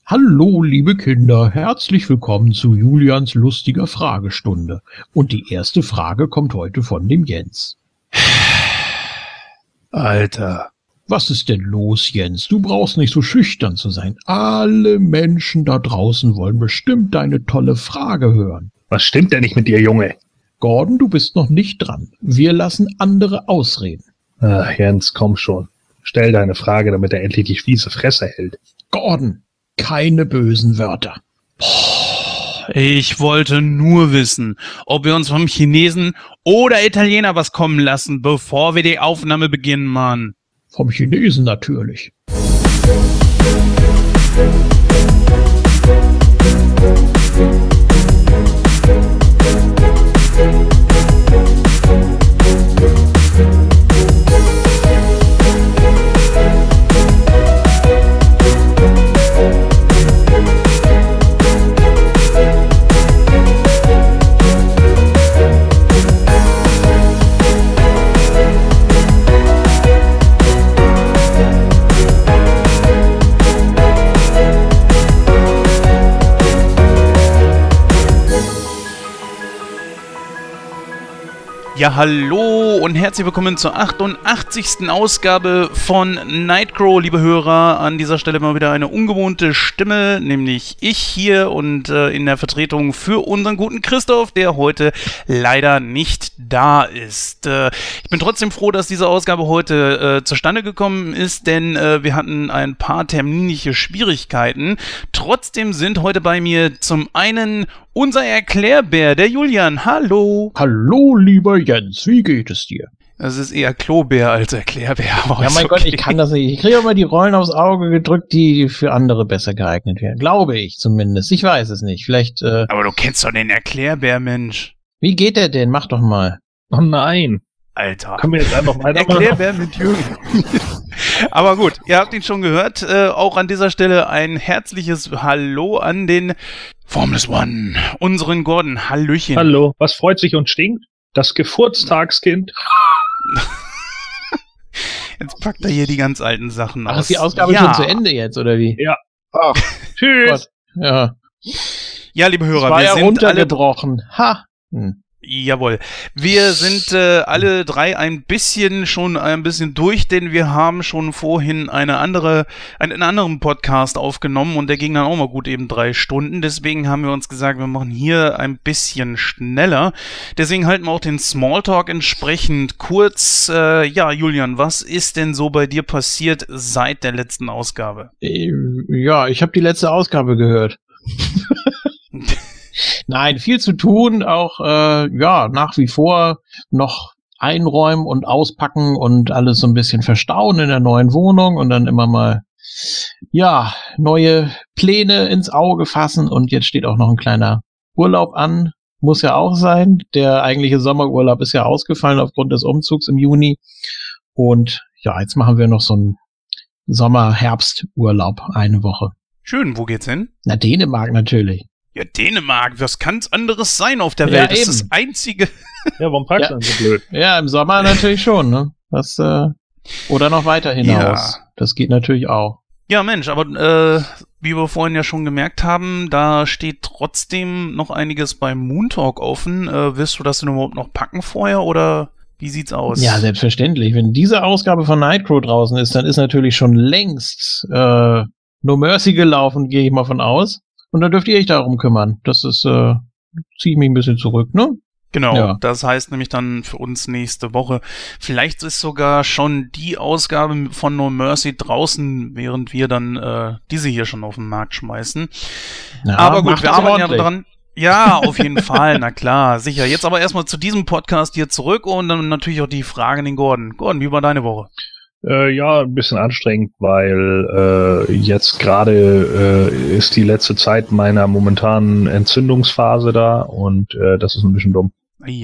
Hallo, liebe Kinder, herzlich willkommen zu Julians lustiger Fragestunde. Und die erste Frage kommt heute von dem Jens. Alter. Was ist denn los, Jens? Du brauchst nicht so schüchtern zu sein. Alle Menschen da draußen wollen bestimmt deine tolle Frage hören. Was stimmt denn nicht mit dir, Junge? Gordon, du bist noch nicht dran. Wir lassen andere ausreden. Ach, Jens, komm schon. Stell deine Frage, damit er endlich die fiese Fresse hält. Gordon, keine bösen Wörter. Ich wollte nur wissen, ob wir uns vom Chinesen oder Italiener was kommen lassen, bevor wir die Aufnahme beginnen, Mann. Vom Chinesen natürlich. Ja, hallo und herzlich willkommen zur 88. Ausgabe von Nightcrow, liebe Hörer. An dieser Stelle mal wieder eine ungewohnte Stimme, nämlich ich hier und in der Vertretung für unseren guten Christoph, der heute leider nicht da ist. Ich bin trotzdem froh, dass diese Ausgabe heute zustande gekommen ist, denn wir hatten ein paar terminliche Schwierigkeiten. Trotzdem sind heute bei mir zum einen unser Erklärbär, der Julian. Hallo. Hallo, lieber Jens, wie geht es dir? Das ist eher Klobär als Erklärbär. Aber ja, mein Gott, ich kann das nicht. Ich kriege immer die Rollen aufs Auge gedrückt, die für andere besser geeignet werden. Glaube ich zumindest. Ich weiß es nicht. Vielleicht. Aber du kennst doch den Erklärbär, Mensch. Wie geht der denn? Mach doch mal. Oh nein. Alter. Können wir jetzt einfach weitermachen? Erklärbär mit Jürgen. Aber gut, ihr habt ihn schon gehört. Auch an dieser Stelle ein herzliches Hallo an den Formless One, unseren Gordon. Hallöchen. Hallo. Was freut sich und stinkt? Das Geburtstagskind. Jetzt packt er hier die ganz alten Sachen aus. Ach, ist die Ausgabe schon zu Ende jetzt, oder wie? Ja. Ach, tschüss. Ja. Ja, liebe Hörer, wir sind ja runtergebrochen. Ha. Jawohl. Wir sind alle drei ein bisschen durch, denn wir haben schon vorhin einen anderen Podcast aufgenommen und der ging dann auch mal gut eben 3 Stunden. Deswegen haben wir uns gesagt, wir machen hier ein bisschen schneller. Deswegen halten wir auch den Smalltalk entsprechend kurz. Ja, Julian, was ist denn so bei dir passiert seit der letzten Ausgabe? Ja, ich habe die letzte Ausgabe gehört. Nein, viel zu tun, auch ja, nach wie vor noch einräumen und auspacken und alles so ein bisschen verstauen in der neuen Wohnung und dann immer mal, ja, neue Pläne ins Auge fassen und jetzt steht auch noch ein kleiner Urlaub an, muss ja auch sein. Der eigentliche Sommerurlaub ist ja ausgefallen aufgrund des Umzugs im Juni und ja, jetzt machen wir noch so einen Sommer-Herbst-Urlaub, eine Woche. Schön, wo geht's hin? Na, Dänemark natürlich. Ja, Dänemark, was kann's anderes sein auf der Welt? Das ist das einzige. Ja, warum packst du dann so blöd? Ja, im Sommer natürlich schon, ne? Das, oder noch weiter hinaus. Ja. Das geht natürlich auch. Ja, Mensch, aber wie wir vorhin ja schon gemerkt haben, da steht trotzdem noch einiges beim Moon Talk offen. Wirst du das denn überhaupt noch packen vorher oder wie sieht's aus? Ja, selbstverständlich. Wenn diese Ausgabe von Nightcrow draußen ist, dann ist natürlich schon längst No Mercy gelaufen, gehe ich mal von aus. Und dann dürft ihr euch darum kümmern. Das ist, ziehe ich mich ein bisschen zurück, ne? Genau, ja. Das heißt nämlich dann für uns nächste Woche. Vielleicht ist sogar schon die Ausgabe von No Mercy draußen, während wir dann diese hier schon auf den Markt schmeißen. Ja, aber gut, wir arbeiten ja dran. Ja, auf jeden Fall, na klar, sicher. Jetzt aber erstmal zu diesem Podcast hier zurück und dann natürlich auch die Frage an den Gordon. Gordon, wie war deine Woche? Ja, ein bisschen anstrengend, weil jetzt gerade ist die letzte Zeit meiner momentanen Entzündungsphase da und das ist ein bisschen dumm.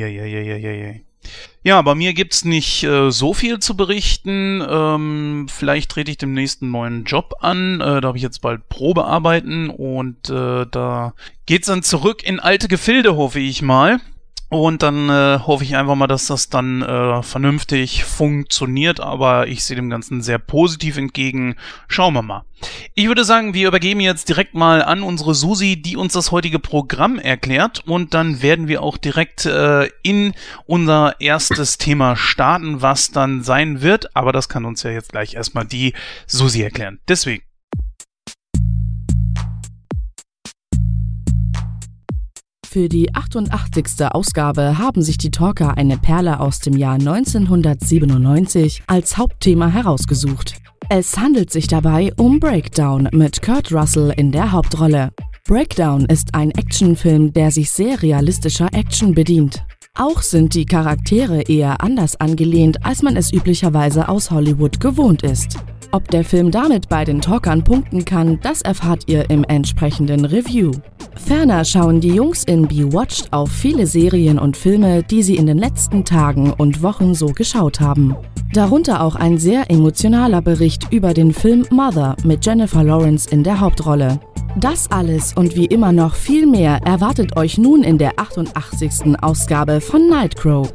Ja, bei mir gibt's nicht so viel zu berichten. Vielleicht trete ich demnächst einen neuen Job an. Da habe ich jetzt bald Probearbeiten und da geht's dann zurück in alte Gefilde, hoffe ich mal. Und dann hoffe ich einfach mal, dass das dann vernünftig funktioniert. Aber ich sehe dem Ganzen sehr positiv entgegen. Schauen wir mal. Ich würde sagen, wir übergeben jetzt direkt mal an unsere Susi, die uns das heutige Programm erklärt. Und dann werden wir auch direkt in unser erstes Thema starten, was dann sein wird. Aber das kann uns ja jetzt gleich erstmal die Susi erklären. Deswegen. Für die 88. Ausgabe haben sich die Talker eine Perle aus dem Jahr 1997 als Hauptthema herausgesucht. Es handelt sich dabei um Breakdown mit Kurt Russell in der Hauptrolle. Breakdown ist ein Actionfilm, der sich sehr realistischer Action bedient. Auch sind die Charaktere eher anders angelehnt, als man es üblicherweise aus Hollywood gewohnt ist. Ob der Film damit bei den Talkern punkten kann, das erfahrt ihr im entsprechenden Review. Ferner schauen die Jungs in Be-Watched auf viele Serien und Filme, die sie in den letzten Tagen und Wochen so geschaut haben. Darunter auch ein sehr emotionaler Bericht über den Film Mother mit Jennifer Lawrence in der Hauptrolle. Das alles und wie immer noch viel mehr erwartet euch nun in der 88. Ausgabe von Nightcrow.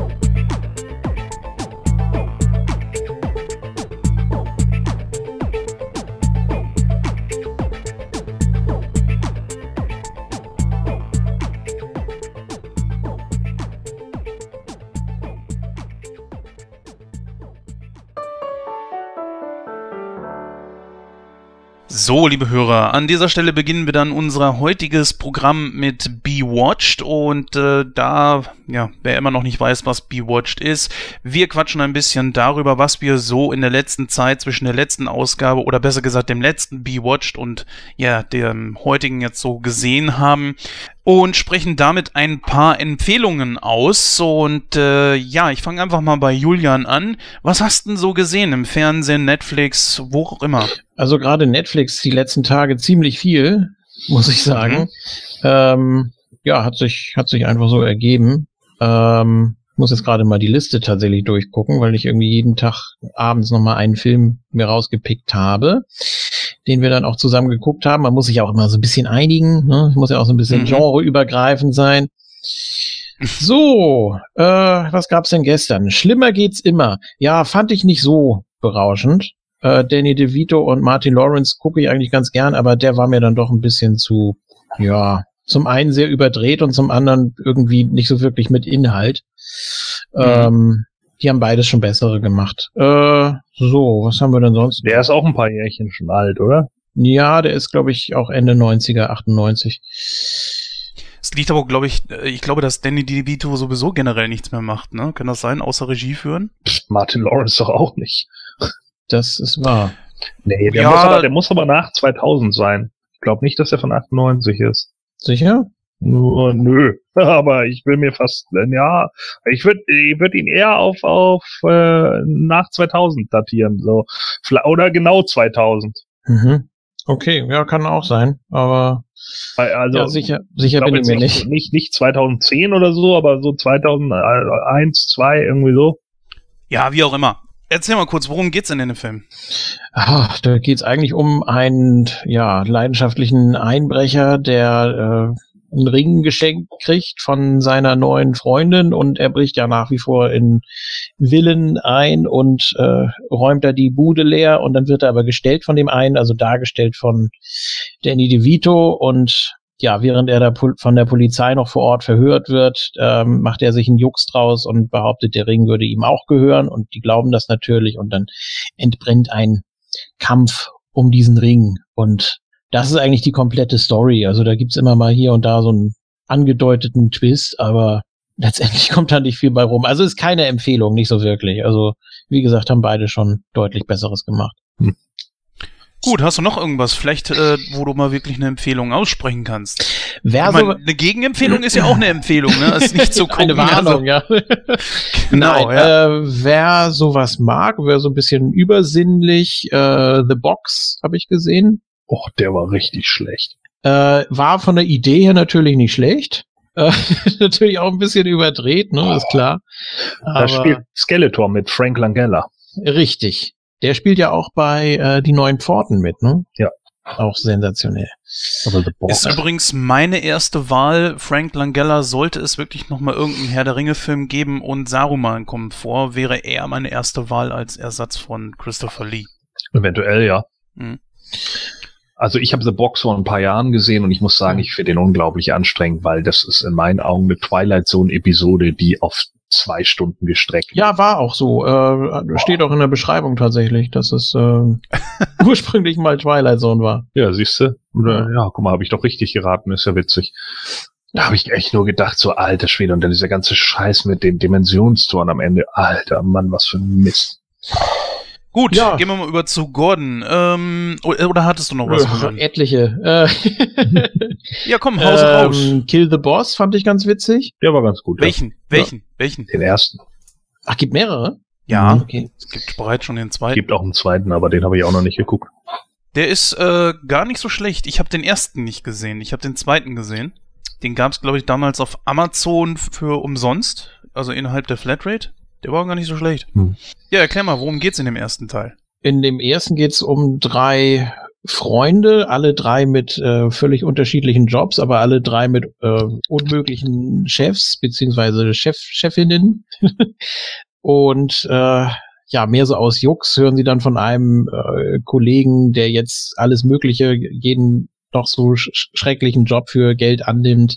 So, liebe Hörer, an dieser Stelle beginnen wir dann unser heutiges Programm mit Be-Watched und wer immer noch nicht weiß, was Be-Watched ist, wir quatschen ein bisschen darüber, was wir so in der letzten Zeit zwischen der letzten Ausgabe oder besser gesagt dem letzten Be-Watched und dem heutigen jetzt so gesehen haben. Und sprechen damit ein paar Empfehlungen aus. Und ich fange einfach mal bei Julian an. Was hast du denn so gesehen im Fernsehen, Netflix, wo auch immer? Also gerade Netflix die letzten Tage ziemlich viel, muss ich sagen. Hat sich einfach so ergeben. Muss jetzt gerade mal die Liste tatsächlich durchgucken, weil ich irgendwie jeden Tag abends nochmal einen Film mir rausgepickt habe, den wir dann auch zusammen geguckt haben. Man muss sich auch immer so ein bisschen einigen, ne? Muss ja auch so ein bisschen genreübergreifend sein. So, was gab's denn gestern? Schlimmer geht's immer. Ja, fand ich nicht so berauschend. Danny DeVito und Martin Lawrence gucke ich eigentlich ganz gern, aber der war mir dann doch ein bisschen zu, zum einen sehr überdreht und zum anderen irgendwie nicht so wirklich mit Inhalt. Die haben beides schon bessere gemacht. Was haben wir denn sonst? Der ist auch ein paar Jährchen schon alt, oder? Ja, der ist, glaube ich, auch Ende 90er, 98. Es liegt aber, glaube ich glaube, dass Danny DeVito sowieso generell nichts mehr macht, ne? Kann das sein, außer Regie führen? Martin Lawrence doch auch nicht. Das ist wahr. Nee, der muss aber nach 2000 sein. Ich glaube nicht, dass er von 98 ist. Sicher? Nö, aber ich will mir fast, ich würde ihn eher auf nach 2000 datieren, so, oder genau 2000. Okay, ja, kann auch sein, aber also, sicher bin ich mir nicht. Nicht 2010 oder so, aber so 2001, 2, irgendwie so. Ja, wie auch immer. Erzähl mal kurz, worum geht's denn in dem Film? Da geht's eigentlich um einen, leidenschaftlichen Einbrecher, der einen Ring geschenkt kriegt von seiner neuen Freundin und er bricht ja nach wie vor in Villen ein und räumt da die Bude leer und dann wird er aber gestellt von dem einen, also dargestellt von Danny DeVito und während er da von der Polizei noch vor Ort verhört wird, macht er sich einen Jux draus und behauptet, der Ring würde ihm auch gehören und die glauben das natürlich und dann entbrennt ein Kampf um diesen Ring und das ist eigentlich die komplette Story. Also da gibt's immer mal hier und da so einen angedeuteten Twist, aber letztendlich kommt da nicht viel bei rum. Also ist keine Empfehlung, nicht so wirklich. Also wie gesagt, haben beide schon deutlich Besseres gemacht. Gut, hast du noch irgendwas, vielleicht, wo du mal wirklich eine Empfehlung aussprechen kannst? Eine Gegenempfehlung ist ja auch eine Empfehlung, ne? Das ist nicht so eine Warnung, ja. Genau, wer sowas mag, wer so ein bisschen übersinnlich, The Box habe ich gesehen. Och, der war richtig schlecht. War von der Idee her natürlich nicht schlecht. Natürlich auch ein bisschen überdreht, ne, ist klar. Da spielt Skeletor mit Frank Langella. Richtig. Der spielt ja auch bei Die Neuen Pforten mit, ne? Ja. auch sensationell. Aber The Box. Ist übrigens meine erste Wahl. Frank Langella, sollte es wirklich nochmal irgendeinen Herr der Ringe-Film geben und Saruman kommt vor, wäre er meine erste Wahl als Ersatz von Christopher Lee. Eventuell, ja. Mhm. Also ich habe The Box vor ein paar Jahren gesehen und ich muss sagen, ich finde den unglaublich anstrengend, weil das ist in meinen Augen eine Twilight Zone-Episode, die auf 2 Stunden gestreckt wird. Ja, war auch so. Steht auch in der Beschreibung tatsächlich, dass es ursprünglich mal Twilight Zone war. Ja, siehst du? Ja, guck mal, habe ich doch richtig geraten, ist ja witzig. Da habe ich echt nur gedacht, so alter Schwede, und dann dieser ganze Scheiß mit den Dimensionstoren am Ende. Alter Mann, was für ein Mist. Gut, Ja. gehen wir mal über zu Gordon. Oder hattest du noch was? Etliche. Ja, komm, Hause raus. Kill the Boss fand ich ganz witzig. Der war ganz gut. Welchen? Den ersten. Ach, gibt mehrere? Ja, Okay. es gibt bereits schon den zweiten. Gibt auch einen zweiten, aber den habe ich auch noch nicht geguckt. Der ist gar nicht so schlecht. Ich habe den ersten nicht gesehen. Ich habe den zweiten gesehen. Den gab es, glaube ich, damals auf Amazon für umsonst. Also innerhalb der Flatrate. Der war gar nicht so schlecht. Ja, erklär mal, worum geht's in dem ersten Teil? In dem ersten geht's um 3 Freunde, alle 3 mit völlig unterschiedlichen Jobs, aber alle 3 mit unmöglichen Chefs beziehungsweise Chefinnen. Und ja, mehr so aus Jux hören sie dann von einem Kollegen, der jetzt alles Mögliche, jeden doch so schrecklichen Job für Geld annimmt.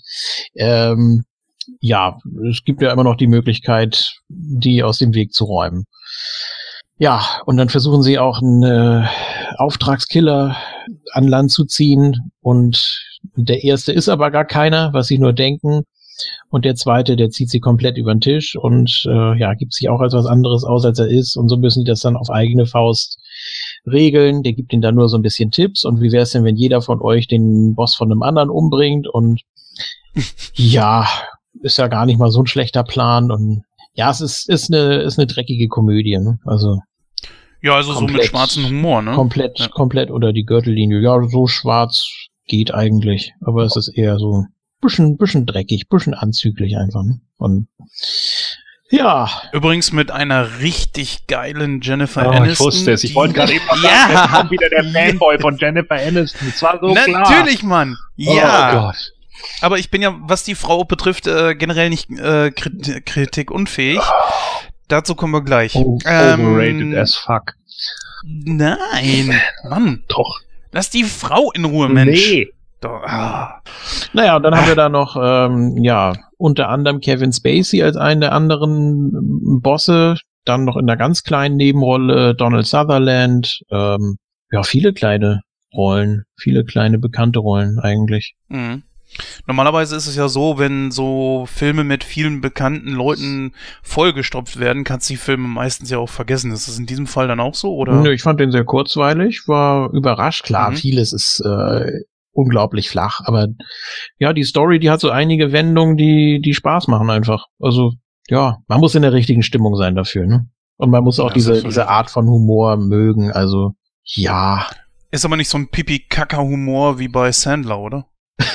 Ja, es gibt ja immer noch die Möglichkeit, die aus dem Weg zu räumen. Ja, und dann versuchen sie auch einen Auftragskiller an Land zu ziehen. Und der erste ist aber gar keiner, was sie nur denken. Und der zweite, der zieht sie komplett über den Tisch und ja, gibt sich auch als was anderes aus, als er ist. Und so müssen die das dann auf eigene Faust regeln. Der gibt ihnen dann nur so ein bisschen Tipps. Und wie wäre es denn, wenn jeder von euch den Boss von einem anderen umbringt? Und ja, ist ja gar nicht mal so ein schlechter Plan. Und ja, es ist eine dreckige Komödie, ne? Also Ja, also komplett, so mit schwarzem Humor, ne? Komplett unter die Gürtellinie. Ja, so schwarz geht eigentlich. Aber es ist eher so bisschen dreckig, bisschen anzüglich einfach. Ne? Und ja. Übrigens mit einer richtig geilen Jennifer Oh, Aniston. ich wusste es. Ich wollte gerade eben noch sagen, Ja. jetzt kommt wieder der Fanboy von Jennifer Aniston. Das war so klar. Natürlich, Mann. Ja. Oh Gott. Aber ich bin ja, was die Frau betrifft, generell nicht kritikunfähig. Dazu kommen wir gleich. Overrated as fuck. Nein, Mann. Doch. Lass die Frau in Ruhe, Mensch. Nee. Doch, Naja, und dann haben wir da noch, ja, unter anderem Kevin Spacey als einen der anderen Bosse. Dann noch in einer ganz kleinen Nebenrolle Donald Sutherland. Ja, viele kleine Rollen. Viele kleine bekannte Rollen eigentlich. Mhm. Normalerweise ist es ja so, wenn so Filme mit vielen bekannten Leuten vollgestopft werden, kannst du die Filme meistens ja auch vergessen. Ist das in diesem Fall dann auch so, oder? Nö, ich fand den sehr kurzweilig, war überrascht. Klar, vieles ist unglaublich flach, aber ja, die Story, die hat so einige Wendungen, die Spaß machen einfach. Also, ja, man muss in der richtigen Stimmung sein dafür, ne? Und man muss auch diese Art von Humor mögen, also, ja. Ist aber nicht so ein Pipi-Kaka-Humor wie bei Sandler, oder?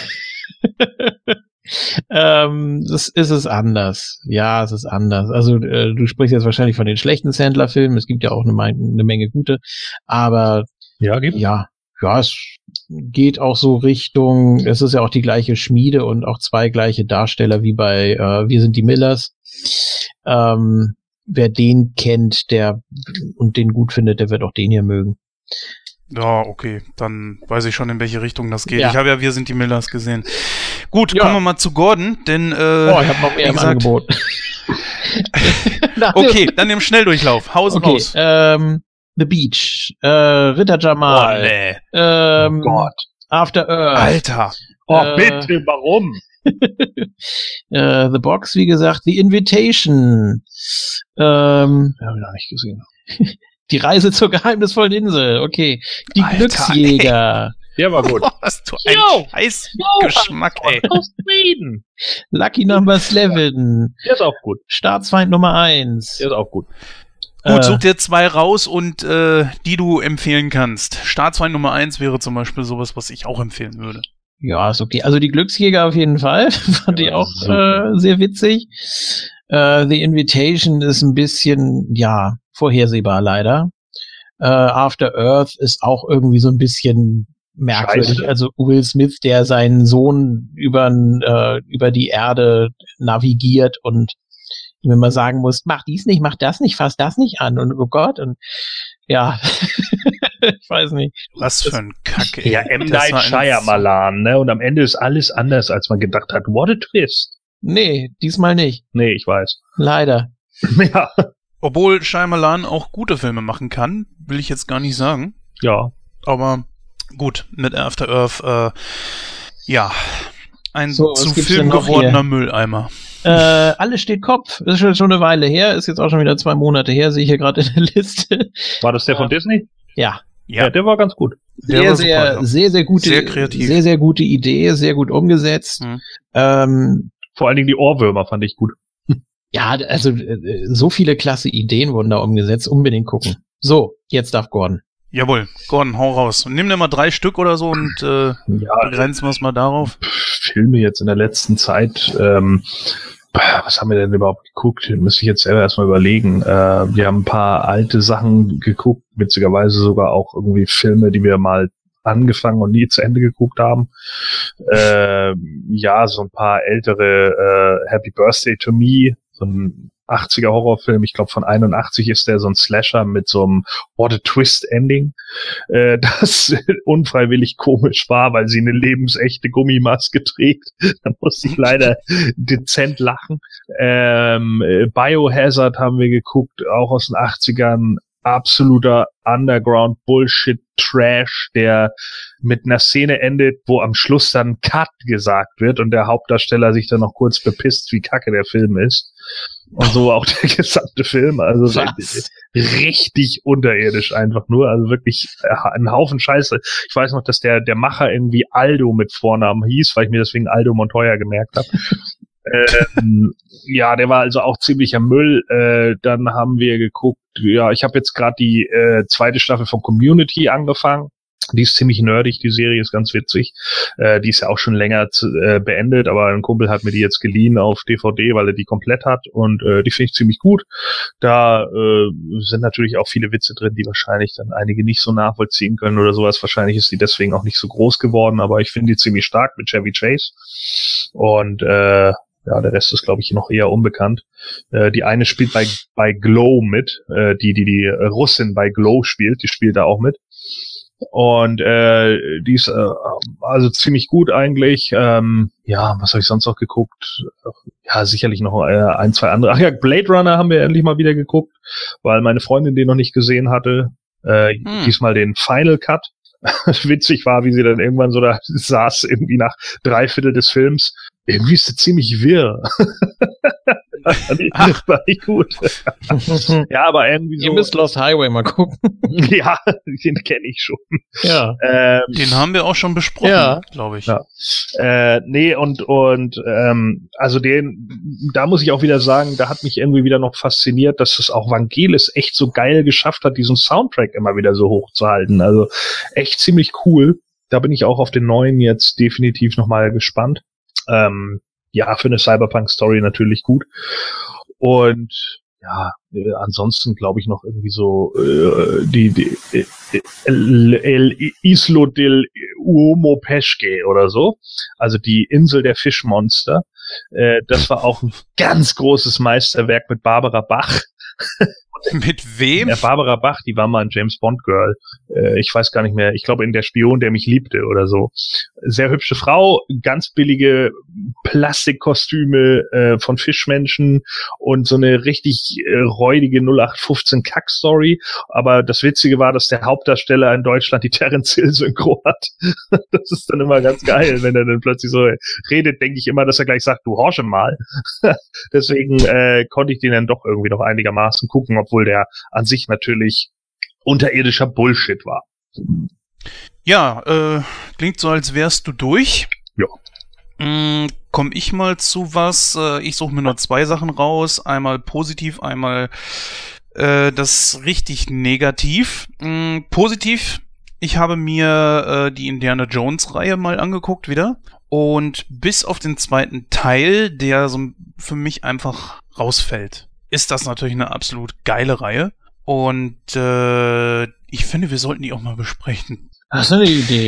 Das ist es anders. Ja, es ist anders. Also du sprichst jetzt wahrscheinlich von den schlechten Sandler-Filmen. Es gibt ja auch eine Menge gute. Aber ja, es geht auch so Richtung, es ist ja auch die gleiche Schmiede und auch 2 gleiche Darsteller wie bei Wir sind die Millers. Wer den kennt, und den gut findet, der wird auch den hier mögen. Ja, okay, dann weiß ich schon, in welche Richtung das geht. Ja. Ich habe ja Wir sind die Millers gesehen. Gut, Ja. kommen wir mal zu Gordon, denn Ich habe noch mehr im Angebot. Okay, dann im Schnelldurchlauf. Haus raus. The Beach, Ritter Jamal, nee. Oh Gott. After Earth, Alter. Oh, bitte, warum? The Box, wie gesagt, The Invitation, Habe ich noch nicht gesehen. Die Reise zur geheimnisvollen Insel, okay, Die Alter, Glücksjäger, Der war gut. Oh, hast du einen Scheiß-Geschmack, ey. Aus Schweden. Lucky Number 11, Der ist auch gut. Staatsfeind Nummer 1. Der ist auch gut. Gut, such dir 2 raus und die du empfehlen kannst. Staatsfeind Nummer 1 wäre zum Beispiel sowas, was ich auch empfehlen würde. Ja, ist okay. Also die Glücksjäger auf jeden Fall. Fand ich auch sehr witzig. The Invitation ist ein bisschen, ja, vorhersehbar leider. After Earth ist auch irgendwie so ein bisschen merkwürdig. Scheiße. Also Will Smith, der seinen Sohn über die Erde navigiert und ihm immer sagen muss, mach dies nicht, mach das nicht, fass das nicht an und oh Gott und ja, ich weiß nicht. Was für ein Kack, ey. Ja, M. Das Night war ein- Shyamalan, ne? Und am Ende ist alles anders, als man gedacht hat. What a twist. Nee, diesmal nicht. Nee, ich weiß. Leider. Ja. Obwohl Shyamalan auch gute Filme machen kann, will ich jetzt gar nicht sagen. Ja. Aber gut, mit After Earth, ja, ein So, was zu gibt's Film denn noch gewordener hier? Mülleimer. Alles steht Kopf. Ist schon eine Weile her. Ist jetzt auch schon wieder 2 Monate her. Sehe ich hier gerade in der Liste. War das der von Disney? Ja. Ja, Der war ganz gut. der war super, ja. sehr gute, Sehr kreativ. sehr, sehr gute Idee, sehr gut umgesetzt. Mhm. Vor allen Dingen die Ohrwürmer fand ich gut. Ja, also so viele klasse Ideen wurden da umgesetzt. Unbedingt gucken. So, jetzt darf Gordon. Jawohl, Gordon, hau raus. Nimm dir mal 3 Stück oder so und Ja, begrenzen wir es mal darauf. Filme jetzt in der letzten Zeit. Was haben wir denn überhaupt geguckt? Müsste ich jetzt selber erstmal überlegen. Wir haben ein paar alte Sachen geguckt, witzigerweise sogar auch irgendwie Filme, die wir mal angefangen und nie zu Ende geguckt haben. Ja, so ein paar ältere Happy Birthday to Me, so ein 80er Horrorfilm, ich glaube von 81 ist der, so ein Slasher mit so einem What a Twist Ending, das unfreiwillig komisch war, weil sie eine lebensechte Gummimaske trägt. Da musste ich leider dezent lachen. Biohazard haben wir geguckt, auch aus den 80ern. Absoluter Underground Bullshit Trash, der mit einer Szene endet, wo am Schluss dann Cut gesagt wird und der Hauptdarsteller sich dann noch kurz bepisst, wie kacke der Film ist. Und so auch der gesamte Film. Also richtig unterirdisch einfach nur. Also wirklich ein Haufen Scheiße. Ich weiß noch, dass der Macher irgendwie Aldo mit Vornamen hieß, weil ich mir deswegen Aldo Montoya gemerkt habe. Ja, der war also auch ziemlicher Müll. Dann haben wir geguckt, ja, ich habe jetzt gerade die 2. Staffel von Community angefangen. Die ist ziemlich nerdig, die Serie ist ganz witzig. Die ist ja auch schon länger beendet, aber ein Kumpel hat mir die jetzt geliehen auf DVD, weil er die komplett hat und die finde ich ziemlich gut. Da sind natürlich auch viele Witze drin, die wahrscheinlich dann einige nicht so nachvollziehen können oder sowas. Wahrscheinlich ist die deswegen auch nicht so groß geworden, aber ich finde die ziemlich stark mit Chevy Chase. Und ja, der Rest ist, glaube ich, noch eher unbekannt. Die eine spielt bei Glow mit, die Russin bei Glow spielt, die spielt da auch mit. Und die ist also ziemlich gut eigentlich. Ja, was habe ich sonst noch geguckt? Ja, sicherlich noch 1, 2 andere. Ach ja, Blade Runner haben wir endlich mal wieder geguckt, weil meine Freundin den noch nicht gesehen hatte. Diesmal den Final Cut. Witzig war, wie sie dann irgendwann so da saß, irgendwie nach 3/4 des Films. Irgendwie ist sie ziemlich wirr. Das war nicht gut. Ja, aber irgendwie so. Ihr müsst Lost Highway mal gucken. Ja, den kenne ich schon. Ja. Den haben wir auch schon besprochen, Ja. glaube ich. Ja. Nee, und also da muss ich auch wieder sagen, da hat mich irgendwie wieder noch fasziniert, dass es auch Vangelis echt so geil geschafft hat, diesen Soundtrack immer wieder so hoch zu halten. Also echt ziemlich cool. Da bin ich auch auf den neuen jetzt definitiv nochmal gespannt. Ja, für eine Cyberpunk-Story natürlich gut. Und ja, ansonsten glaube ich noch irgendwie so die El Islo del Uomo Pesce oder so. Also die Insel der Fischmonster. Das war auch ein ganz großes Meisterwerk mit Barbara Bach. Mit wem? Ja, Barbara Bach, die war mal ein James Bond Girl. Ich weiß gar nicht mehr. Ich glaube in Der Spion, der mich liebte oder so. Sehr hübsche Frau, ganz billige Plastikkostüme von Fischmenschen und so eine richtig räudige 0815 Kack-Story. Aber das Witzige war, dass der Hauptdarsteller in Deutschland die Terence Hill Synchro hat. Das ist dann immer ganz geil, wenn er dann plötzlich so redet, denke ich immer, dass er gleich sagt, du horsche mal. Deswegen konnte ich den dann doch irgendwie noch einigermaßen gucken, obwohl der an sich natürlich unterirdischer Bullshit war. Ja, klingt so, als wärst du durch. Ja. Komm ich mal zu was. Ich suche mir nur 2 Sachen raus. Einmal positiv, einmal das richtig negativ. Positiv, ich habe mir die Indiana Jones-Reihe mal angeguckt wieder. Und bis auf den 2. Teil, der so für mich einfach rausfällt, ist das natürlich eine absolut geile Reihe. Und ich finde, wir sollten die auch mal besprechen. Das ist eine Idee.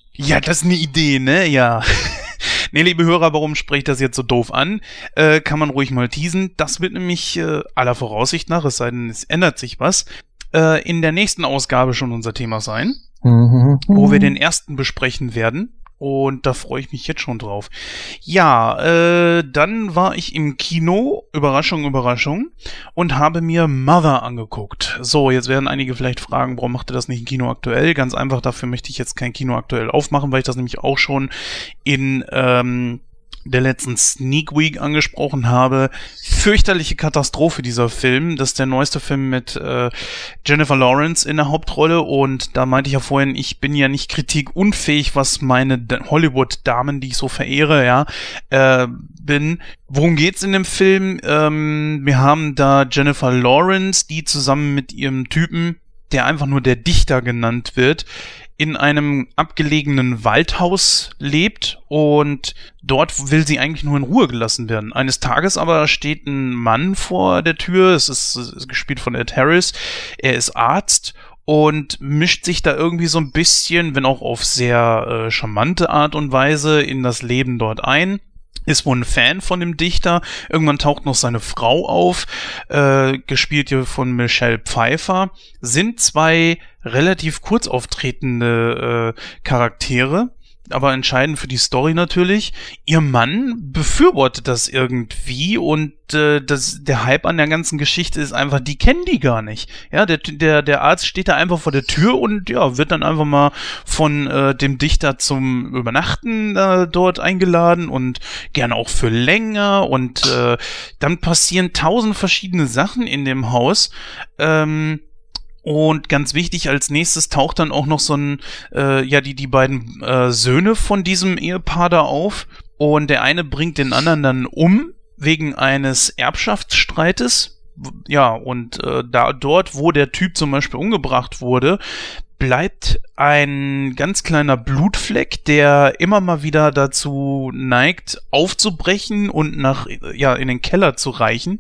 Ja, das ist eine Idee, ne? Ja. Nee, liebe Hörer, warum spreche ich das jetzt so doof an? Kann man ruhig mal teasen. Das wird nämlich aller Voraussicht nach, es sei denn, es ändert sich was, in der nächsten Ausgabe schon unser Thema sein, wo wir den ersten besprechen werden. Und da freue ich mich jetzt schon drauf. Ja, dann war ich im Kino, Überraschung, Überraschung, und habe mir Mother angeguckt. So, jetzt werden einige vielleicht fragen, warum macht ihr das nicht im Kino aktuell? Ganz einfach, dafür möchte ich jetzt kein Kino aktuell aufmachen, weil ich das nämlich auch schon in der letzten Sneak Week angesprochen habe. Fürchterliche Katastrophe, dieser Film. Das ist der neueste Film mit Jennifer Lawrence in der Hauptrolle, und da meinte ich ja vorhin, ich bin ja nicht kritikunfähig, was meine Hollywood-Damen, die ich so verehre, ja, bin. Worum geht's in dem Film? Wir haben da Jennifer Lawrence, die zusammen mit ihrem Typen, der einfach nur der Dichter genannt wird, in einem abgelegenen Waldhaus lebt, und dort will sie eigentlich nur in Ruhe gelassen werden. Eines Tages aber steht ein Mann vor der Tür, es ist gespielt von Ed Harris, er ist Arzt und mischt sich da irgendwie so ein bisschen, wenn auch auf sehr charmante Art und Weise, in das Leben dort ein. Ist wohl ein Fan von dem Dichter. Irgendwann taucht noch seine Frau auf, gespielt hier von Michelle Pfeiffer. Sind zwei relativ kurz auftretende Charaktere, aber entscheidend für die Story natürlich. Ihr Mann befürwortet das irgendwie, und der Hype an der ganzen Geschichte ist einfach, die kennen die gar nicht. Ja, der Arzt steht da einfach vor der Tür und ja, wird dann einfach mal von dem Dichter zum Übernachten dort eingeladen und gerne auch für länger, und dann passieren 1000 verschiedene Sachen in dem Haus. Und ganz wichtig, als nächstes taucht dann auch noch so ein, die beiden Söhne von diesem Ehepaar da auf, und der eine bringt den anderen dann um wegen eines Erbschaftsstreites. Ja, und dort, wo der Typ zum Beispiel umgebracht wurde, bleibt ein ganz kleiner Blutfleck, der immer mal wieder dazu neigt, aufzubrechen und in den Keller zu reichen.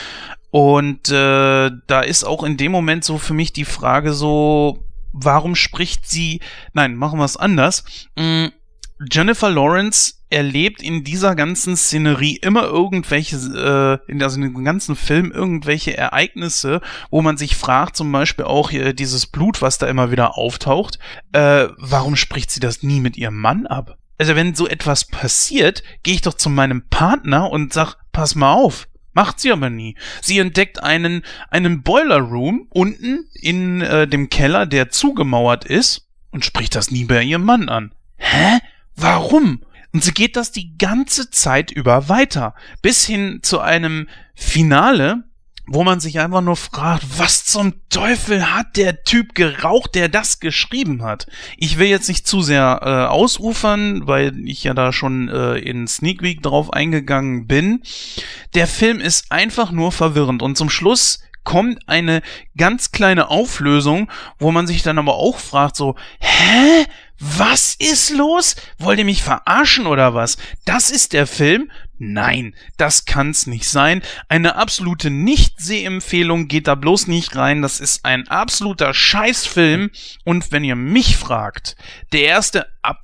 Und da ist auch in dem Moment so für mich die Frage so, warum spricht sie, nein, machen wir es anders. Jennifer Lawrence erlebt in dieser ganzen Szenerie immer irgendwelche, in dem ganzen Film irgendwelche Ereignisse, wo man sich fragt, zum Beispiel auch dieses Blut, was da immer wieder auftaucht, warum spricht sie das nie mit ihrem Mann ab? Also wenn so etwas passiert, gehe ich doch zu meinem Partner und sag, pass mal auf. Macht sie aber nie. Sie entdeckt einen Boiler Room unten in dem Keller, der zugemauert ist, und spricht das nie bei ihrem Mann an. Hä? Warum? Und so geht das die ganze Zeit über weiter. Bis hin zu einem Finale, wo man sich einfach nur fragt, was zum Teufel hat der Typ geraucht, der das geschrieben hat? Ich will jetzt nicht zu sehr ausufern, weil ich ja da schon in Sneak Week drauf eingegangen bin. Der Film ist einfach nur verwirrend, und zum Schluss kommt eine ganz kleine Auflösung, wo man sich dann aber auch fragt so, hä? Was ist los? Wollt ihr mich verarschen oder was? Das ist der Film? Nein, das kann's nicht sein. Eine absolute Nicht-Sehempfehlung, geht da bloß nicht rein. Das ist ein absoluter Scheißfilm. Und wenn ihr mich fragt, der erste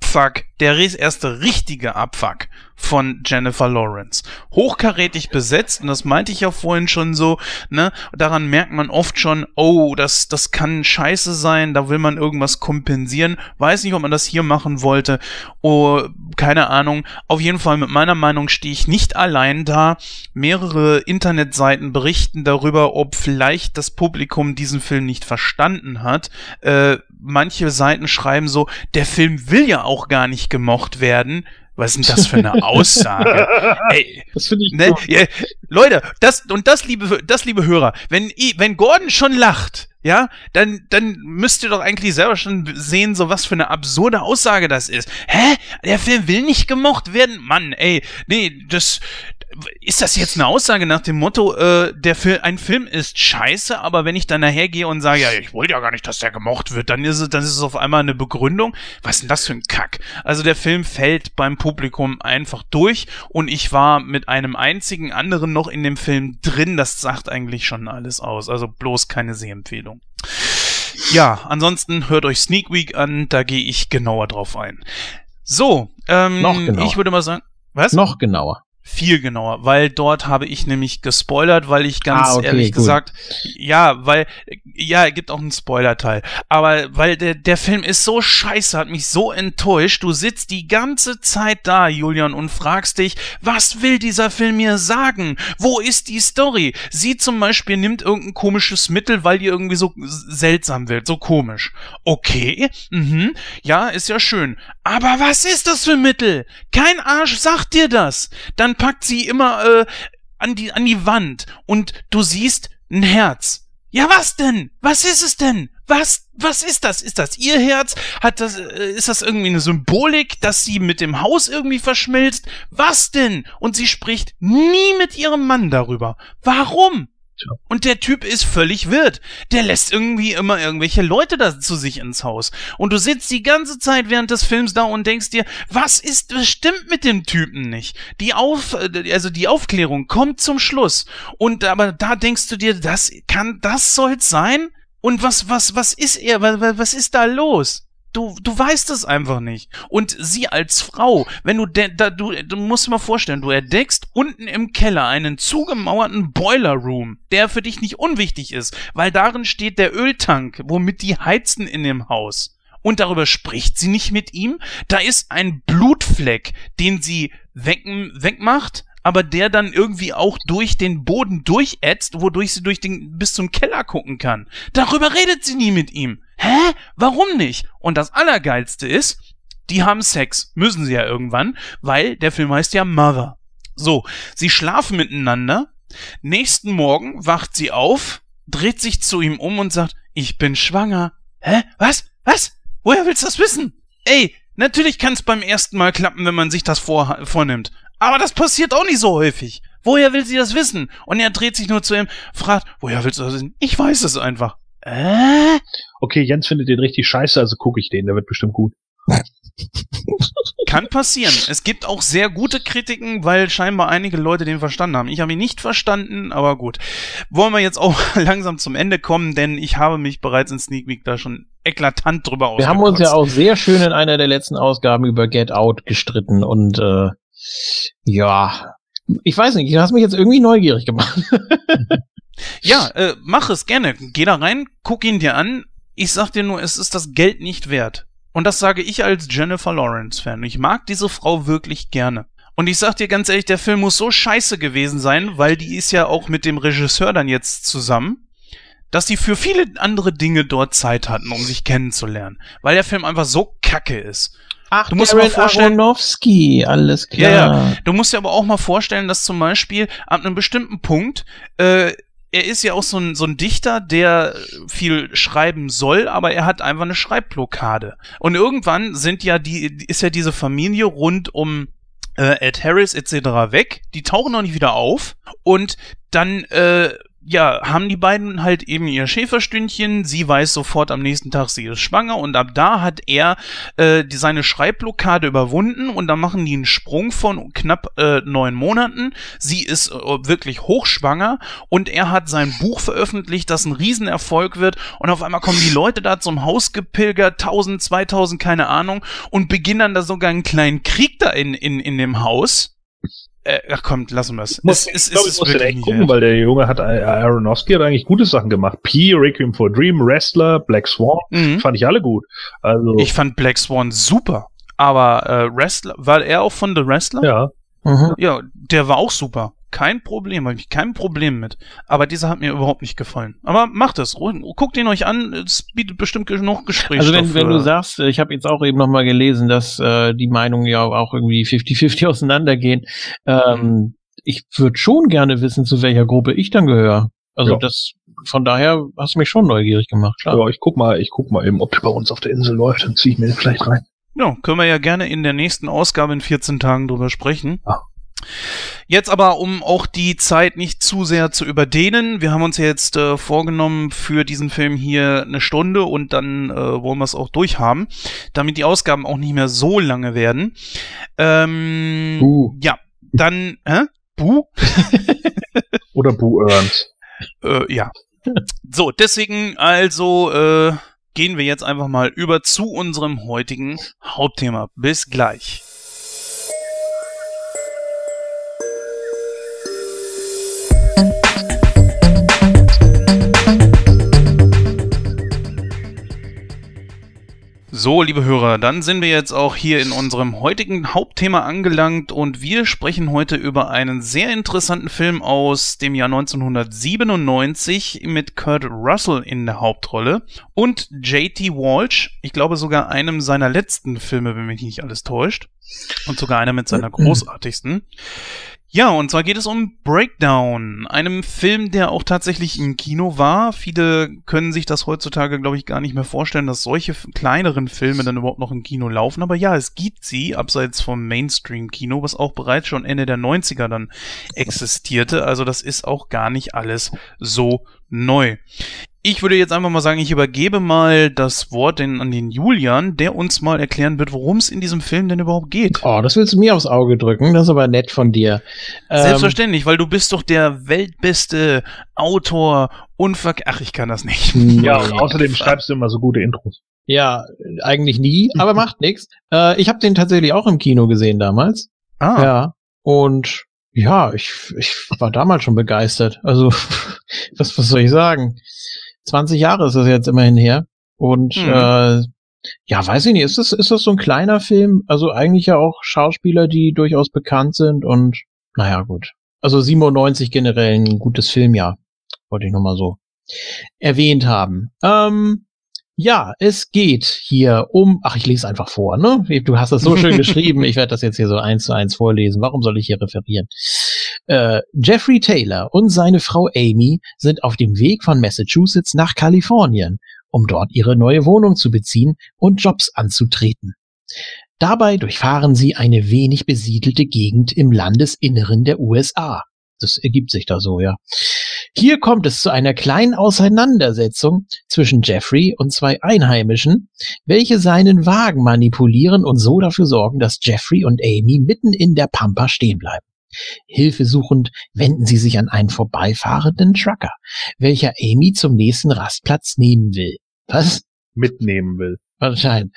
richtige Abfuck von Jennifer Lawrence. Hochkarätig besetzt, und das meinte ich ja vorhin schon so, ne? Daran merkt man oft schon, oh, das kann scheiße sein, da will man irgendwas kompensieren. Weiß nicht, ob man das hier machen wollte. Oh, keine Ahnung. Auf jeden Fall, mit meiner Meinung stehe ich nicht allein da. Mehrere Internetseiten berichten darüber, ob vielleicht das Publikum diesen Film nicht verstanden hat. Manche Seiten schreiben so, der Film will ja auch gar nicht gemocht werden. Was ist denn das für eine Aussage? Ey, das finde ich ne? Ja, Leute, das liebe Hörer, wenn Gordon schon lacht, ja, dann müsst ihr doch eigentlich selber schon sehen, so was für eine absurde Aussage das ist. Hä? Der Film will nicht gemocht werden? Mann, ey, nee, ist das jetzt eine Aussage nach dem Motto, ein Film ist scheiße, aber wenn ich dann nachher gehe und sage, ja, ich wollte ja gar nicht, dass der gemocht wird, dann ist es auf einmal eine Begründung. Was ist denn das für ein Kack? Also der Film fällt beim Publikum einfach durch, und ich war mit einem einzigen anderen noch in dem Film drin, das sagt eigentlich schon alles aus. Also bloß keine Sehempfehlung. Ja, ansonsten hört euch Sneak Week an, da gehe ich genauer drauf ein. So, Noch genauer. Ich würde mal sagen, was? Noch genauer. Viel genauer, weil dort habe ich nämlich gespoilert, weil ich ganz okay, ehrlich gut. gesagt, gibt auch einen Spoiler-Teil, aber weil der Film ist so scheiße, hat mich so enttäuscht, du sitzt die ganze Zeit da, Julian, und fragst dich, was will dieser Film mir sagen? Wo ist die Story? Sie zum Beispiel nimmt irgendein komisches Mittel, weil die irgendwie so seltsam wird, so komisch. Okay, ja, ist ja schön. Aber was ist das für ein Mittel? Kein Arsch sagt dir das. Dann packt sie immer an die Wand und du siehst ein Herz. Ja, was denn? Was ist es denn? Was ist das? Ist das ihr Herz? Ist das irgendwie eine Symbolik, dass sie mit dem Haus irgendwie verschmilzt? Was denn? Und sie spricht nie mit ihrem Mann darüber. Warum? Und der Typ ist völlig wirr. Der lässt irgendwie immer irgendwelche Leute da zu sich ins Haus. Und du sitzt die ganze Zeit während des Films da und denkst dir, was stimmt mit dem Typen nicht? Die Aufklärung kommt zum Schluss. Aber da denkst du dir, das soll's sein? Und was ist er? Was ist da los? Du weißt es einfach nicht. Und sie als Frau, wenn du musst dir mal vorstellen, du entdeckst unten im Keller einen zugemauerten Boiler Room, der für dich nicht unwichtig ist, weil darin steht der Öltank, womit die heizen in dem Haus. Und darüber spricht sie nicht mit ihm. Da ist ein Blutfleck, den sie wegmacht, aber der dann irgendwie auch durch den Boden durchätzt, wodurch sie bis zum Keller gucken kann. Darüber redet sie nie mit ihm. Hä? Warum nicht? Und das Allergeilste ist, die haben Sex. Müssen sie ja irgendwann, weil der Film heißt ja Mother. So, sie schlafen miteinander. Nächsten Morgen wacht sie auf, dreht sich zu ihm um und sagt, ich bin schwanger. Hä? Was? Woher willst du das wissen? Ey, natürlich kann es beim ersten Mal klappen, wenn man sich das vornimmt. Aber das passiert auch nicht so häufig. Woher will sie das wissen? Und er dreht sich nur zu ihm, fragt, woher willst du das wissen? Ich weiß es einfach. Okay, Jens findet den richtig scheiße, also gucke ich den, der wird bestimmt gut. Kann passieren. Es gibt auch sehr gute Kritiken, weil scheinbar einige Leute den verstanden haben. Ich habe ihn nicht verstanden, aber gut. Wollen wir jetzt auch langsam zum Ende kommen, denn ich habe mich bereits in Sneak Week da schon eklatant drüber ausgekotzt. Wir haben uns ja auch sehr schön in einer der letzten Ausgaben über Get Out gestritten und ich weiß nicht, du hast mich jetzt irgendwie neugierig gemacht. Ja, mach es gerne. Geh da rein, guck ihn dir an. Ich sag dir nur, es ist das Geld nicht wert. Und das sage ich als Jennifer Lawrence-Fan. Ich mag diese Frau wirklich gerne. Und ich sag dir ganz ehrlich, der Film muss so scheiße gewesen sein, weil die ist ja auch mit dem Regisseur dann jetzt zusammen, dass die für viele andere Dinge dort Zeit hatten, um sich kennenzulernen. Weil der Film einfach so kacke ist. Ach, du musst dir mal vorstellen, Aronofsky, alles klar. Ja. Du musst dir aber auch mal vorstellen, dass zum Beispiel ab einem bestimmten Punkt, er ist ja auch so ein Dichter, der viel schreiben soll, aber er hat einfach eine Schreibblockade. Und irgendwann ist ja diese Familie rund um Ed Harris etc. weg. Die tauchen noch nicht wieder auf. Und dann haben die beiden halt eben ihr Schäferstündchen. Sie weiß sofort am nächsten Tag, sie ist schwanger. Und ab da hat er seine Schreibblockade überwunden. Und dann machen die einen Sprung von knapp 9 Monaten. Sie ist wirklich hochschwanger. Und er hat sein Buch veröffentlicht, das ein Riesenerfolg wird. Und auf einmal kommen die Leute da zum Haus gepilgert, 1000, 2000, keine Ahnung. Und beginnen dann da sogar einen kleinen Krieg da in dem Haus. Ach komm, lassen wir es. Ich glaube, ich muss den echt gucken, weil der Junge Aronofsky hat eigentlich gute Sachen gemacht. Pi, Requiem for a Dream, Wrestler, Black Swan, fand ich alle gut. Also ich fand Black Swan super, aber Wrestler, war er auch von The Wrestler? Ja. Ja, der war auch super. Kein Problem, habe ich kein Problem mit. Aber dieser hat mir überhaupt nicht gefallen. Aber macht es, guckt ihn euch an, es bietet bestimmt genug Gesprächsstoff. Also wenn du sagst, ich habe jetzt auch eben nochmal gelesen, dass die Meinungen ja auch irgendwie 50-50 auseinandergehen. Ich würde schon gerne wissen, zu welcher Gruppe ich dann gehöre. Also von daher hast du mich schon neugierig gemacht, klar. Ja, ich guck mal eben, ob der bei uns auf der Insel läuft, dann zieh ich mir den vielleicht rein. Ja, können wir ja gerne in der nächsten Ausgabe in 14 Tagen drüber sprechen. Ah. Jetzt aber, um auch die Zeit nicht zu sehr zu überdehnen, wir haben uns ja jetzt vorgenommen für diesen Film hier 1 Stunde und dann wollen wir es auch durchhaben, damit die Ausgaben auch nicht mehr so lange werden. Ja, dann, Bu? Oder Bu Ernst. Ja. So, deswegen also gehen wir jetzt einfach mal über zu unserem heutigen Hauptthema. Bis gleich. So, liebe Hörer, dann sind wir jetzt auch hier in unserem heutigen Hauptthema angelangt und wir sprechen heute über einen sehr interessanten Film aus dem Jahr 1997 mit Kurt Russell in der Hauptrolle und J.T. Walsh, ich glaube sogar einem seiner letzten Filme, wenn mich nicht alles täuscht, und sogar einer mit seiner großartigsten. Ja, und zwar geht es um Breakdown, einem Film, der auch tatsächlich im Kino war. Viele können sich das heutzutage, glaube ich, gar nicht mehr vorstellen, dass solche kleineren Filme dann überhaupt noch im Kino laufen. Aber ja, es gibt sie, abseits vom Mainstream-Kino, was auch bereits schon Ende der 90er dann existierte. Also das ist auch gar nicht alles so neu. Ich würde jetzt einfach mal sagen, ich übergebe mal das Wort an den Julian, der uns mal erklären wird, worum es in diesem Film denn überhaupt geht. Oh, das willst du mir aufs Auge drücken, das ist aber nett von dir. Selbstverständlich, weil du bist doch der weltbeste Autor Ach, ich kann das nicht. Ja, und außerdem schreibst du immer so gute Intros. Ja, eigentlich nie, aber macht nichts. Ich habe den tatsächlich auch im Kino gesehen damals. Ja, und ja, ich war damals schon begeistert. Also, was soll ich sagen? 20 Jahre ist das jetzt immerhin her. Und ja, weiß ich nicht, ist das so ein kleiner Film? Also eigentlich ja auch Schauspieler, die durchaus bekannt sind und naja, gut. Also 97 generell ein gutes Filmjahr. Wollte ich nochmal so erwähnt haben. Ja, es geht hier ich lese einfach vor, ne? Du hast das so schön geschrieben, ich werde das jetzt hier so 1:1 vorlesen. Warum soll ich hier referieren? Jeffrey Taylor und seine Frau Amy sind auf dem Weg von Massachusetts nach Kalifornien, um dort ihre neue Wohnung zu beziehen und Jobs anzutreten. Dabei durchfahren sie eine wenig besiedelte Gegend im Landesinneren der USA. Das ergibt sich da so, ja. Hier kommt es zu einer kleinen Auseinandersetzung zwischen Jeffrey und zwei Einheimischen, welche seinen Wagen manipulieren und so dafür sorgen, dass Jeffrey und Amy mitten in der Pampa stehen bleiben. Hilfesuchend wenden sie sich an einen vorbeifahrenden Trucker, welcher Amy zum nächsten Rastplatz nehmen will. Was? Mitnehmen will. Anscheinend.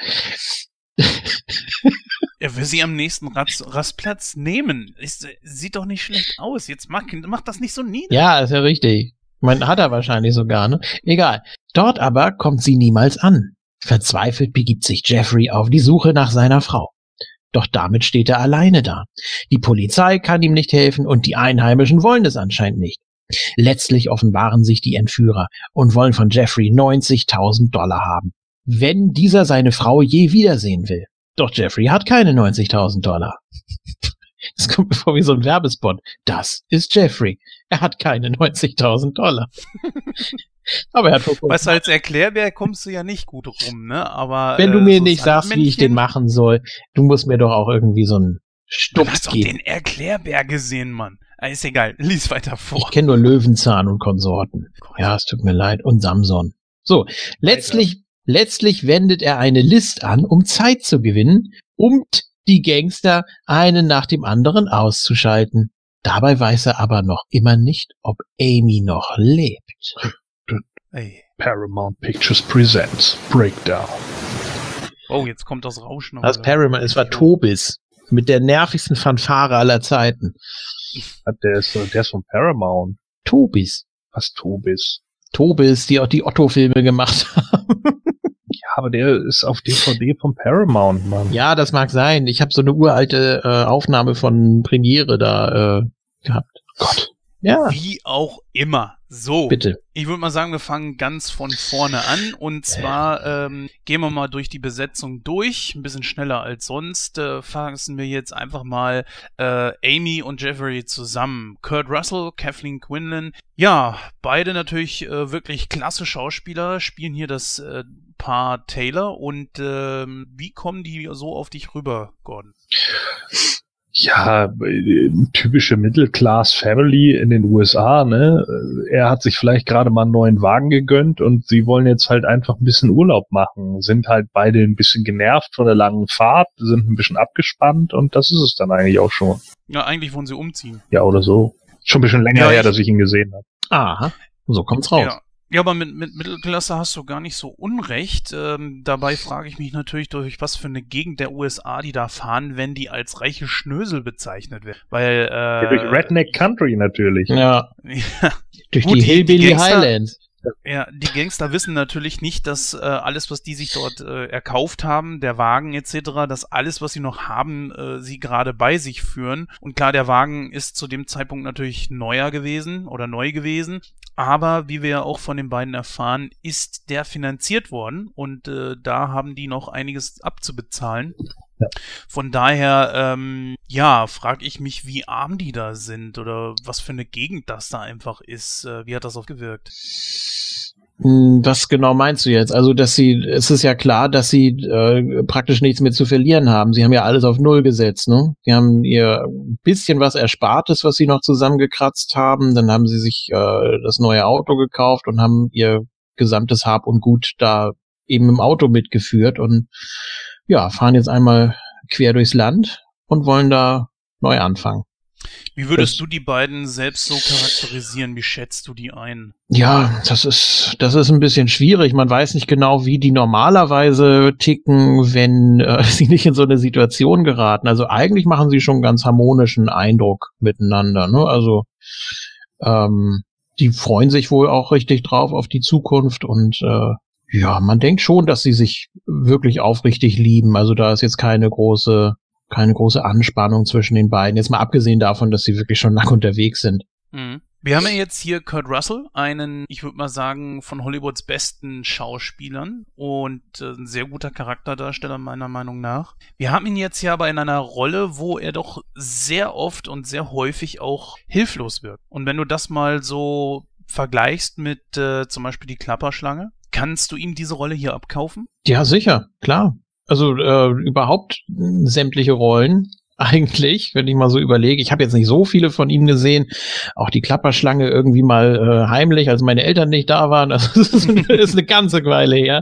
Er will sie am nächsten Rastplatz nehmen. Sieht doch nicht schlecht aus. Jetzt mach das nicht so nieder. Ja, ist ja richtig. Hat er wahrscheinlich sogar, ne? Egal. Dort aber kommt sie niemals an. Verzweifelt begibt sich Jeffrey auf die Suche nach seiner Frau. Doch damit steht er alleine da. Die Polizei kann ihm nicht helfen und die Einheimischen wollen es anscheinend nicht. Letztlich offenbaren sich die Entführer und wollen von Jeffrey $90.000 haben, wenn dieser seine Frau je wiedersehen will. Doch Jeffrey hat keine $90.000. Das kommt mir vor wie so ein Werbespot. Das ist Jeffrey. Er hat keine $90.000. Aber er hat weißt du, als Erklärbär kommst du ja nicht gut rum, ne? Aber wenn du mir so nicht sagst, wie ich den machen soll, du musst mir doch auch irgendwie so einen Stups geben. Du hast doch den Erklärbär gesehen, Mann. Ist egal, lies weiter vor. Ich kenne nur Löwenzahn und Konsorten. Ja, es tut mir leid. Und Samson. So, letztlich wendet er eine List an, um Zeit zu gewinnen, um die Gangster einen nach dem anderen auszuschalten. Dabei weiß er aber noch immer nicht, ob Amy noch lebt. Hey. Paramount Pictures presents Breakdown. Oh, jetzt kommt das Rauschen. Das Paramount, es war Tobis. Mit der nervigsten Fanfare aller Zeiten. Der ist von Paramount. Tobis. Was Tobis? Tobis, die auch die Otto-Filme gemacht haben. Ja, aber der ist auf DVD von Paramount, Mann. Ja, das mag sein. Ich habe so eine uralte Aufnahme von Premiere da gehabt. Gott. Ja. Wie auch immer. So. Bitte. Ich würde mal sagen, wir fangen ganz von vorne an. Und zwar gehen wir mal durch die Besetzung durch. Ein bisschen schneller als sonst. Fassen wir jetzt einfach mal Amy und Jeffrey zusammen. Kurt Russell, Kathleen Quinlan. Ja, beide natürlich wirklich klasse Schauspieler. Spielen hier das Paar Taylor. Und wie kommen die so auf dich rüber, Gordon? Ja, typische Middle-Class-Family in den USA, ne? Er hat sich vielleicht gerade mal einen neuen Wagen gegönnt und sie wollen jetzt halt einfach ein bisschen Urlaub machen. Sind halt beide ein bisschen genervt von der langen Fahrt, sind ein bisschen abgespannt und das ist es dann eigentlich auch schon. Ja, eigentlich wollen sie umziehen. Ja, oder so. Schon ein bisschen länger her, dass ich ihn gesehen habe. Aha, so kommt's raus. Ja. Ja, aber mit Mittelklasse hast du gar nicht so Unrecht. Dabei frage ich mich natürlich, durch was für eine Gegend der USA die da fahren, wenn die als reiche Schnösel bezeichnet werden. Weil, durch Redneck Country natürlich. Ja. ja. Durch Gut, die Hillbilly Gangster- Highlands. Ja, die Gangster wissen natürlich nicht, dass alles, was die sich dort erkauft haben, der Wagen etc., dass alles, was sie noch haben, sie gerade bei sich führen. Und klar, der Wagen ist zu dem Zeitpunkt natürlich neu gewesen. Aber wie wir ja auch von den beiden erfahren, ist der finanziert worden. Und da haben die noch einiges abzubezahlen. Ja. Von daher, frage ich mich, wie arm die da sind oder was für eine Gegend das da einfach ist. Wie hat das aufgewirkt? Was genau meinst du jetzt? Also, es ist ja klar, dass sie praktisch nichts mehr zu verlieren haben. Sie haben ja alles auf Null gesetzt, ne? Sie haben ihr bisschen was Erspartes, was sie noch zusammengekratzt haben. Dann haben sie sich das neue Auto gekauft und haben ihr gesamtes Hab und Gut da eben im Auto mitgeführt und ja, fahren jetzt einmal quer durchs Land und wollen da neu anfangen. Wie würdest du die beiden selbst so charakterisieren? Wie schätzt du die ein? Ja, das ist ein bisschen schwierig. Man weiß nicht genau, wie die normalerweise ticken, wenn sie nicht in so eine Situation geraten. Also eigentlich machen sie schon einen ganz harmonischen Eindruck miteinander, ne? Also die freuen sich wohl auch richtig drauf auf die Zukunft und ja, man denkt schon, dass sie sich wirklich aufrichtig lieben. Also da ist jetzt keine große Anspannung zwischen den beiden. Jetzt mal abgesehen davon, dass sie wirklich schon lang unterwegs sind. Mhm. Wir haben ja jetzt hier Kurt Russell, einen, ich würde mal sagen, von Hollywoods besten Schauspielern und ein sehr guter Charakterdarsteller meiner Meinung nach. Wir haben ihn jetzt hier aber in einer Rolle, wo er doch sehr oft und sehr häufig auch hilflos wirkt. Und wenn du das mal so vergleichst mit zum Beispiel die Klapperschlange, kannst du ihm diese Rolle hier abkaufen? Ja, sicher, klar. Also überhaupt sämtliche Rollen eigentlich, wenn ich mal so überlege. Ich habe jetzt nicht so viele von ihm gesehen. Auch die Klapperschlange irgendwie mal heimlich, als meine Eltern nicht da waren. Das ist eine ganze Weile her.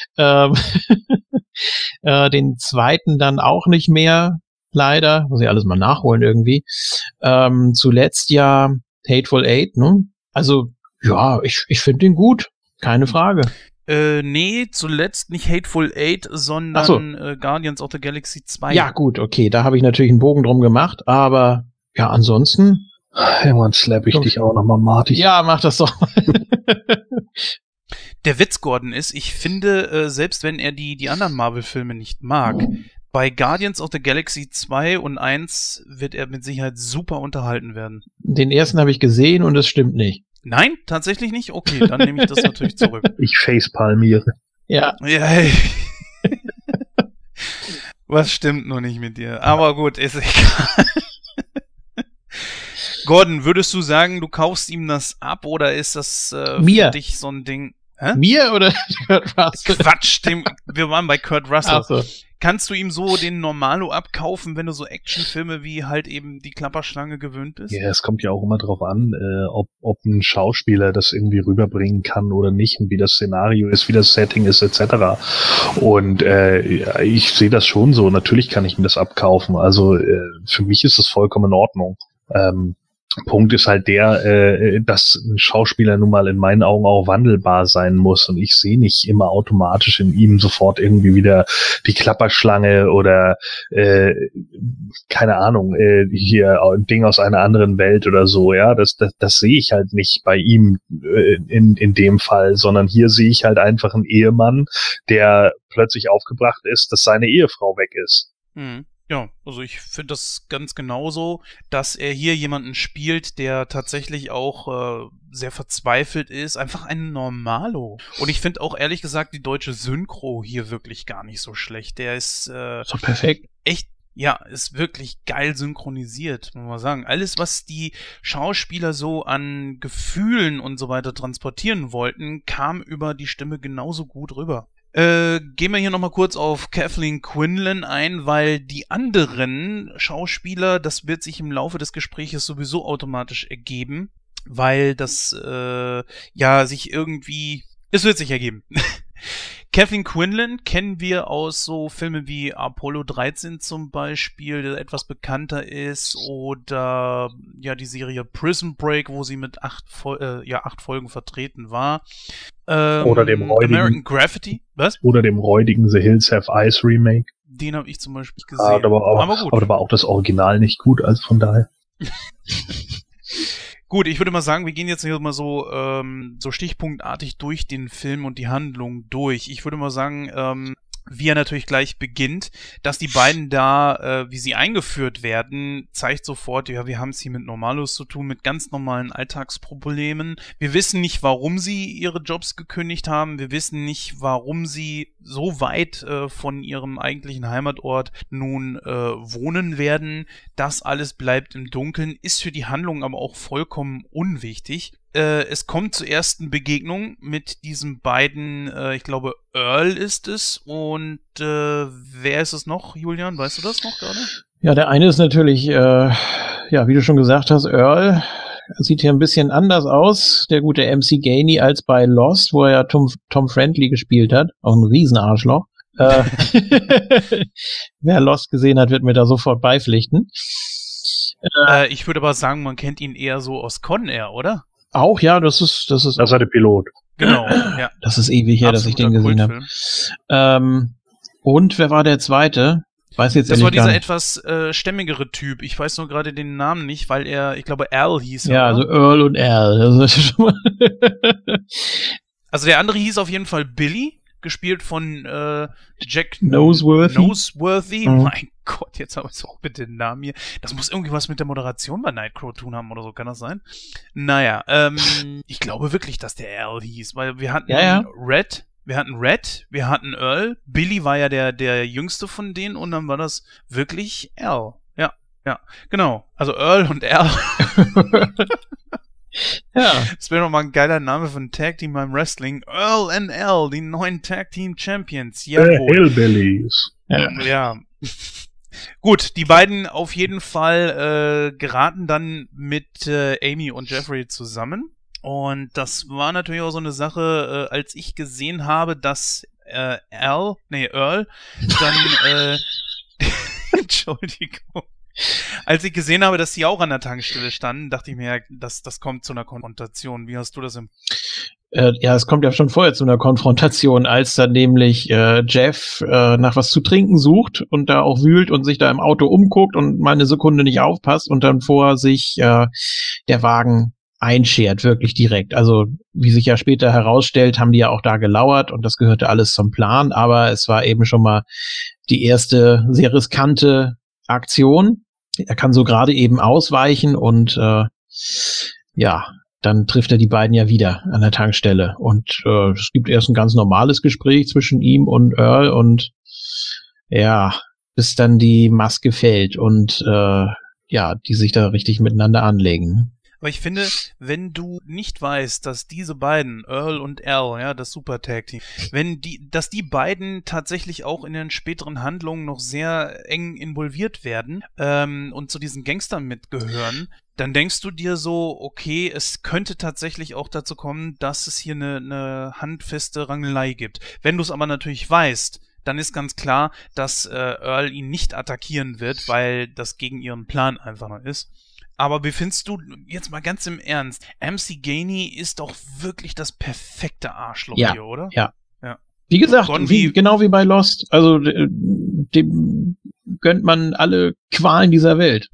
Den zweiten dann auch nicht mehr, leider. Muss ich alles mal nachholen irgendwie. Zuletzt ja Hateful Eight, ne? Also, ja, ich finde den gut. Keine Frage. Nee, zuletzt nicht Hateful Eight, sondern Guardians of the Galaxy 2. Ja, gut, okay, da habe ich natürlich einen Bogen drum gemacht, aber ja, ansonsten. Irgendwann slapp ich dich auch nochmal, Marty. Ja, mach das doch mal. Der Witz, Gordon, ist, ich finde, selbst wenn er die anderen Marvel-Filme nicht mag, bei Guardians of the Galaxy 2 und 1 wird er mit Sicherheit super unterhalten werden. Den ersten habe ich gesehen und es stimmt nicht. Nein, tatsächlich nicht? Okay, dann nehme ich das natürlich zurück. Ich facepalmiere. Ja. Ja, hey. Was stimmt nur nicht mit dir? Aber gut, ist egal. Gordon, würdest du sagen, du kaufst ihm das ab oder ist das für dich so ein Ding? Hä? Mir oder Kurt Russell? Quatsch, wir waren bei Kurt Russell. Ach so. Kannst du ihm so den Normalo abkaufen, wenn du so Actionfilme wie halt eben die Klapperschlange gewöhnt bist? Ja, es kommt ja auch immer drauf an, ob ein Schauspieler das irgendwie rüberbringen kann oder nicht und wie das Szenario ist, wie das Setting ist, etc. Und ja, ich sehe das schon so. Natürlich kann ich mir das abkaufen. Also für mich ist das vollkommen in Ordnung. Punkt ist halt der, dass ein Schauspieler nun mal in meinen Augen auch wandelbar sein muss und ich sehe nicht immer automatisch in ihm sofort irgendwie wieder die Klapperschlange oder keine Ahnung, hier ein Ding aus einer anderen Welt oder so, ja, das sehe ich halt nicht bei ihm in dem Fall, sondern hier sehe ich halt einfach einen Ehemann, der plötzlich aufgebracht ist, dass seine Ehefrau weg ist. Mhm. Ja, also ich finde das ganz genauso, dass er hier jemanden spielt, der tatsächlich auch sehr verzweifelt ist. Einfach ein Normalo. Und ich finde auch ehrlich gesagt die deutsche Synchro hier wirklich gar nicht so schlecht. Der ist So perfekt. echt, ja, ist wirklich geil synchronisiert, muss man sagen. Alles, was die Schauspieler so an Gefühlen und so weiter transportieren wollten, kam über die Stimme genauso gut rüber. Gehen wir hier nochmal kurz auf Kathleen Quinlan ein, weil die anderen Schauspieler, das wird sich im Laufe des Gespräches sowieso automatisch ergeben, weil das, ja, sich irgendwie, es wird sich ergeben. Kathleen Quinlan kennen wir aus so Filmen wie Apollo 13 zum Beispiel, der etwas bekannter ist, oder ja die Serie Prison Break, wo sie mit 8 Folgen vertreten war. Oder dem räudigen American Graffiti, was? Oder dem räudigen The Hills Have Eyes Remake. Den habe ich zum Beispiel gesehen. Aber da war auch das Original nicht gut, also von daher. Gut, ich würde mal sagen, wir gehen jetzt hier mal so stichpunktartig durch den Film und die Handlung durch. Ich würde mal sagen, wie er natürlich gleich beginnt, dass die beiden da, wie sie eingeführt werden, zeigt sofort, ja, wir haben es hier mit Normalos zu tun, mit ganz normalen Alltagsproblemen. Wir wissen nicht, warum sie ihre Jobs gekündigt haben. Wir wissen nicht, warum sie so weit von ihrem eigentlichen Heimatort nun wohnen werden. Das alles bleibt im Dunkeln, ist für die Handlung aber auch vollkommen unwichtig. Es kommt zur ersten Begegnung mit diesen beiden, ich glaube Earl ist es und wer ist es noch, Julian? Weißt du das noch gerade? Ja, der eine ist natürlich, wie du schon gesagt hast, Earl. Sieht hier ein bisschen anders aus, der gute MC Gainey, als bei Lost, wo er ja Tom Friendly gespielt hat. Auch ein Riesenarschloch. Wer Lost gesehen hat, wird mir da sofort beipflichten. Ich würde aber sagen, man kennt ihn eher so aus Con Air, oder? Auch, ja, das ist der Pilot. Genau, ja. Das ist ewig her, dass ich den gesehen habe. Und wer war der zweite? Weiß jetzt das war dieser nicht. Etwas stämmigere Typ. Ich weiß nur gerade den Namen nicht, weil er, ich glaube, Al hieß. Ja, also Earl und Al. Das ist schon mal also der andere hieß auf jeden Fall Billy, gespielt von Jack Noseworthy. Mhm. Mein Gott, jetzt habe ich auch bitte den Namen hier. Das muss irgendwie was mit der Moderation bei Nightcrow tun haben oder so, kann das sein? Naja, ich glaube wirklich, dass der Al hieß, weil wir hatten Red, wir hatten Earl, Billy war ja der jüngste von denen und dann war das wirklich Al. Ja, genau. Also Earl und Al. Ja. Das wäre nochmal ein geiler Name für ein Tag-Team beim Wrestling. Earl and Al, die neuen Tag-Team-Champions. Hillbillies. Ja. Gut, die beiden auf jeden Fall geraten dann mit Amy und Jeffrey zusammen. Und das war natürlich auch so eine Sache, als ich gesehen habe, dass Earl dann Entschuldigung. Als ich gesehen habe, dass sie auch an der Tankstelle standen, dachte ich mir, das kommt zu einer Konfrontation. Wie hast du das empfunden? Ja, es kommt ja schon vorher zu einer Konfrontation, als dann nämlich Jeff nach was zu trinken sucht und da auch wühlt und sich da im Auto umguckt und mal eine Sekunde nicht aufpasst und dann vor sich der Wagen einschert, wirklich direkt. Also, wie sich ja später herausstellt, haben die ja auch da gelauert und das gehörte alles zum Plan, aber es war eben schon mal die erste sehr riskante Aktion. Er kann so gerade eben ausweichen und dann trifft er die beiden ja wieder an der Tankstelle und es gibt erst ein ganz normales Gespräch zwischen ihm und Earl und bis dann die Maske fällt und die sich da richtig miteinander anlegen. Aber ich finde, wenn du nicht weißt, dass diese beiden, Earl und Al, ja, das Super-Tag-Team, dass die beiden tatsächlich auch in den späteren Handlungen noch sehr eng involviert werden und zu diesen Gangstern mitgehören, dann denkst du dir so, okay, es könnte tatsächlich auch dazu kommen, dass es hier eine handfeste Rangelei gibt. Wenn du es aber natürlich weißt, dann ist ganz klar, dass Earl ihn nicht attackieren wird, weil das gegen ihren Plan einfach noch ist. Aber wie findest du, jetzt mal ganz im Ernst, MC Gainey ist doch wirklich das perfekte Arschloch hier, oder? Ja. Wie gesagt, genau wie bei Lost, also dem gönnt man alle Qualen dieser Welt.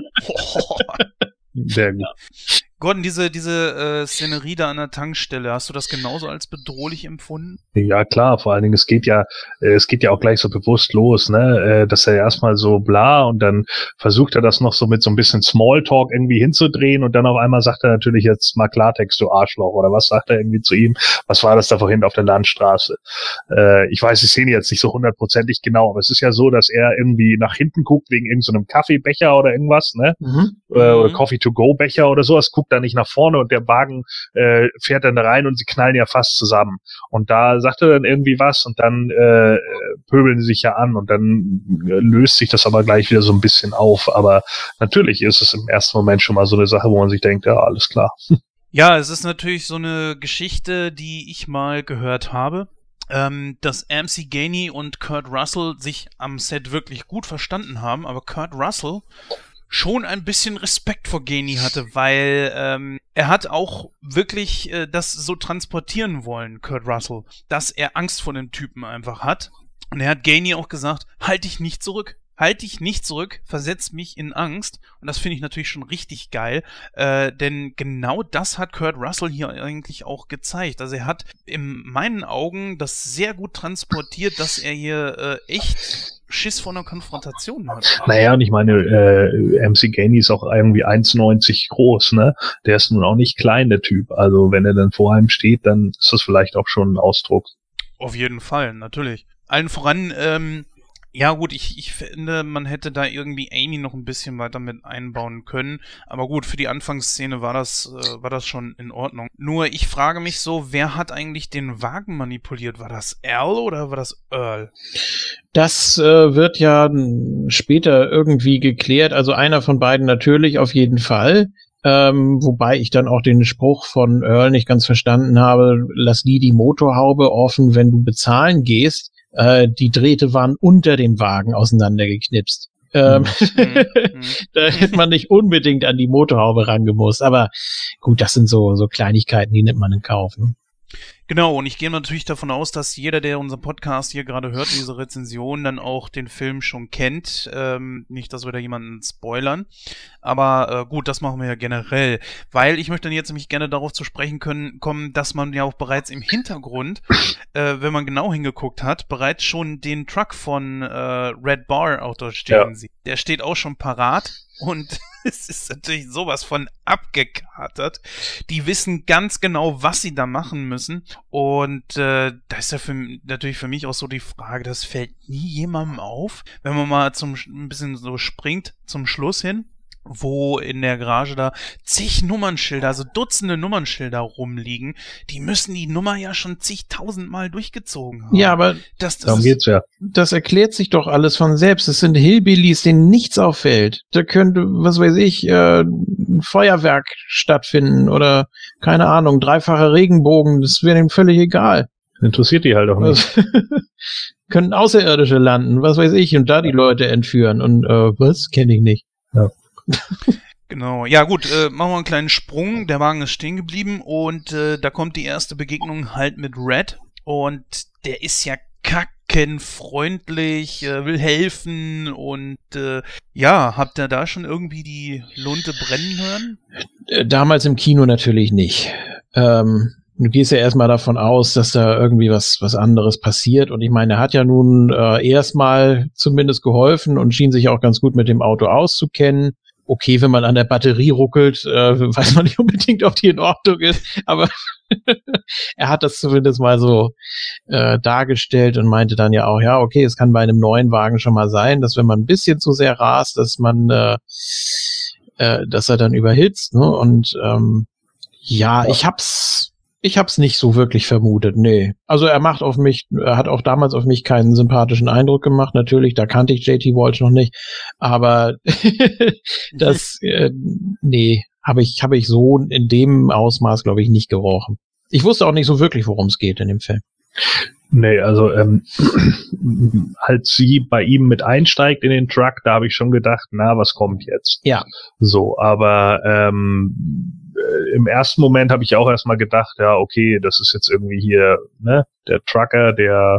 Sehr gut. Gordon, diese Szenerie da an der Tankstelle, hast du das genauso als bedrohlich empfunden? Ja, klar, vor allen Dingen, es geht ja auch gleich so bewusst los, ne, dass er erstmal so bla und dann versucht er das noch so mit so ein bisschen Smalltalk irgendwie hinzudrehen und dann auf einmal sagt er natürlich jetzt mal Klartext, du Arschloch, oder was sagt er irgendwie zu ihm? Was war das da vorhin auf der Landstraße? Ich weiß die Szene jetzt nicht so 100%ig genau, aber es ist ja so, dass er irgendwie nach hinten guckt wegen irgendeinem Kaffeebecher oder irgendwas, ne? Oder Coffee-to-go-Becher oder sowas, guckt da nicht nach vorne und der Wagen fährt dann da rein und sie knallen ja fast zusammen. Und da sagt er dann irgendwie was und dann pöbeln sie sich ja an und dann löst sich das aber gleich wieder so ein bisschen auf. Aber natürlich ist es im ersten Moment schon mal so eine Sache, wo man sich denkt, ja, alles klar. Ja, es ist natürlich so eine Geschichte, die ich mal gehört habe. dass MC Gainey und Kurt Russell sich am Set wirklich gut verstanden haben, aber Kurt Russell schon ein bisschen Respekt vor Gainey hatte, weil er hat auch wirklich das so transportieren wollen, Kurt Russell, dass er Angst vor dem Typen einfach hat. Und er hat Gainey auch gesagt, halt dich nicht zurück, versetz mich in Angst. Und das finde ich natürlich schon richtig geil, denn genau das hat Kurt Russell hier eigentlich auch gezeigt. Also er hat in meinen Augen das sehr gut transportiert, dass er hier echt Schiss vor einer Konfrontation hat. Naja, und ich meine, MC Gainey ist auch irgendwie 1,90 groß, ne? Der ist nun auch nicht klein, der Typ. Also wenn er dann vor einem steht, dann ist das vielleicht auch schon ein Ausdruck. Auf jeden Fall, natürlich. Allen voran, ja gut, ich finde, man hätte da irgendwie Amy noch ein bisschen weiter mit einbauen können. Aber gut, für die Anfangsszene war das schon in Ordnung. Nur ich frage mich so, wer hat eigentlich den Wagen manipuliert? War das Al oder war das Earl? Das wird ja später irgendwie geklärt. Also einer von beiden natürlich auf jeden Fall. Wobei ich dann auch den Spruch von Earl nicht ganz verstanden habe, lass die Motorhaube offen, wenn du bezahlen gehst. Die Drähte waren unter dem Wagen auseinandergeknipst. Da hätte man nicht unbedingt an die Motorhaube rangemusst. Aber gut, das sind so Kleinigkeiten, die nimmt man in Kauf. Ne? Genau, und ich gehe natürlich davon aus, dass jeder, der unseren Podcast hier gerade hört, diese Rezension, dann auch den Film schon kennt. Nicht, dass wir da jemanden spoilern. Aber gut, das machen wir ja generell. Weil ich möchte dann jetzt nämlich gerne darauf zu sprechen kommen, dass man ja auch bereits im Hintergrund, wenn man genau hingeguckt hat, bereits schon den Truck von Red Bar auch dort stehen sieht. Der steht auch schon parat und es ist natürlich sowas von abgekatert. Die wissen ganz genau, was sie da machen müssen. Und da ist ja natürlich für mich auch so die Frage, das fällt nie jemandem auf, wenn man mal ein bisschen so springt zum Schluss hin, wo in der Garage da zig Nummernschilder, also Dutzende Nummernschilder rumliegen. Die müssen die Nummer ja schon zigtausendmal durchgezogen haben. Ja, aber darum geht's ja. Das erklärt sich doch alles von selbst. Es sind Hillbillies, denen nichts auffällt. Da könnte, was weiß ich, ein Feuerwerk stattfinden oder, keine Ahnung, 3-facher Regenbogen. Das wäre denen völlig egal. Interessiert die halt auch nicht. Können Außerirdische landen, was weiß ich, und da die Leute entführen. Und was? Kenne ich nicht. Ja. Genau, ja gut, machen wir einen kleinen Sprung, der Wagen ist stehen geblieben und da kommt die erste Begegnung halt mit Red und der ist ja kackenfreundlich, will helfen und ja, habt ihr da schon irgendwie die Lunte brennen hören? Damals im Kino natürlich nicht. Du gehst ja erstmal davon aus, dass da irgendwie was anderes passiert. Und ich meine, er hat ja nun erstmal zumindest geholfen und schien sich auch ganz gut mit dem Auto auszukennen. Okay, wenn man an der Batterie ruckelt, weiß man nicht unbedingt, ob die in Ordnung ist. Aber er hat das zumindest mal so dargestellt und meinte dann ja auch, ja, okay, es kann bei einem neuen Wagen schon mal sein, dass wenn man ein bisschen zu sehr rast, dass man, dass er dann überhitzt. Ne? Und ja, ich hab's nicht so wirklich vermutet, nee. Also er hat auch damals auf mich keinen sympathischen Eindruck gemacht, natürlich, da kannte ich JT Walsh noch nicht, aber das, nee, habe ich so in dem Ausmaß, glaube ich, nicht gerochen. Ich wusste auch nicht so wirklich, worum es geht in dem Film. Nee, also als sie bei ihm mit einsteigt in den Truck, da habe ich schon gedacht, na, was kommt jetzt? Ja. So, aber im ersten Moment habe ich auch erstmal gedacht, ja, okay, das ist jetzt irgendwie hier, ne, der Trucker, er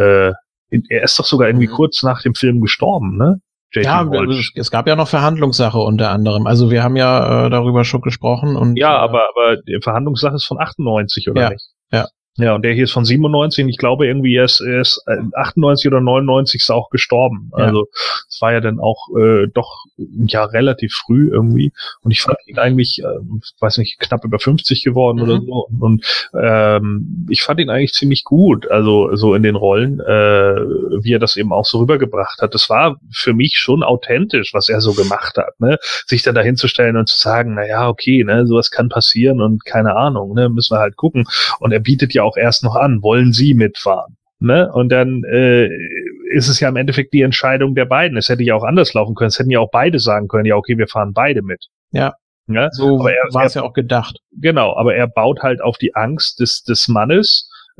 ist doch sogar irgendwie kurz nach dem Film gestorben, ne? Ja, es gab ja noch Verhandlungssache unter anderem. Also wir haben ja darüber schon gesprochen. Und ja, aber die Verhandlungssache ist von 98, oder nicht? Ja. Ja, und der hier ist von 97 und ich glaube irgendwie er ist 98 oder 99 ist auch gestorben. Ja. Also es war ja dann auch doch ja relativ früh irgendwie und ich fand ihn eigentlich, weiß nicht, knapp über 50 geworden oder so und ich fand ihn eigentlich ziemlich gut, also so in den Rollen, wie er das eben auch so rübergebracht hat. Das war für mich schon authentisch, was er so gemacht hat, ne? Sich dann dahin zu stellen und zu sagen, na ja, okay, ne, sowas kann passieren und keine Ahnung, ne, müssen wir halt gucken. Und er bietet ja auch erst noch an, wollen Sie mitfahren? Ne? Und dann ist es ja im Endeffekt die Entscheidung der beiden. Es hätte ja auch anders laufen können. Es hätten ja auch beide sagen können, ja okay, wir fahren beide mit. Ja, so war es ja auch gedacht. Genau, aber er baut halt auf die Angst des Mannes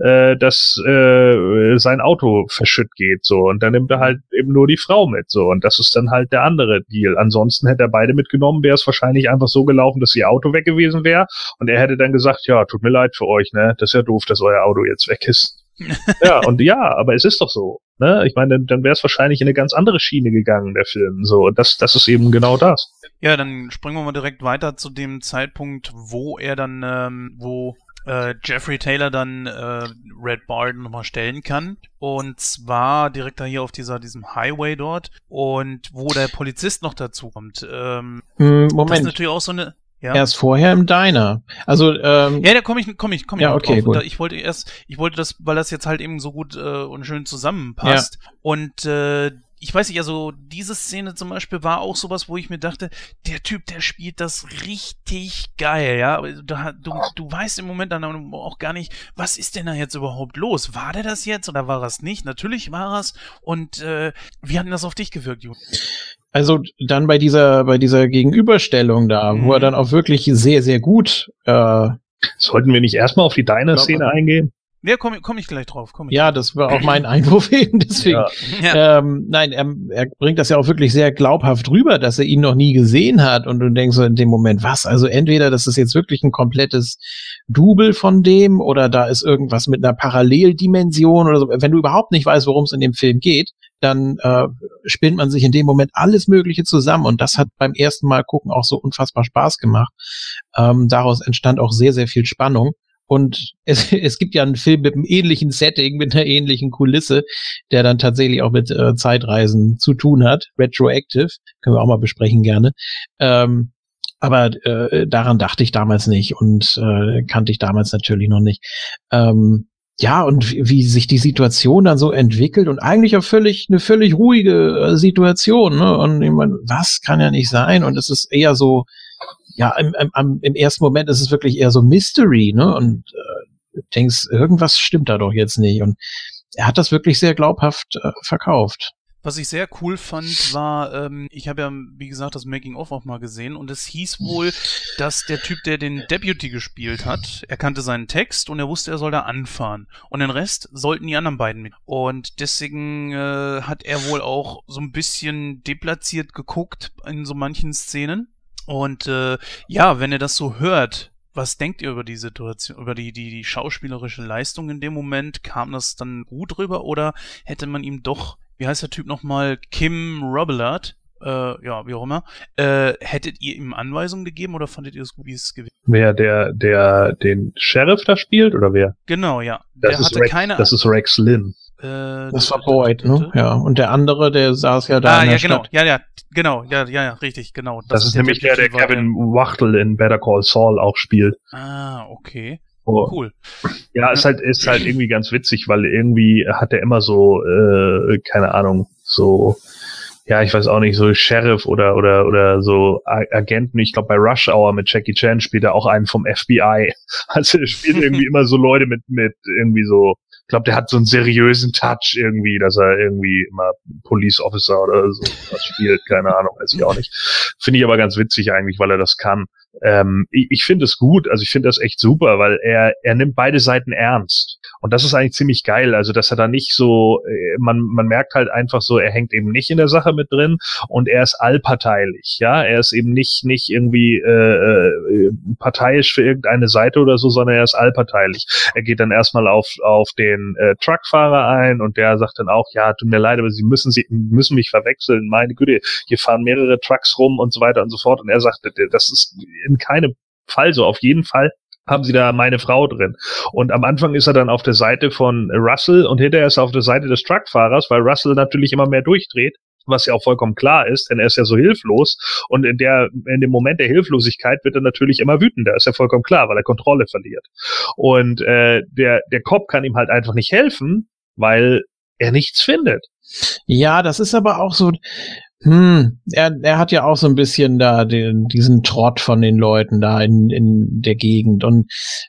dass sein Auto verschütt geht, so. Und dann nimmt er halt eben nur die Frau mit, so. Und das ist dann halt der andere Deal. Ansonsten hätte er beide mitgenommen, wäre es wahrscheinlich einfach so gelaufen, dass ihr Auto weg gewesen wäre. Und er hätte dann gesagt, ja, tut mir leid für euch, ne? Das ist ja doof, dass euer Auto jetzt weg ist. Ja, aber es ist doch so, ne? Ich meine, dann wäre es wahrscheinlich in eine ganz andere Schiene gegangen, der Film, so. Und das ist eben genau das. Ja, dann springen wir mal direkt weiter zu dem Zeitpunkt, wo er dann, Jeffrey Taylor dann Red Barton nochmal stellen kann. Und zwar direkt da hier auf diesem Highway dort. Und wo der Polizist noch dazu kommt. Moment. Das ist natürlich auch so eine... Ja. Erst vorher im Diner. Also, ja, da komme ich ja, okay, drauf. gut. Ich wollte das, weil das jetzt halt eben so gut und schön zusammenpasst. Ja. Und ich weiß nicht, also diese Szene zum Beispiel war auch sowas, wo ich mir dachte, der Typ, der spielt das richtig geil, ja. Du weißt im Moment dann auch gar nicht, was ist denn da jetzt überhaupt los? War der das jetzt oder war es nicht? Natürlich war es. Und wie hat denn das auf dich gewirkt, Juni? Also dann bei dieser Gegenüberstellung da, wo er dann auch wirklich sehr, sehr gut sollten wir nicht erstmal auf die Diner-Szene eingehen? Ja, komm ich gleich drauf. Das war auch mein Einwurf eben, deswegen. Ja. Nein, er bringt das ja auch wirklich sehr glaubhaft rüber, dass er ihn noch nie gesehen hat und du denkst so in dem Moment, was? Also entweder das ist jetzt wirklich ein komplettes Double von dem oder da ist irgendwas mit einer Paralleldimension oder so. Wenn du überhaupt nicht weißt, worum es in dem Film geht, dann spinnt man sich in dem Moment alles Mögliche zusammen und das hat beim ersten Mal gucken auch so unfassbar Spaß gemacht. Daraus entstand auch sehr, sehr viel Spannung. Und es gibt ja einen Film mit einem ähnlichen Setting, mit einer ähnlichen Kulisse, der dann tatsächlich auch mit Zeitreisen zu tun hat. Retroactive, können wir auch mal besprechen gerne. Aber daran dachte ich damals nicht und kannte ich damals natürlich noch nicht. Ja, und wie sich die Situation dann so entwickelt und eigentlich auch eine völlig ruhige Situation, ne? Und ich meine, was kann ja nicht sein? Und es ist eher so, ja, im ersten Moment ist es wirklich eher so Mystery, ne? Und du denkst, irgendwas stimmt da doch jetzt nicht. Und er hat das wirklich sehr glaubhaft verkauft. Was ich sehr cool fand, war, ich habe ja, wie gesagt, das Making-of auch mal gesehen und es hieß wohl, dass der Typ, der den Deputy gespielt hat, er kannte seinen Text und er wusste, er soll da anfahren. Und den Rest sollten die anderen beiden mit. Und deswegen hat er wohl auch so ein bisschen deplatziert geguckt in so manchen Szenen. Und ja, wenn ihr das so hört, was denkt ihr über die Situation, über die schauspielerische Leistung in dem Moment? Kam das dann gut rüber oder hätte man ihm doch, wie heißt der Typ nochmal, Kim Robillard, ja, wie auch immer, hättet ihr ihm Anweisungen gegeben oder fandet ihr es gut, wie es gewesen? Wer den Sheriff da spielt oder wer? Genau, ja. Das ist Rex Lynn. Das war Boyd, ne? Ja. Und der andere, der saß ja da in der Stadt. Genau, richtig, genau. Das ist nämlich der Kevin Wachtel in Better Call Saul auch spielt. Ah, okay. Oh. Cool. Ja, ist halt irgendwie ganz witzig, weil irgendwie hat er immer so, keine Ahnung, so, ja, ich weiß auch nicht, so Sheriff oder so Agenten. Ich glaube, bei Rush Hour mit Jackie Chan spielt er auch einen vom FBI. Also er spielt irgendwie immer so Leute mit irgendwie so, ich glaube, der hat so einen seriösen Touch irgendwie, dass er irgendwie immer Police Officer oder so was spielt, keine Ahnung, weiß ich auch nicht. Finde ich aber ganz witzig eigentlich, weil er das kann. Ich finde es gut, also ich finde das echt super, weil er nimmt beide Seiten ernst. Und das ist eigentlich ziemlich geil, also dass er da nicht so, man merkt halt einfach so, er hängt eben nicht in der Sache mit drin und er ist allparteilich, ja, er ist eben nicht irgendwie parteiisch für irgendeine Seite oder so, sondern er ist allparteilich. Er geht dann erstmal auf den Truckfahrer ein und der sagt dann auch, ja, tut mir leid, aber Sie müssen mich verwechseln, meine Güte, hier fahren mehrere Trucks rum und so weiter und so fort und er sagt, das ist in keinem Fall so, auf jeden Fall haben sie da meine Frau drin. Und am Anfang ist er dann auf der Seite von Russell und hinterher ist er auf der Seite des Truckfahrers, weil Russell natürlich immer mehr durchdreht, was ja auch vollkommen klar ist, denn er ist ja so hilflos und in dem Moment der Hilflosigkeit wird er natürlich immer wütender, ist ja vollkommen klar, weil er Kontrolle verliert. Und der Cop kann ihm halt einfach nicht helfen, weil er nichts findet. Ja, das ist aber auch so, er hat ja auch so ein bisschen da diesen Trott von den Leuten da in der Gegend und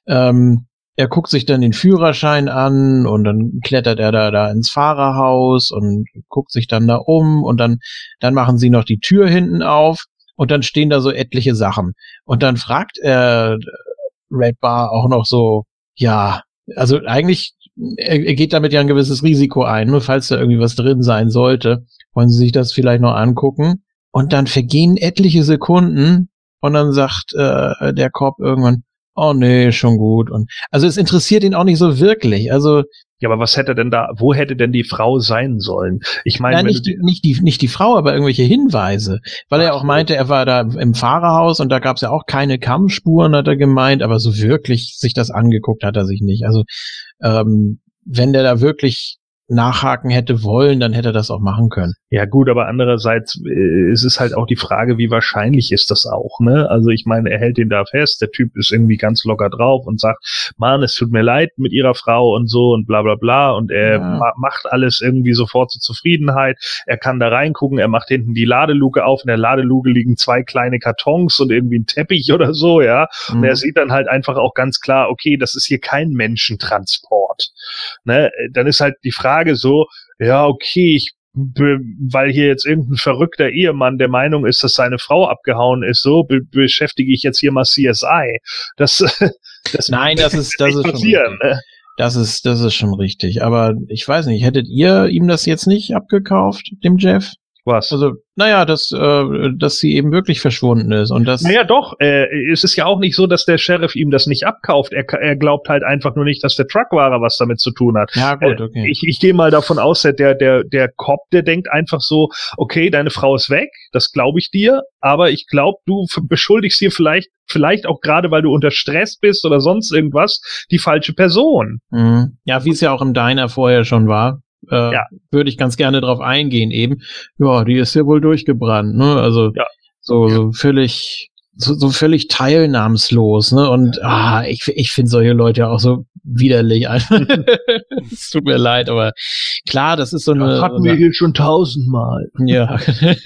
er guckt sich dann den Führerschein an und dann klettert er da ins Fahrerhaus und guckt sich dann da um und dann machen sie noch die Tür hinten auf und dann stehen da so etliche Sachen und dann fragt Red Bar auch noch so, ja, also eigentlich er geht damit ja ein gewisses Risiko ein, nur falls da irgendwie was drin sein sollte, wollen sie sich das vielleicht noch angucken. Und dann vergehen etliche Sekunden und dann sagt der Cop irgendwann, oh nee, schon gut. Und also es interessiert ihn auch nicht so wirklich. Also ja, aber was hätte denn wo hätte denn die Frau sein sollen? Ich meine, nicht die Frau, aber irgendwelche Hinweise. Weil er auch meinte, er war da im Fahrerhaus und da gab es ja auch keine Kammspuren, hat er gemeint, aber so wirklich sich das angeguckt hat er sich nicht. Also wenn der da wirklich nachhaken hätte wollen, dann hätte er das auch machen können. Ja gut, aber andererseits ist es halt auch die Frage, wie wahrscheinlich ist das auch, ne? Also ich meine, er hält ihn da fest, der Typ ist irgendwie ganz locker drauf und sagt, Mann, es tut mir leid mit ihrer Frau und so und bla bla bla und er macht alles irgendwie sofort zur Zufriedenheit, er kann da reingucken, er macht hinten die Ladeluke auf, in der Ladeluke liegen 2 kleine Kartons und irgendwie ein Teppich oder so, ja, und er sieht dann halt einfach auch ganz klar, okay, das ist hier kein Menschentransport, ne? Dann ist halt die Frage so, ja, okay, weil hier jetzt irgendein verrückter Ehemann der Meinung ist, dass seine Frau abgehauen ist, so beschäftige ich jetzt hier mal CSI. Nein, das ist schon richtig. Ne? Das ist schon richtig. Aber ich weiß nicht, hättet ihr ihm das jetzt nicht abgekauft, dem Jeff? Was? Also, naja, dass sie eben wirklich verschwunden ist und das. Naja, doch. Es ist ja auch nicht so, dass der Sheriff ihm das nicht abkauft. Er glaubt halt einfach nur nicht, dass der Truckwahrer was damit zu tun hat. Ja, gut, okay. Ich gehe mal davon aus, der Cop, der denkt einfach so, okay, deine Frau ist weg, das glaube ich dir, aber ich glaube, du beschuldigst hier vielleicht auch gerade, weil du unter Stress bist oder sonst irgendwas, die falsche Person. Mhm. Ja, wie es ja auch im Diner vorher schon war. Würde ich ganz gerne drauf eingehen eben. Ja, die ist ja wohl durchgebrannt, ne? Also so völlig teilnahmslos, ne? Und ich finde solche Leute ja auch so widerlich. Es tut mir leid, aber klar, das ist so eine. Das hatten wir hier schon 1000-mal. Ja.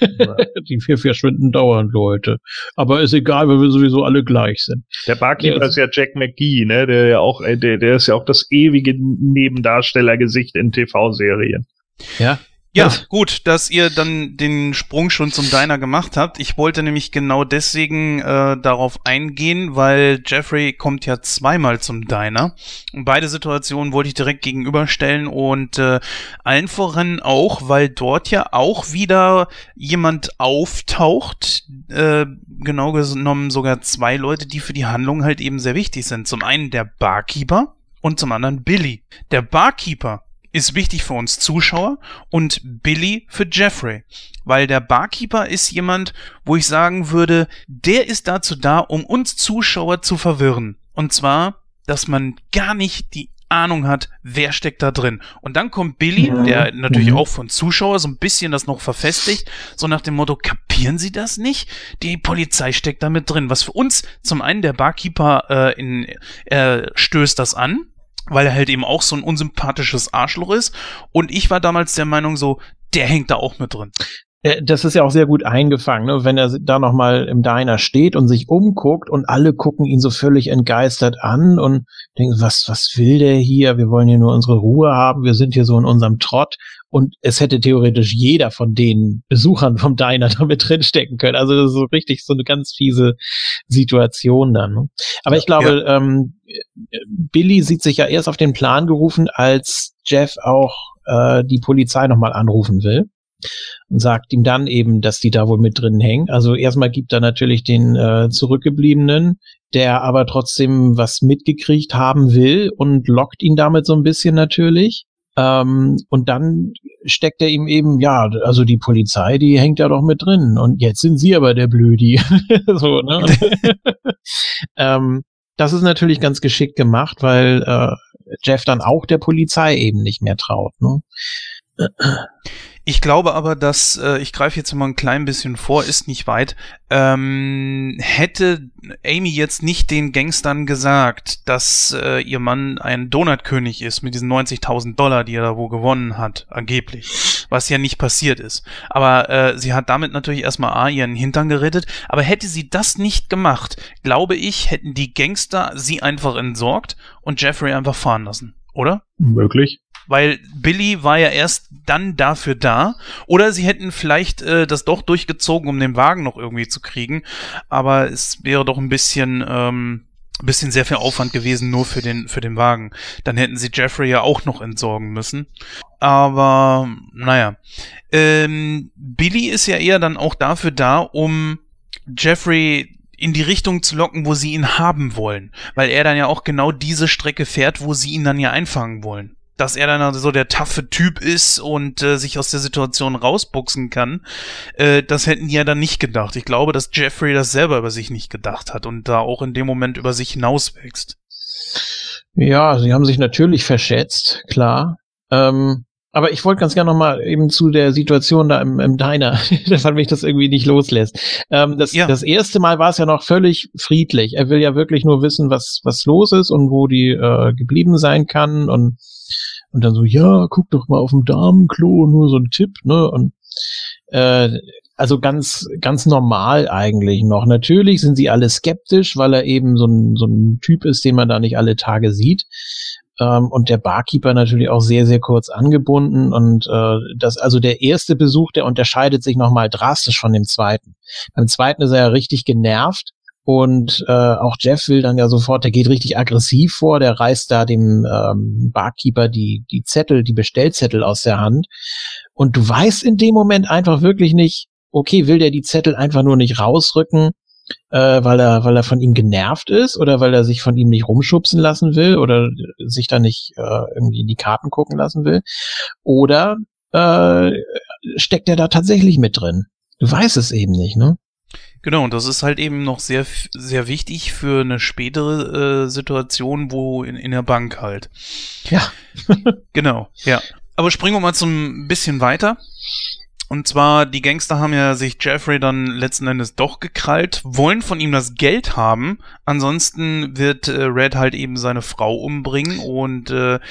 Die verschwinden dauernd, Leute. Aber ist egal, weil wir sowieso alle gleich sind. Der Barkeeper ist ja Jack McGee, ne? Der ja auch, der ist ja auch das ewige Nebendarstellergesicht in TV-Serien. Ja. Ja, gut, dass ihr dann den Sprung schon zum Diner gemacht habt. Ich wollte nämlich genau deswegen darauf eingehen, weil Jeffrey kommt ja zweimal zum Diner. Und beide Situationen wollte ich direkt gegenüberstellen und allen voran auch, weil dort ja auch wieder jemand auftaucht, genau genommen sogar 2 Leute, die für die Handlung halt eben sehr wichtig sind. Zum einen der Barkeeper und zum anderen Billy. Der Barkeeper ist wichtig für uns Zuschauer und Billy für Jeffrey, weil der Barkeeper ist jemand, wo ich sagen würde, der ist dazu da, um uns Zuschauer zu verwirren. Und zwar, dass man gar nicht die Ahnung hat, wer steckt da drin. Und dann kommt Billy, der natürlich auch von Zuschauer so ein bisschen das noch verfestigt, so nach dem Motto, kapieren Sie das nicht? Die Polizei steckt da mit drin. Was für uns zum einen der Barkeeper stößt das an, weil er halt eben auch so ein unsympathisches Arschloch ist. Und ich war damals der Meinung so, der hängt da auch mit drin. Das ist ja auch sehr gut eingefangen, ne? Wenn er da nochmal im Diner steht und sich umguckt und alle gucken ihn so völlig entgeistert an und denken, was will der hier? Wir wollen hier nur unsere Ruhe haben, wir sind hier so in unserem Trott. Und es hätte theoretisch jeder von den Besuchern vom Diner da mit drinstecken können. Also das ist so richtig so eine ganz fiese Situation dann. Ne? Aber ich glaube, Billy sieht sich ja erst auf den Plan gerufen, als Jeff auch die Polizei nochmal anrufen will. Und sagt ihm dann eben, dass die da wohl mit drin hängen. Also erstmal gibt er natürlich den Zurückgebliebenen, der aber trotzdem was mitgekriegt haben will und lockt ihn damit so ein bisschen natürlich. Und dann steckt er ihm eben, ja, also die Polizei, die hängt ja doch mit drin. Und jetzt sind sie aber der Blödi. So, ne? Das ist natürlich ganz geschickt gemacht, weil Jeff dann auch der Polizei eben nicht mehr traut. Ne? Ich glaube aber, dass, ich greife jetzt mal ein klein bisschen vor, ist nicht weit, hätte Amy jetzt nicht den Gangstern gesagt, dass ihr Mann ein Donutkönig ist mit diesen $90.000, die er da wohl gewonnen hat, angeblich, was ja nicht passiert ist. Aber sie hat damit natürlich erstmal ihren Hintern gerettet, aber hätte sie das nicht gemacht, glaube ich, hätten die Gangster sie einfach entsorgt und Jeffrey einfach fahren lassen, oder? Möglich. Weil Billy war ja erst dann dafür da. Oder sie hätten vielleicht das doch durchgezogen, um den Wagen noch irgendwie zu kriegen. Aber es wäre doch ein bisschen bisschen sehr viel Aufwand gewesen, nur für den Wagen. Dann hätten sie Jeffrey ja auch noch entsorgen müssen. Aber, naja. Billy ist ja eher dann auch dafür da, um Jeffrey in die Richtung zu locken, wo sie ihn haben wollen. Weil er dann ja auch genau diese Strecke fährt, wo sie ihn dann ja einfangen wollen. Dass er dann so der taffe Typ ist und sich aus der Situation rausboxen kann, das hätten die ja dann nicht gedacht. Ich glaube, dass Jeffrey das selber über sich nicht gedacht hat und da auch in dem Moment über sich hinauswächst. Ja, sie haben sich natürlich verschätzt, klar. Aber ich wollte ganz gerne noch mal eben zu der Situation da im Diner, weil mich das irgendwie nicht loslässt. Das erste Mal war es ja noch völlig friedlich. Er will ja wirklich nur wissen, was los ist und wo die geblieben sein kann und dann so, ja, guck doch mal auf dem Damenklo, nur so ein Tipp, ne? Und also ganz normal eigentlich noch. Natürlich sind sie alle skeptisch, weil er eben so ein Typ ist, den man da nicht alle Tage sieht. Und der Barkeeper natürlich auch sehr, sehr kurz angebunden. Und also der erste Besuch, der unterscheidet sich nochmal drastisch von dem zweiten. Beim zweiten ist er ja richtig genervt. Und auch Jeff will dann ja sofort, der geht richtig aggressiv vor, der reißt da dem Barkeeper die Bestellzettel aus der Hand. Und du weißt in dem Moment einfach wirklich nicht, okay, will der die Zettel einfach nur nicht rausrücken, weil er von ihm genervt ist oder weil er sich von ihm nicht rumschubsen lassen will oder sich da nicht irgendwie in die Karten gucken lassen will. Oder steckt er da tatsächlich mit drin? Du weißt es eben nicht, ne? Genau, und das ist halt eben noch sehr, sehr wichtig für eine spätere Situation, wo in der Bank halt. Ja. Genau, ja. Aber springen wir mal ein bisschen weiter. Und zwar, die Gangster haben ja sich Jeffrey dann letzten Endes doch gekrallt, wollen von ihm das Geld haben, ansonsten wird Red halt eben seine Frau umbringen und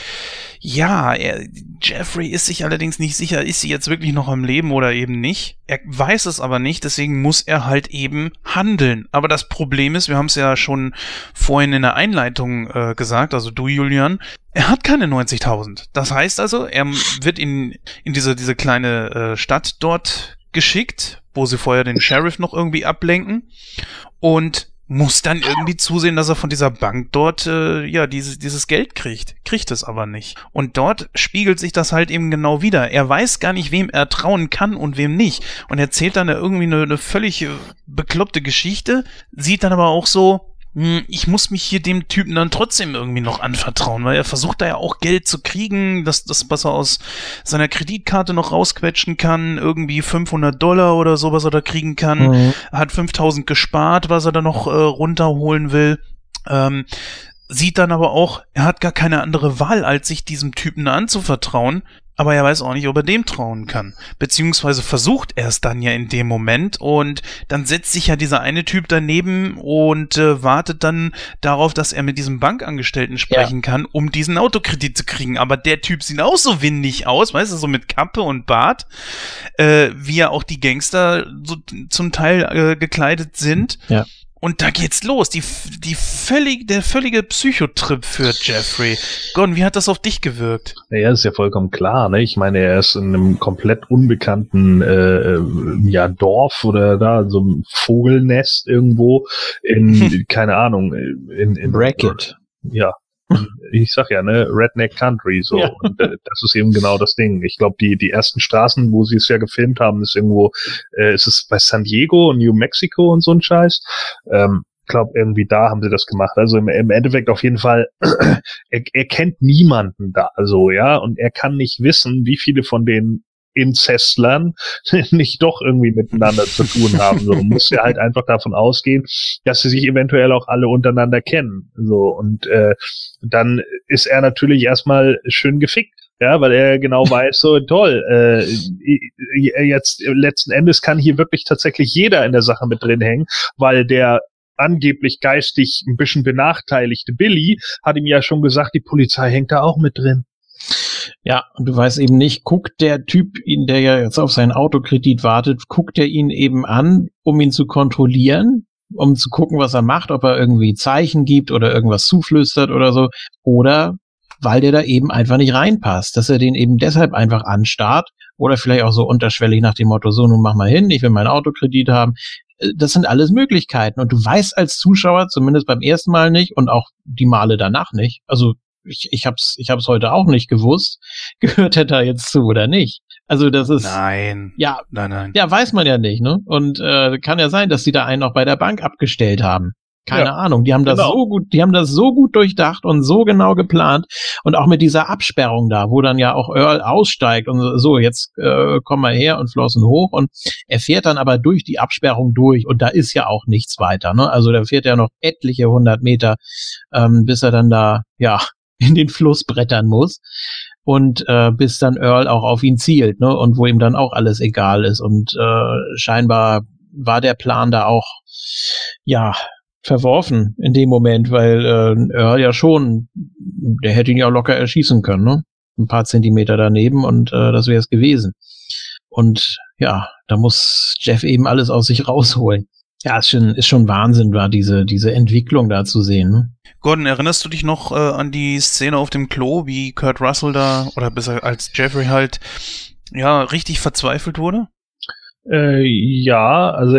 Jeffrey ist sich allerdings nicht sicher, ist sie jetzt wirklich noch am Leben oder eben nicht. Er weiß es aber nicht, deswegen muss er halt eben handeln. Aber das Problem ist, wir haben es ja schon vorhin in der Einleitung gesagt, also du, Julian, er hat keine 90.000. Das heißt also, er wird in diese kleine Stadt dort geschickt, wo sie vorher den Sheriff noch irgendwie ablenken und muss dann irgendwie zusehen, dass er von dieser Bank dort dieses Geld kriegt es aber nicht. Und dort spiegelt sich das halt eben genau wieder. Er weiß gar nicht, wem er trauen kann und wem nicht. Und er erzählt dann irgendwie eine völlig bekloppte Geschichte, sieht dann aber auch so, ich muss mich hier dem Typen dann trotzdem irgendwie noch anvertrauen, weil er versucht da ja auch Geld zu kriegen, das was er aus seiner Kreditkarte noch rausquetschen kann, irgendwie $500 oder so, was er da kriegen kann. Mhm. Er hat 5.000 gespart, was er da noch runterholen will. Sieht dann aber auch, er hat gar keine andere Wahl, als sich diesem Typen anzuvertrauen. Aber er weiß auch nicht, ob er dem trauen kann. Beziehungsweise versucht er es dann ja in dem Moment und dann setzt sich ja dieser eine Typ daneben und wartet dann darauf, dass er mit diesem Bankangestellten sprechen kann, um diesen Autokredit zu kriegen. Aber der Typ sieht auch so windig aus, weißt du, so mit Kappe und Bart, wie ja auch die Gangster so zum Teil gekleidet sind. Ja. Und da geht's los. Der völlige Psychotrip für Jeffrey. Gordon, wie hat das auf dich gewirkt? Ja, ist ja vollkommen klar, ne? Ich meine, er ist in einem komplett unbekannten Dorf oder da, so einem Vogelnest irgendwo in, keine Ahnung, in Bracket. Ja. Ich sag ja, ne, Redneck Country, so. Ja. Und das ist eben genau das Ding. Ich glaube, die ersten Straßen, wo sie es ja gefilmt haben, ist irgendwo, ist es bei San Diego und New Mexico und so ein Scheiß. Glaube, irgendwie da haben sie das gemacht. Also im Endeffekt auf jeden Fall, er kennt niemanden da, so, ja, und er kann nicht wissen, wie viele von den Inzestlern nicht doch irgendwie miteinander zu tun haben. So, man muss ja halt einfach davon ausgehen, dass sie sich eventuell auch alle untereinander kennen. So, und dann ist er natürlich erstmal schön gefickt. Ja, weil er genau weiß, so toll, jetzt letzten Endes kann hier wirklich tatsächlich jeder in der Sache mit drin hängen, weil der angeblich geistig ein bisschen benachteiligte Billy hat ihm ja schon gesagt, die Polizei hängt da auch mit drin. Ja, und du weißt eben nicht, guckt der Typ, der ja jetzt auf seinen Autokredit wartet, guckt er ihn eben an, um ihn zu kontrollieren, um zu gucken, was er macht, ob er irgendwie Zeichen gibt oder irgendwas zuflüstert oder so, oder weil der da eben einfach nicht reinpasst, dass er den eben deshalb einfach anstarrt oder vielleicht auch so unterschwellig nach dem Motto, so, nun mach mal hin, ich will meinen Autokredit haben. Das sind alles Möglichkeiten. Und du weißt als Zuschauer, zumindest beim ersten Mal nicht und auch die Male danach nicht, also ich hab's heute auch nicht gewusst, gehört er da jetzt zu oder nicht. Also das ist... Nein. Ja, Nein. Ja, weiß man ja nicht, ne? Und kann ja sein, dass die da einen auch bei der Bank abgestellt haben. Keine Ahnung, die haben das so gut durchdacht und so genau geplant und auch mit dieser Absperrung da, wo dann ja auch Earl aussteigt und so, jetzt komm mal her und flossen hoch und er fährt dann aber durch die Absperrung durch und da ist ja auch nichts weiter, ne? Also da fährt er noch etliche 100 Meter, bis er dann da, ja, in den Fluss brettern muss und bis dann Earl auch auf ihn zielt, ne? Und wo ihm dann auch alles egal ist und scheinbar war der Plan da auch, ja, verworfen in dem Moment, weil Earl ja schon, der hätte ihn ja auch locker erschießen können, ne? Ein paar Zentimeter daneben und das wäre es gewesen. Und ja, da muss Jeff eben alles aus sich rausholen. Ja, ist schon Wahnsinn, war diese Entwicklung da zu sehen, ne? Gordon, erinnerst du dich noch an die Szene auf dem Klo, wie Kurt Russell da, oder besser als Jeffrey halt, ja, richtig verzweifelt wurde? Ja, also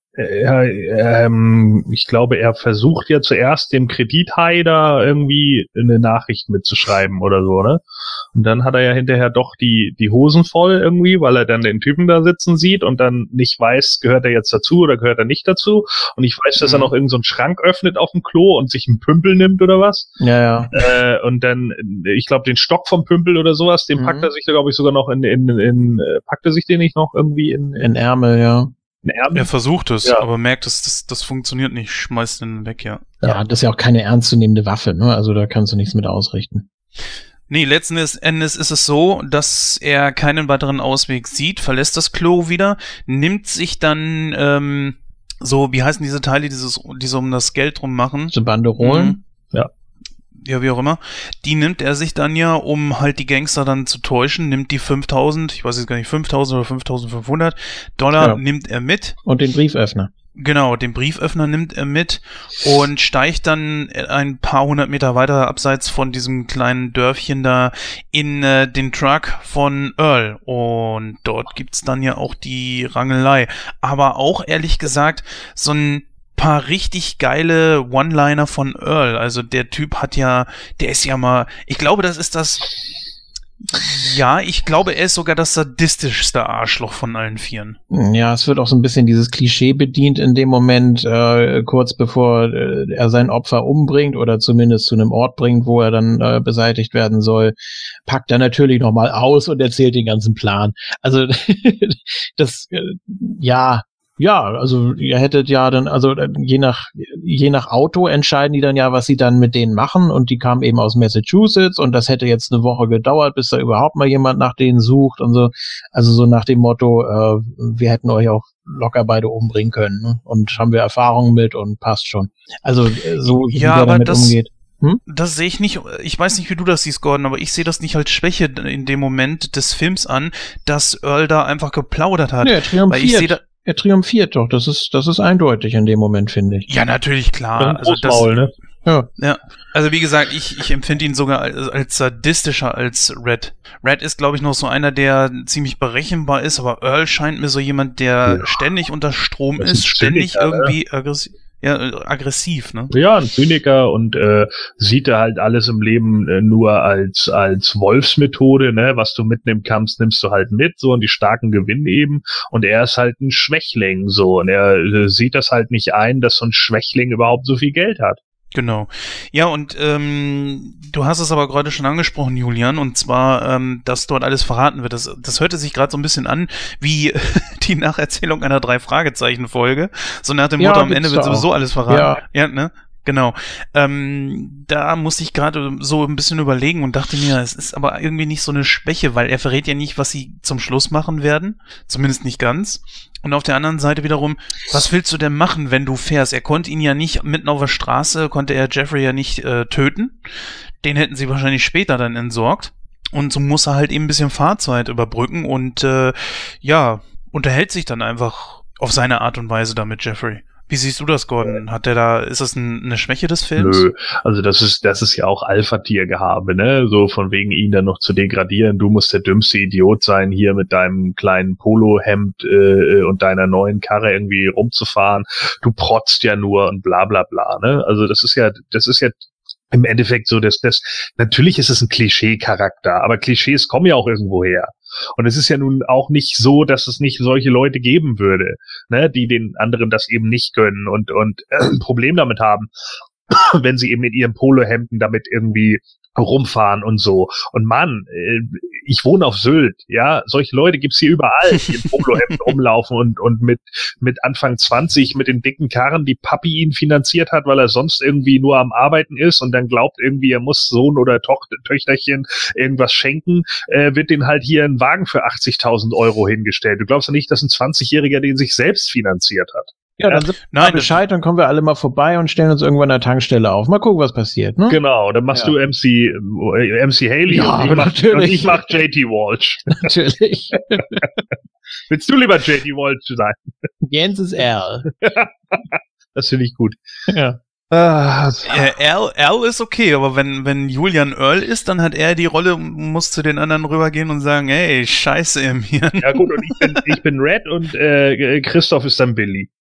ich glaube, er versucht ja zuerst dem Kredithai da irgendwie eine Nachricht mitzuschreiben oder so, ne? Und dann hat er ja hinterher doch die Hosen voll irgendwie, weil er dann den Typen da sitzen sieht und dann nicht weiß, gehört er jetzt dazu oder gehört er nicht dazu. Und ich weiß, dass er noch irgend so einen Schrank öffnet auf dem Klo und sich einen Pümpel nimmt oder was. Ja. Und dann, ich glaube, den Stock vom Pümpel oder sowas, den packt er sich da, glaube ich, sogar noch packt er sich den nicht noch irgendwie in Ärmel, ja. Er versucht es, aber merkt, dass das funktioniert nicht, schmeißt den weg, ja. Ja, das ist ja auch keine ernstzunehmende Waffe, ne? Also da kannst du nichts mit ausrichten. Nee, letzten Endes ist es so, dass er keinen weiteren Ausweg sieht, verlässt das Klo wieder, nimmt sich dann, so, wie heißen diese Teile, die so um das Geld drum machen? So Banderolen? Ja, wie auch immer. Die nimmt er sich dann ja, um halt die Gangster dann zu täuschen, nimmt die 5.000, ich weiß jetzt gar nicht, 5.000 oder 5.500 $, nimmt er mit. Und den Brieföffner. Genau, den Brieföffner nimmt er mit und steigt dann ein paar 100 Meter weiter abseits von diesem kleinen Dörfchen da in den Truck von Earl. Und dort gibt's dann ja auch die Rangelei. Aber auch, ehrlich gesagt, so ein paar richtig geile One-Liner von Earl. Also der Typ der ist ja mal, ich glaube, er ist sogar das sadistischste Arschloch von allen Vieren. Ja, es wird auch so ein bisschen dieses Klischee bedient in dem Moment, kurz bevor er sein Opfer umbringt oder zumindest zu einem Ort bringt, wo er dann beseitigt werden soll, packt er natürlich nochmal aus und erzählt den ganzen Plan. Also das, also ihr hättet ja dann, also je nach Auto entscheiden die dann ja, was sie dann mit denen machen und die kamen eben aus Massachusetts und das hätte jetzt eine Woche gedauert, bis da überhaupt mal jemand nach denen sucht und so. Also so nach dem Motto, wir hätten euch auch locker beide umbringen können, ne? Und haben wir Erfahrung mit und passt schon. Also so, wie er damit umgeht. Das sehe ich nicht, ich weiß nicht, wie du das siehst, Gordon, aber ich sehe das nicht als Schwäche in dem Moment des Films an, dass Earl da einfach geplaudert hat. Ja, er triumphiert. Er triumphiert doch, das ist eindeutig in dem Moment, finde ich. Ja, natürlich, klar. Also Maul, ne? Ja, also wie gesagt, ich empfinde ihn sogar als sadistischer als Red. Red ist, glaube ich, noch so einer, der ziemlich berechenbar ist, aber Earl scheint mir so jemand, der ständig unter Strom ist, ständig irgendwie aggressiv, ne? Ja, ein Zyniker und sieht er halt alles im Leben nur als Wolfsmethode, ne? Was du mitnehmen kannst, nimmst du halt mit, so, und die Starken gewinnen eben. Und er ist halt ein Schwächling, so, und er sieht das halt nicht ein, dass so ein Schwächling überhaupt so viel Geld hat. Genau. Ja, und du hast es aber gerade schon angesprochen, Julian, und zwar, dass dort alles verraten wird. Das hörte sich gerade so ein bisschen an wie die Nacherzählung einer 3-Fragezeichen-Folge. So nach dem Motto, am Ende wird sowieso alles verraten. Ja, ne? Genau. Da musste ich gerade so ein bisschen überlegen und dachte mir, es ist aber irgendwie nicht so eine Schwäche, weil er verrät ja nicht, was sie zum Schluss machen werden. Zumindest nicht ganz. Und auf der anderen Seite wiederum, was willst du denn machen, wenn du fährst? Er konnte ihn ja nicht mitten auf der Straße, konnte er Jeffrey ja nicht töten. Den hätten sie wahrscheinlich später dann entsorgt. Und so muss er halt eben ein bisschen Fahrzeit überbrücken und unterhält sich dann einfach auf seine Art und Weise da mit Jeffrey. Wie siehst du das, Gordon? Ist das eine Schwäche des Films? Nö, also das ist ja auch Alpha-Tier-Gehabe, ne? So von wegen ihn dann noch zu degradieren. Du musst der dümmste Idiot sein, hier mit deinem kleinen Polohemd und deiner neuen Karre irgendwie rumzufahren. Du protzt ja nur und bla bla bla, ne? Also das ist ja im Endeffekt so, dass natürlich ist es ein Klischee-Charakter, aber Klischees kommen ja auch irgendwo her. Und es ist ja nun auch nicht so, dass es nicht solche Leute geben würde, ne, die den anderen das eben nicht gönnen und ein Problem damit haben, wenn sie eben in ihren Polohemden damit irgendwie rumfahren und so. Und Mann, ich wohne auf Sylt, ja, solche Leute gibt's hier überall, die in Polohemden rumlaufen und mit Anfang 20 mit den dicken Karren, die Papi ihn finanziert hat, weil er sonst irgendwie nur am Arbeiten ist und dann glaubt irgendwie, er muss Sohn oder Töchterchen irgendwas schenken, wird den halt hier ein Wagen für 80.000 Euro hingestellt. Du glaubst ja nicht, dass ein 20-Jähriger den sich selbst finanziert hat. Ja, dann sind wir Bescheid, dann kommen wir alle mal vorbei und stellen uns irgendwann an der Tankstelle auf. Mal gucken, was passiert, ne? Genau, dann machst du MC Haley und ich mach JT Walsh. Natürlich. Willst du lieber JT Walsh sein? Jens ist Al. Das finde ich gut. Ja. Al ist okay, aber wenn Julian Earl ist, dann hat er die Rolle, muss zu den anderen rübergehen und sagen, hey, scheiße, Emir. Ja gut, und ich bin Red und Christoph ist dann Billy.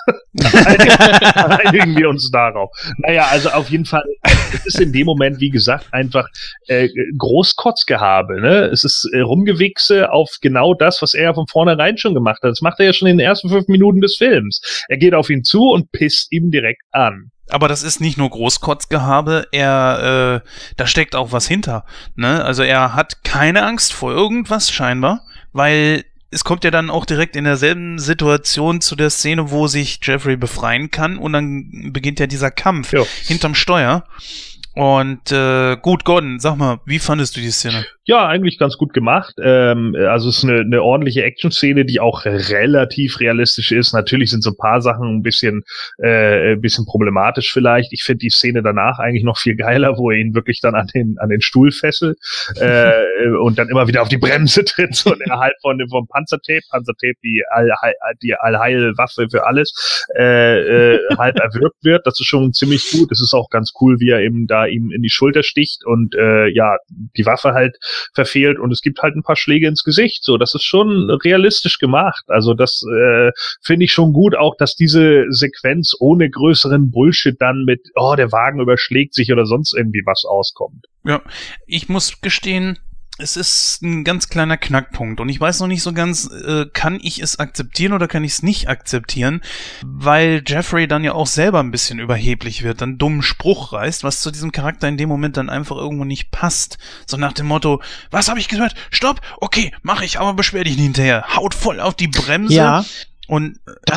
Einigen wir uns darauf. Naja, also auf jeden Fall, es ist in dem Moment, wie gesagt, einfach Großkotzgehabe, ne? Es ist Rumgewichse auf genau das, was er von vornherein schon gemacht hat. Das macht er ja schon in den ersten 5 Minuten des Films. Er geht auf ihn zu und pisst ihm direkt an. Aber das ist nicht nur Großkotzgehabe, da steckt auch was hinter, ne? Also er hat keine Angst vor irgendwas scheinbar, weil es kommt ja dann auch direkt in derselben Situation zu der Szene, wo sich Jeffrey befreien kann und dann beginnt ja dieser Kampf hinterm Steuer. Und gut, Gordon, sag mal, wie fandest du die Szene? Ja, eigentlich ganz gut gemacht. Also es ist eine ordentliche Action-Szene, die auch relativ realistisch ist. Natürlich sind so ein paar Sachen ein bisschen problematisch vielleicht. Ich finde die Szene danach eigentlich noch viel geiler, wo er ihn wirklich dann an den Stuhl fesselt und dann immer wieder auf die Bremse tritt und er halt vom Panzertape, die Allheilwaffe für alles, halt erwürgt wird. Das ist schon ziemlich gut. Es ist auch ganz cool, wie er eben da ihm in die Schulter sticht und die Waffe halt verfehlt und es gibt halt ein paar Schläge ins Gesicht. So, das ist schon realistisch gemacht. Also das finde ich schon gut, auch dass diese Sequenz ohne größeren Bullshit dann mit, der Wagen überschlägt sich oder sonst irgendwie was auskommt. Ja, ich muss gestehen, es ist ein ganz kleiner Knackpunkt und ich weiß noch nicht so ganz, kann ich es akzeptieren oder kann ich es nicht akzeptieren, weil Jeffrey dann ja auch selber ein bisschen überheblich wird, dann dummen Spruch reißt, was zu diesem Charakter in dem Moment dann einfach irgendwo nicht passt. So nach dem Motto, was habe ich gehört? Stopp, okay, mach ich, aber beschwer dich nicht hinterher. Haut voll auf die Bremse. Ja. Und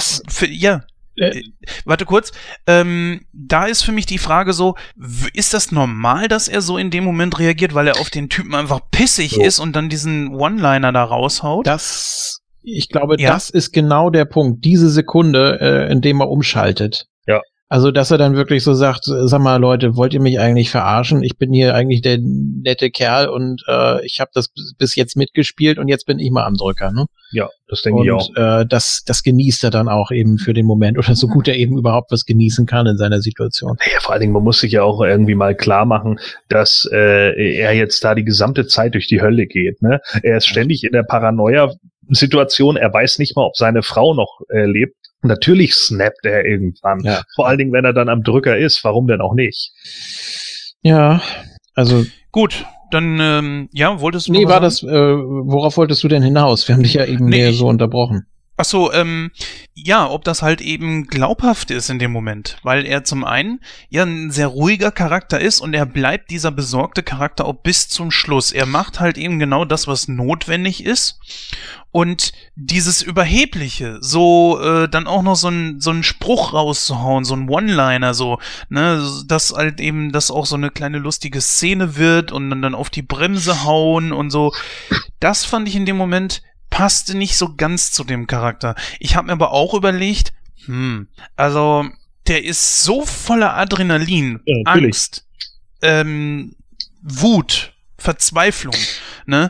warte kurz, da ist für mich die Frage so, ist das normal, dass er so in dem Moment reagiert, weil er auf den Typen einfach pissig ist und dann diesen One-Liner da raushaut? Ich glaube, das ist genau der Punkt, diese Sekunde, in dem er umschaltet. Ja. Also, dass er dann wirklich so sagt, sag mal, Leute, wollt ihr mich eigentlich verarschen? Ich bin hier eigentlich der nette Kerl und ich habe das bis jetzt mitgespielt und jetzt bin ich mal am Drücker, ne? Ja, das denke ich auch. Und das genießt er dann auch eben für den Moment oder so gut er eben überhaupt was genießen kann in seiner Situation. Ja, vor allen Dingen, man muss sich ja auch irgendwie mal klar machen, dass er jetzt da die gesamte Zeit durch die Hölle geht, ne? Er ist ständig in der Paranoia-Situation, er weiß nicht mal, ob seine Frau noch lebt. Natürlich snappt er irgendwann. Ja. Vor allen Dingen, wenn er dann am Drücker ist. Warum denn auch nicht? Ja, also... Gut, dann, wolltest du... Nee, war das, worauf wolltest du denn hinaus? Wir haben dich ja eben so unterbrochen. Ach so, ob das halt eben glaubhaft ist in dem Moment, weil er zum einen ein sehr ruhiger Charakter ist und er bleibt dieser besorgte Charakter auch bis zum Schluss. Er macht halt eben genau das, was notwendig ist und dieses Überhebliche, so dann auch noch so einen Spruch rauszuhauen, so ein One-Liner, so, ne, dass halt eben das auch so eine kleine lustige Szene wird und dann auf die Bremse hauen und so. Das fand ich in dem Moment passte nicht so ganz zu dem Charakter. Ich habe mir aber auch überlegt, also der ist so voller Adrenalin, Angst, Wut, Verzweiflung, ne?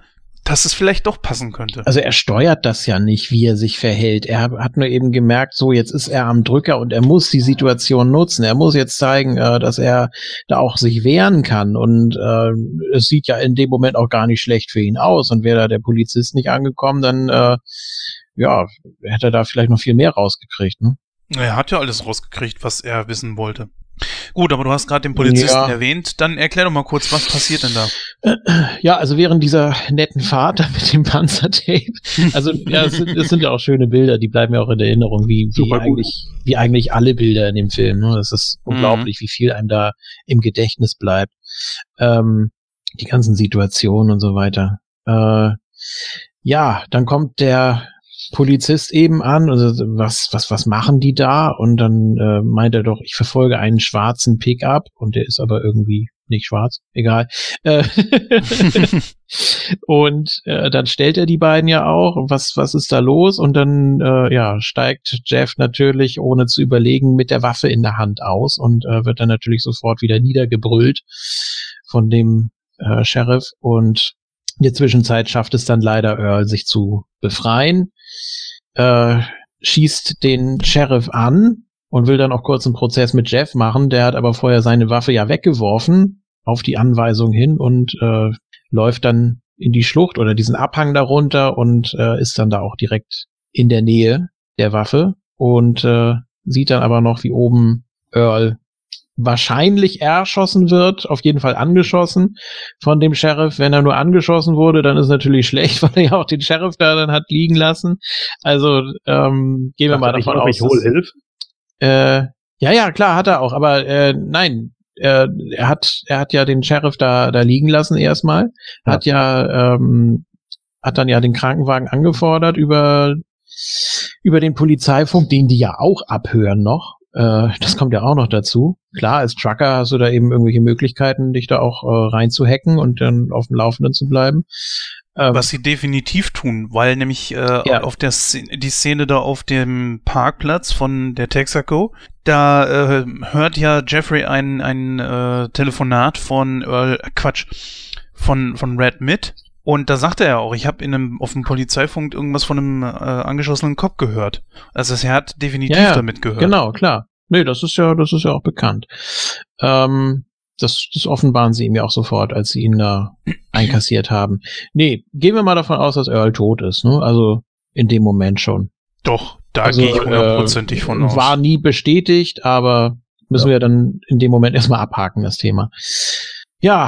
dass es vielleicht doch passen könnte. Also er steuert das ja nicht, wie er sich verhält. Er hat nur eben gemerkt, so jetzt ist er am Drücker und er muss die Situation nutzen. Er muss jetzt zeigen, dass er da auch sich wehren kann. Und es sieht ja in dem Moment auch gar nicht schlecht für ihn aus. Und wäre da der Polizist nicht angekommen, dann hätte er da vielleicht noch viel mehr rausgekriegt. Ne? Er hat ja alles rausgekriegt, was er wissen wollte. Gut, aber du hast gerade den Polizisten erwähnt. Dann erklär doch mal kurz, was passiert denn da? Ja, also während dieser netten Fahrt mit dem Panzertape, also ja, es sind ja auch schöne Bilder, die bleiben ja auch in Erinnerung, wie eigentlich alle Bilder in dem Film. Ne? Das ist unglaublich, wie viel einem da im Gedächtnis bleibt. Die ganzen Situationen und so weiter. Dann kommt der Polizist eben an, also was machen die da? Und dann meint er doch, ich verfolge einen schwarzen Pickup und der ist aber irgendwie nicht schwarz, egal. Und dann stellt er die beiden ja auch, was ist da los? Und dann steigt Jeff natürlich, ohne zu überlegen, mit der Waffe in der Hand aus und wird dann natürlich sofort wieder niedergebrüllt von dem Sheriff. Und in der Zwischenzeit schafft es dann leider Earl, sich zu befreien, schießt den Sheriff an und will dann auch kurz einen Prozess mit Jeff machen. Der hat aber vorher seine Waffe ja weggeworfen auf die Anweisung hin und läuft dann in die Schlucht oder diesen Abhang darunter und ist dann da auch direkt in der Nähe der Waffe und sieht dann aber noch, wie oben Earl wahrscheinlich erschossen wird, auf jeden Fall angeschossen von dem Sheriff. Wenn er nur angeschossen wurde, dann ist natürlich schlecht, weil er ja auch den Sheriff da dann hat liegen lassen. Also gehen wir mal davon aus. Ich hol Hilfe? Ja, klar, hat er auch, aber nein, er hat ja den Sheriff da liegen lassen erstmal, hat dann ja den Krankenwagen angefordert über den Polizeifunk, den die ja auch abhören noch. Das kommt ja auch noch dazu. Klar, als Trucker hast du da eben irgendwelche Möglichkeiten, dich da auch reinzuhacken und dann auf dem Laufenden zu bleiben. Was sie definitiv tun, weil nämlich auf die Szene da auf dem Parkplatz von der Texaco, da hört ja Jeffrey ein Telefonat von Red mit. Und da sagte er auch, ich habe auf dem Polizeifunk irgendwas von einem angeschossenen Kopf gehört. Also er hat definitiv damit gehört. Genau, klar. Nee, das ist ja auch bekannt. Das offenbaren sie ihm ja auch sofort, als sie ihn da einkassiert haben. Nee, gehen wir mal davon aus, dass Earl tot ist, ne? Also in dem Moment schon. Doch, da gehe ich 100%ig von aus. War nie bestätigt, aber müssen wir dann in dem Moment erstmal abhaken, das Thema. Ja,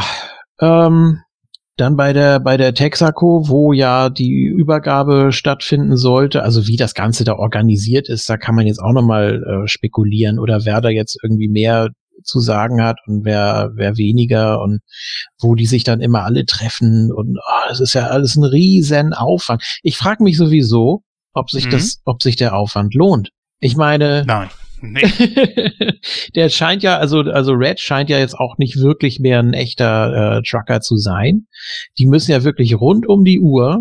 dann bei der Texaco, wo ja die Übergabe stattfinden sollte, also wie das Ganze da organisiert ist, da kann man jetzt auch nochmal spekulieren oder wer da jetzt irgendwie mehr zu sagen hat und wer weniger und wo die sich dann immer alle treffen und das ist ja alles ein riesen Aufwand. Ich frage mich sowieso, ob sich der Aufwand lohnt. Ich meine, nein. Nee. Der scheint ja, also Red scheint ja jetzt auch nicht wirklich mehr ein echter Trucker zu sein. Die müssen ja wirklich rund um die Uhr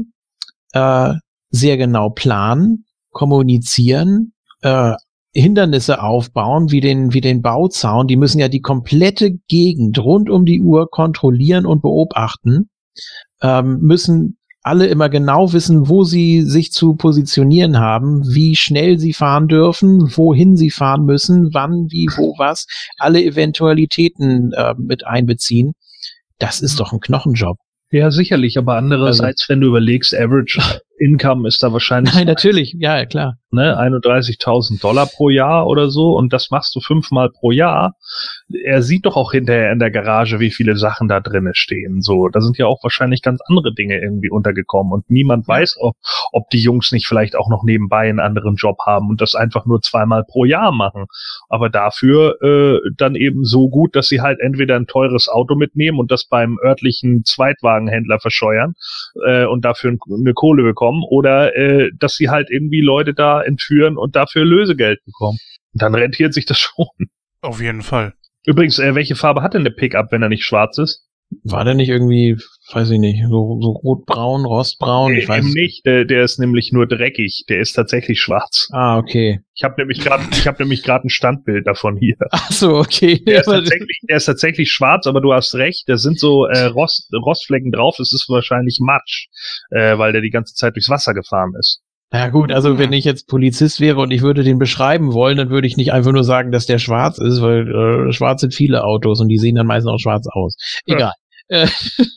sehr genau planen, kommunizieren, Hindernisse aufbauen, wie den Bauzaun. Die müssen ja die komplette Gegend rund um die Uhr kontrollieren und beobachten, müssen alle immer genau wissen, wo sie sich zu positionieren haben, wie schnell sie fahren dürfen, wohin sie fahren müssen, wann, wie, wo, was, alle Eventualitäten mit einbeziehen. Das ist doch ein Knochenjob. Ja, sicherlich, aber andererseits, wenn du überlegst, Average Income ist da wahrscheinlich... Nein, natürlich, ja, klar. Ne, $31.000 pro Jahr oder so und das machst du 5-mal pro Jahr. Er sieht doch auch hinterher in der Garage, wie viele Sachen da drinne stehen. So, da sind ja auch wahrscheinlich ganz andere Dinge irgendwie untergekommen und niemand weiß, ob die Jungs nicht vielleicht auch noch nebenbei einen anderen Job haben und das einfach nur 2-mal pro Jahr machen. Aber dafür dann eben so gut, dass sie halt entweder ein teures Auto mitnehmen und das beim örtlichen Zweitwagenhändler verscheuern und dafür eine Kohle bekommen oder dass sie halt irgendwie Leute da entführen und dafür Lösegeld bekommen. Dann rentiert sich das schon. Auf jeden Fall. Übrigens, welche Farbe hat denn der Pickup, wenn er nicht schwarz ist? War der nicht irgendwie weiß ich nicht, so rotbraun, rostbraun, ich weiß nicht. Der ist nämlich nur dreckig. Der ist tatsächlich schwarz. Ah, okay. Ich habe nämlich gerade ein Standbild davon hier. Ach so, okay. Der ist tatsächlich schwarz, aber du hast recht. Da sind so Rostflecken drauf. Das ist wahrscheinlich Matsch, weil der die ganze Zeit durchs Wasser gefahren ist. Ja gut, also wenn ich jetzt Polizist wäre und ich würde den beschreiben wollen, dann würde ich nicht einfach nur sagen, dass der schwarz ist, weil schwarz sind viele Autos und die sehen dann meistens auch schwarz aus. Egal. Ja,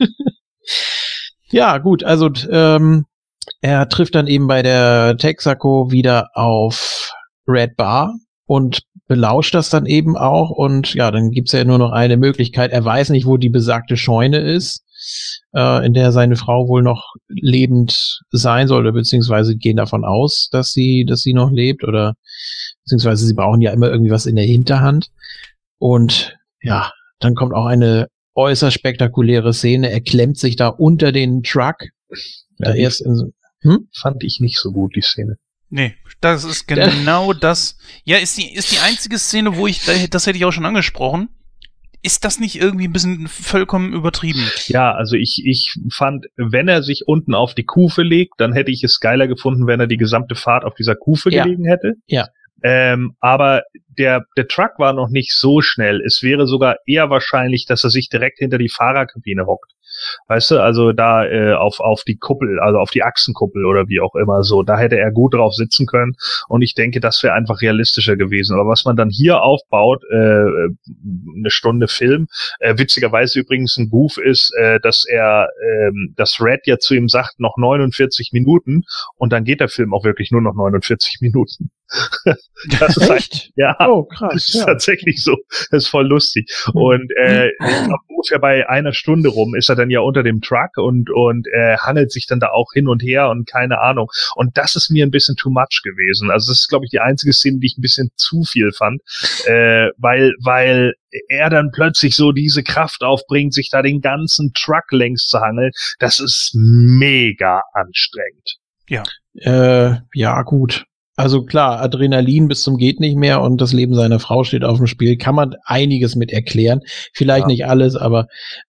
ja gut, also er trifft dann eben bei der Texaco wieder auf Red Bar und belauscht das dann eben auch und ja, dann gibt's ja nur noch eine Möglichkeit. Er weiß nicht, wo die besagte Scheune ist, in der seine Frau wohl noch lebend sein soll, oder beziehungsweise gehen davon aus, dass sie noch lebt, oder beziehungsweise sie brauchen ja immer irgendwie was in der Hinterhand. Und ja, dann kommt auch eine äußerst spektakuläre Szene. Er klemmt sich da unter den Truck. Ja, fand ich nicht so gut, die Szene. Nee, das ist genau das. Ja, ist die einzige Szene, wo das hätte ich auch schon angesprochen. Ist das nicht irgendwie ein bisschen vollkommen übertrieben? Ja, also ich fand, wenn er sich unten auf die Kufe legt, dann hätte ich es geiler gefunden, wenn er die gesamte Fahrt auf dieser Kufe gelegen hätte. Ja. Aber der Truck war noch nicht so schnell. Es wäre sogar eher wahrscheinlich, dass er sich direkt hinter die Fahrerkabine hockt. Weißt du, also da auf die Kuppel, also auf die Achsenkuppel oder wie auch immer so, da hätte er gut drauf sitzen können und ich denke, das wäre einfach realistischer gewesen. Aber was man dann hier aufbaut, eine Stunde Film, witzigerweise übrigens ein Goof ist, dass dass Red ja zu ihm sagt, noch 49 Minuten und dann geht der Film auch wirklich nur noch 49 Minuten. Das ist echt? Ja, oh, krass, das ist tatsächlich so. Das ist voll lustig. Und ich glaube, ungefähr bei einer Stunde rum ist er dann ja unter dem Truck und handelt sich dann da auch hin und her und keine Ahnung. Und das ist mir ein bisschen too much gewesen. Also das ist, glaube ich, die einzige Szene, die ich ein bisschen zu viel fand, weil er dann plötzlich so diese Kraft aufbringt, sich da den ganzen Truck längs zu hangeln. Das ist mega anstrengend. Ja. Ja, gut. Also klar, Adrenalin bis zum geht nicht mehr und das Leben seiner Frau steht auf dem Spiel. Kann man einiges mit erklären. Vielleicht nicht alles, aber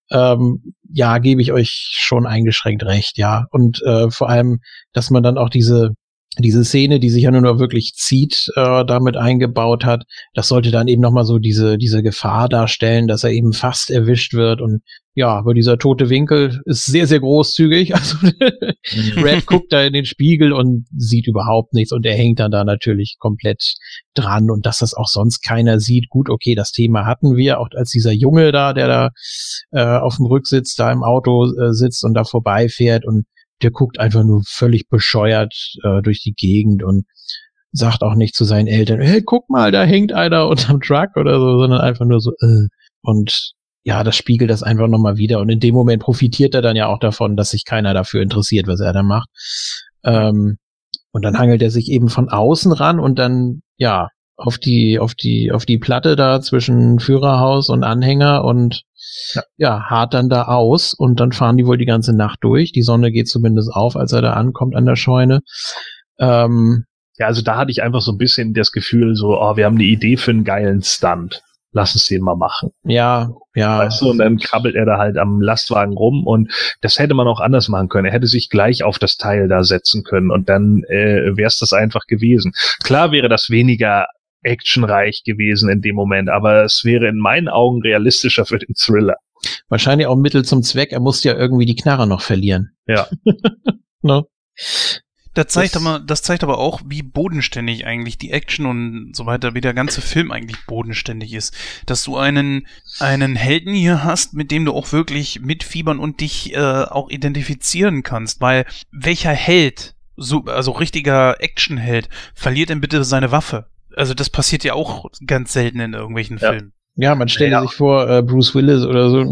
ja, gebe ich euch schon eingeschränkt recht, ja. Und vor allem, dass man dann auch diese Szene, die sich ja nur noch wirklich zieht, damit eingebaut hat, das sollte dann eben nochmal so diese Gefahr darstellen, dass er eben fast erwischt wird. Und ja, aber dieser tote Winkel ist sehr, sehr großzügig. Also Red guckt da in den Spiegel und sieht überhaupt nichts und er hängt dann da natürlich komplett dran und dass das auch sonst keiner sieht. Gut, okay, das Thema hatten wir, auch als dieser Junge da, der da auf dem Rücksitz da im Auto sitzt und da vorbeifährt und der guckt einfach nur völlig bescheuert durch die Gegend und sagt auch nicht zu seinen Eltern, hey, guck mal, da hängt einer unterm Truck oder so, sondern einfach nur so, Und ja, das spiegelt das einfach nochmal wieder. Und in dem Moment profitiert er dann ja auch davon, dass sich keiner dafür interessiert, was er da macht. Und dann hangelt er sich eben von außen ran und dann, ja, auf die Platte da zwischen Führerhaus und Anhänger und ja, hart dann da aus und dann fahren die wohl die ganze Nacht durch. Die Sonne geht zumindest auf, als er da ankommt an der Scheune. Ja, also da hatte ich einfach so ein bisschen das Gefühl, so, wir haben eine Idee für einen geilen Stunt. Lass uns den mal machen. Ja. Weißt du, und dann krabbelt er da halt am Lastwagen rum und das hätte man auch anders machen können. Er hätte sich gleich auf das Teil da setzen können und dann wäre es das einfach gewesen. Klar wäre das weniger actionreich gewesen in dem Moment, aber es wäre in meinen Augen realistischer für den Thriller. Wahrscheinlich auch Mittel zum Zweck, er musste ja irgendwie die Knarre noch verlieren. Ja. No. Das zeigt aber auch, wie bodenständig eigentlich die Action und so weiter, wie der ganze Film eigentlich bodenständig ist. Dass du einen Helden hier hast, mit dem du auch wirklich mitfiebern und dich auch identifizieren kannst, weil welcher Held, also richtiger Actionheld, verliert denn bitte seine Waffe? Also das passiert ja auch ganz selten in irgendwelchen Filmen. Ja, man stellt sich vor, Bruce Willis oder so,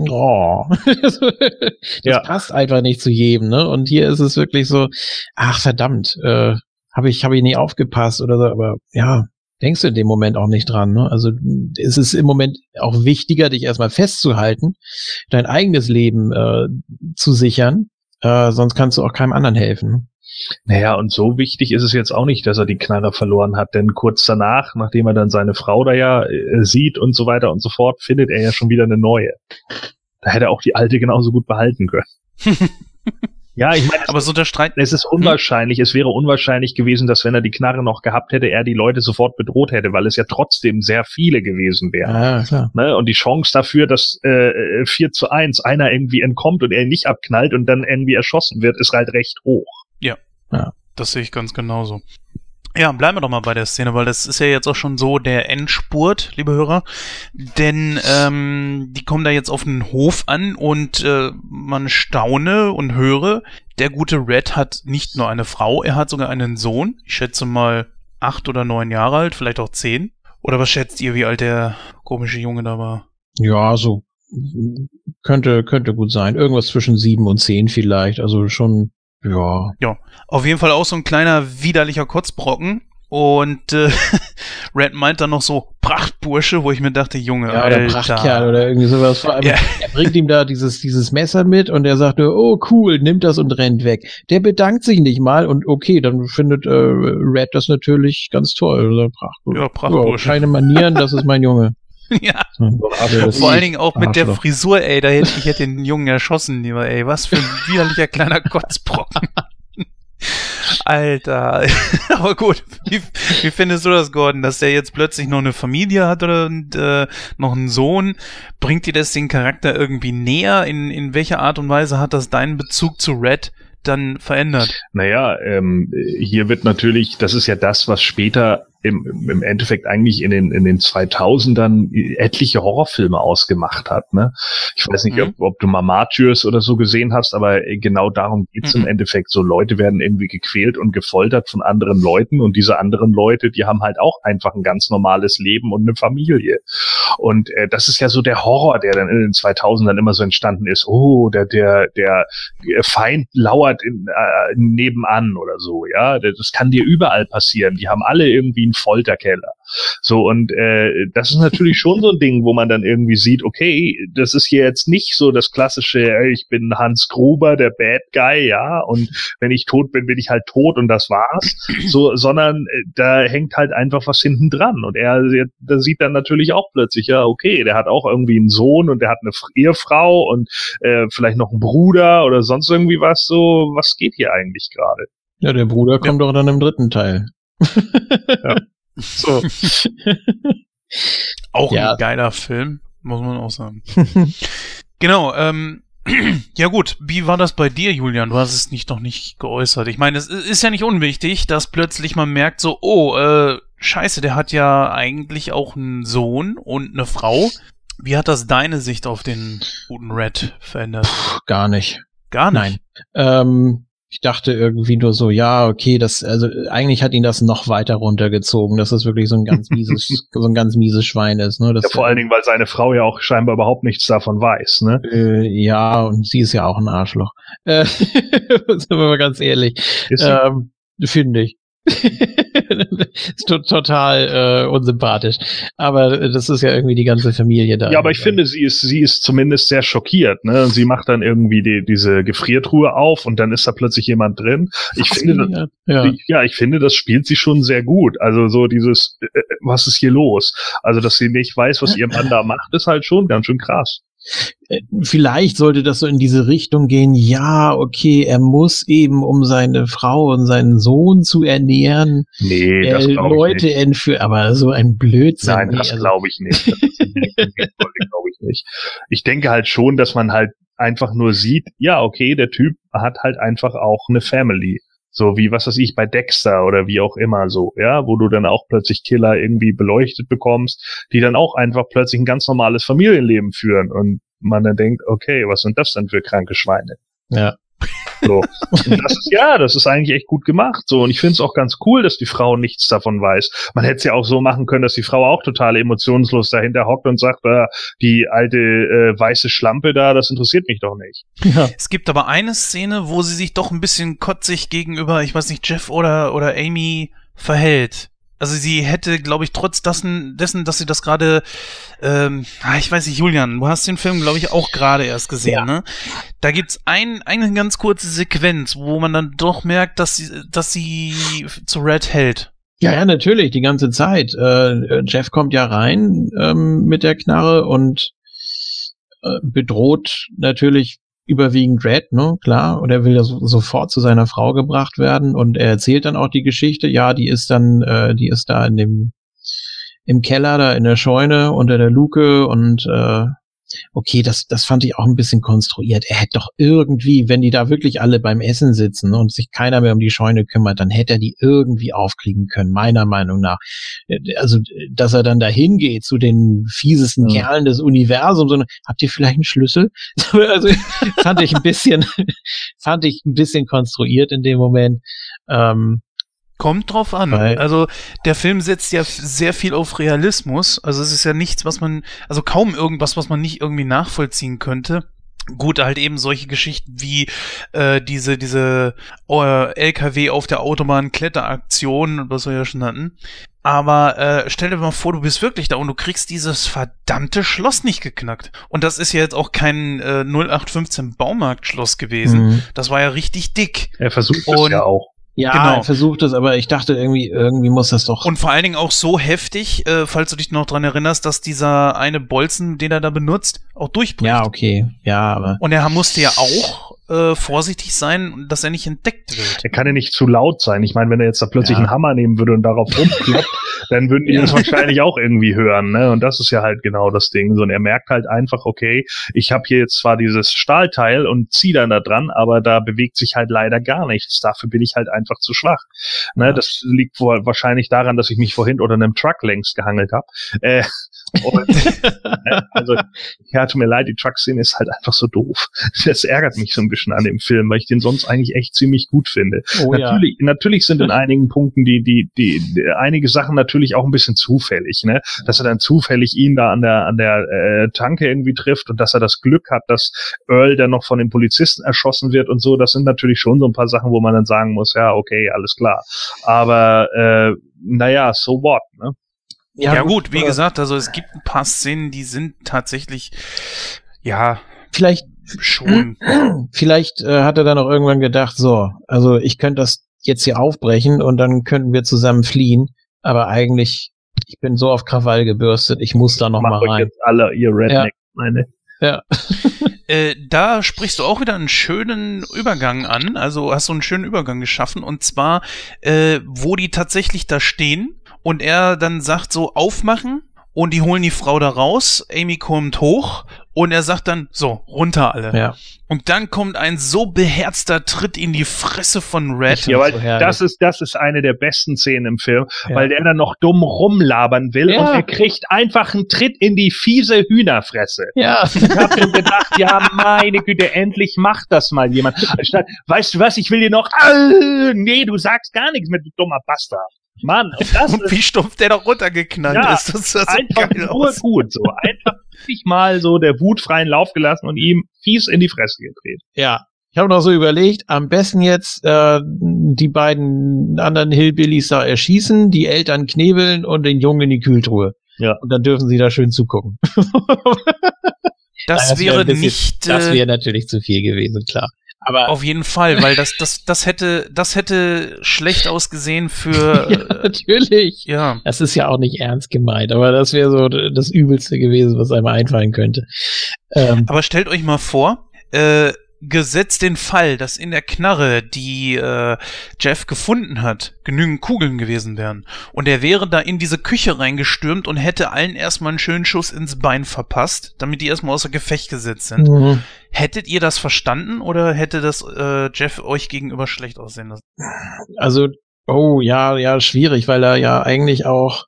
das passt einfach nicht zu jedem, ne? Und hier ist es wirklich so, ach verdammt, hab ich nie aufgepasst oder so, aber ja, denkst du in dem Moment auch nicht dran, ne? Also es ist im Moment auch wichtiger, dich erstmal festzuhalten, dein eigenes Leben zu sichern, sonst kannst du auch keinem anderen helfen. Naja, und so wichtig ist es jetzt auch nicht, dass er die Knarre verloren hat, denn kurz danach, nachdem er dann seine Frau da ja sieht und so weiter und so fort, findet er ja schon wieder eine neue. Da hätte er auch die alte genauso gut behalten können. Ja, ich meine, aber so unterstreicht. Es ist unwahrscheinlich, es wäre unwahrscheinlich gewesen, dass wenn er die Knarre noch gehabt hätte, er die Leute sofort bedroht hätte, weil es ja trotzdem sehr viele gewesen wären. Ja, klar. Ne? Und die Chance dafür, dass 4:1 einer irgendwie entkommt und er ihn nicht abknallt und dann irgendwie erschossen wird, ist halt recht hoch. Ja. Das sehe ich ganz genauso. Ja, bleiben wir doch mal bei der Szene, weil das ist ja jetzt auch schon so der Endspurt, liebe Hörer. Denn die kommen da jetzt auf den Hof an und man staune und höre, der gute Red hat nicht nur eine Frau, er hat sogar einen Sohn. Ich schätze mal 8 oder 9 Jahre alt, vielleicht auch 10. Oder was schätzt ihr, wie alt der komische Junge da war? Ja, so könnte gut sein. Irgendwas zwischen 7 und 10 vielleicht. Also schon, ja. Ja, auf jeden Fall auch so ein kleiner widerlicher Kotzbrocken. Und Red meint dann noch so, Prachtbursche, wo ich mir dachte, Junge, Ja, Alter. oder Prachtkerl oder irgendwie sowas. Vor allem, Ja. er bringt ihm da dieses Messer mit und er sagt nur, oh cool, nimmt das und rennt weg. Der bedankt sich nicht mal und okay, dann findet Red das natürlich ganz toll. Oder Prachtbursche. Keine Manieren, das ist mein Junge. Ja, Das vor allen Dingen auch mit der Arschloch. Frisur, ey, ich hätte den Jungen erschossen, lieber, ey, was für ein widerlicher kleiner Kotzbrocken. Alter, aber gut, wie findest du das, Gordon, dass der jetzt plötzlich noch eine Familie hat oder noch einen Sohn? Bringt dir das den Charakter irgendwie näher? In welcher Art und Weise hat das deinen Bezug zu Red dann verändert? Naja, hier wird natürlich, das ist ja das, was später im Endeffekt eigentlich in den 2000ern etliche Horrorfilme ausgemacht hat, ne? Ich weiß nicht, ob du mal Martyrs oder so gesehen hast, aber genau darum geht's im Endeffekt. So Leute werden irgendwie gequält und gefoltert von anderen Leuten und diese anderen Leute, die haben halt auch einfach ein ganz normales Leben und eine Familie. Und das ist ja so der Horror, der dann in den 2000ern immer so entstanden ist. Oh, der Feind lauert nebenan oder so, ja? Das kann dir überall passieren. Die haben alle irgendwie einen Folterkeller. So, und das ist natürlich schon so ein Ding, wo man dann irgendwie sieht, okay, das ist hier jetzt nicht so das klassische, ich bin Hans Gruber, der Bad Guy, ja, und wenn ich tot bin, bin ich halt tot und das war's. So, sondern da hängt halt einfach was hinten dran. Und da sieht dann natürlich auch plötzlich, ja, okay, der hat auch irgendwie einen Sohn und der hat eine Ehefrau und vielleicht noch einen Bruder oder sonst irgendwie was. So, was geht hier eigentlich gerade? Ja, der Bruder kommt doch dann im 3. Teil. Ja. So. Auch Ja. ein geiler Film, muss man auch sagen. Genau, ja gut, wie war das bei dir, Julian? Du hast es noch nicht geäußert. Ich meine, es ist ja nicht unwichtig, dass plötzlich man merkt so, scheiße, der hat ja eigentlich auch einen Sohn und eine Frau. Wie hat das deine Sicht auf den guten Red verändert? Gar nicht. Gar nicht? Nein. Ich dachte irgendwie nur so, ja, okay, also eigentlich hat ihn das noch weiter runtergezogen, dass das wirklich so ein ganz mieses Schwein ist, ne? Ja, vor allen Dingen, weil seine Frau ja auch scheinbar überhaupt nichts davon weiß, ne? Ja, und sie ist ja auch ein Arschloch. Sind wir mal ganz ehrlich. Finde ich. Ist total unsympathisch. Aber das ist ja irgendwie die ganze Familie da. Ja, aber ich finde, sie ist zumindest sehr schockiert, ne? Und sie macht dann irgendwie diese Gefriertruhe auf und dann ist da plötzlich jemand drin. Ich finde, das spielt sie schon sehr gut. Also so dieses, was ist hier los? Also, dass sie nicht weiß, was ihr Mann da macht, ist halt schon ganz schön krass. Vielleicht sollte das so in diese Richtung gehen, ja, okay, er muss eben, um seine Frau und seinen Sohn zu ernähren, das glaube ich Leute entführen, aber so ein Blödsinn. Nein, das glaube ich nicht. Das glaube ich nicht. Ich denke halt schon, dass man halt einfach nur sieht, ja, okay, der Typ hat halt einfach auch eine Family. So wie, was weiß ich, bei Dexter oder wie auch immer so, ja, wo du dann auch plötzlich Killer irgendwie beleuchtet bekommst, die dann auch einfach plötzlich ein ganz normales Familienleben führen und man dann denkt, okay, was sind das denn für kranke Schweine? Ja. So. Und das ist eigentlich echt gut gemacht. So. Und ich finde es auch ganz cool, dass die Frau nichts davon weiß. Man hätte es ja auch so machen können, dass die Frau auch total emotionslos dahinter hockt und sagt, die alte weiße Schlampe da, das interessiert mich doch nicht. Ja. Es gibt aber eine Szene, wo sie sich doch ein bisschen kotzig gegenüber, ich weiß nicht, Jeff oder Amy verhält. Also sie hätte, glaube ich, trotz dessen, dass sie das gerade, ich weiß nicht, Julian, du hast den Film, glaube ich, auch gerade erst gesehen, ja. Ne? Da gibt's eine ganz kurze Sequenz, wo man dann doch merkt, dass sie zu Red hält. Ja, natürlich, die ganze Zeit. Jeff kommt ja rein mit der Knarre und bedroht natürlich überwiegend Red, ne, klar, und er will ja sofort zu seiner Frau gebracht werden und er erzählt dann auch die Geschichte, ja, die ist da im Keller, da in der Scheune, unter der Luke und okay, das fand ich auch ein bisschen konstruiert. Er hätte doch irgendwie, wenn die da wirklich alle beim Essen sitzen und sich keiner mehr um die Scheune kümmert, dann hätte er die irgendwie aufkriegen können, meiner Meinung nach. Also, dass er dann da hingeht zu den fiesesten Kerlen des Universums und habt ihr vielleicht einen Schlüssel? Also, fand ich ein bisschen konstruiert in dem Moment. Kommt drauf an. Also der Film setzt ja sehr viel auf Realismus. Also es ist ja nichts, also kaum irgendwas, was man nicht irgendwie nachvollziehen könnte. Gut, halt eben solche Geschichten wie diese LKW auf der Autobahn Kletteraktion, was wir ja schon hatten. Aber stell dir mal vor, du bist wirklich da und du kriegst dieses verdammte Schloss nicht geknackt. Und das ist ja jetzt auch kein 0815 Baumarktschloss gewesen. Das war ja richtig dick. Er versucht es ja auch. Ja, genau. Er versucht es, aber ich dachte irgendwie muss das doch. Und vor allen Dingen auch so heftig, falls du dich noch dran erinnerst, dass dieser eine Bolzen, den er da benutzt, auch durchbricht. Ja, okay. Ja, aber. Und er musste ja auch vorsichtig sein, dass er nicht entdeckt wird. Er kann ja nicht zu laut sein. Ich meine, wenn er jetzt da plötzlich einen Hammer nehmen würde und darauf rumkloppt, dann würden die das wahrscheinlich auch irgendwie hören, ne? Und das ist ja halt genau das Ding. So, und er merkt halt einfach, okay, ich habe hier jetzt zwar dieses Stahlteil und ziehe dann da dran, aber da bewegt sich halt leider gar nichts. Dafür bin ich halt einfach zu schwach. Ne? Das liegt wohl wahrscheinlich daran, dass ich mich vorhin unter einem Truck längs gehangelt habe. Also, ja, tut mir leid, die Truck-Szene ist halt einfach so doof. Das ärgert mich so ein bisschen an dem Film, weil ich den sonst eigentlich echt ziemlich gut finde. Oh, natürlich sind in einigen Punkten die einige Sachen natürlich auch ein bisschen zufällig, ne? Dass er dann zufällig ihn da an der Tanke irgendwie trifft und dass er das Glück hat, dass Earl dann noch von den Polizisten erschossen wird und so. Das sind natürlich schon so ein paar Sachen, wo man dann sagen muss, ja, okay, alles klar. Aber naja, so what, ne? Ja gut, wie gesagt, also es gibt ein paar Szenen, die sind tatsächlich, ja, vielleicht schon. Vielleicht hat er dann auch irgendwann gedacht, so, also ich könnte das jetzt hier aufbrechen und dann könnten wir zusammen fliehen, aber eigentlich, ich bin so auf Krawall gebürstet, ich muss da noch mal rein. Jetzt alle ihr Redneck, meine. Ja. Da sprichst du auch wieder einen schönen Übergang an, also hast du einen schönen Übergang geschaffen und zwar, wo die tatsächlich da stehen und er dann sagt so, aufmachen und die holen die Frau da raus, Amy kommt hoch und er sagt dann, so, runter alle. Ja. Und dann kommt ein so beherzter Tritt in die Fresse von Red. Ja, weil das ist eine der besten Szenen im Film, weil der dann noch dumm rumlabern will und er kriegt einfach einen Tritt in die fiese Hühnerfresse. Ja. Ich hab mir gedacht, ja, meine Güte, endlich macht das mal jemand. Statt, weißt du was, ich will dir noch, nee, du sagst gar nichts mit, du dummer Bastard. Mann, und wie stumpf der da runtergeknallt ist. Das sah so einfach geil nur aus. gut, so. Einfach sich mal so der Wut freien Lauf gelassen und ihm fies in die Fresse gedreht. Ja. Ich habe noch so überlegt, am besten jetzt die beiden anderen Hillbillies da erschießen, die Eltern knebeln und den Jungen in die Kühltruhe. Ja. Und dann dürfen sie da schön zugucken. Das wäre nicht... Das wäre natürlich zu viel gewesen, klar. Aber auf jeden Fall, weil das hätte schlecht ausgesehen für... ja, natürlich. Ja. Das ist ja auch nicht ernst gemeint, aber das wäre so das Übelste gewesen, was einem einfallen könnte. Aber stellt euch mal vor, gesetzt den Fall, dass in der Knarre, die Jeff gefunden hat, genügend Kugeln gewesen wären. Und er wäre da in diese Küche reingestürmt und hätte allen erstmal einen schönen Schuss ins Bein verpasst, damit die erstmal außer Gefecht gesetzt sind. Mhm. Hättet ihr das verstanden oder hätte das Jeff euch gegenüber schlecht aussehen lassen? Also, ja, schwierig, weil er ja eigentlich auch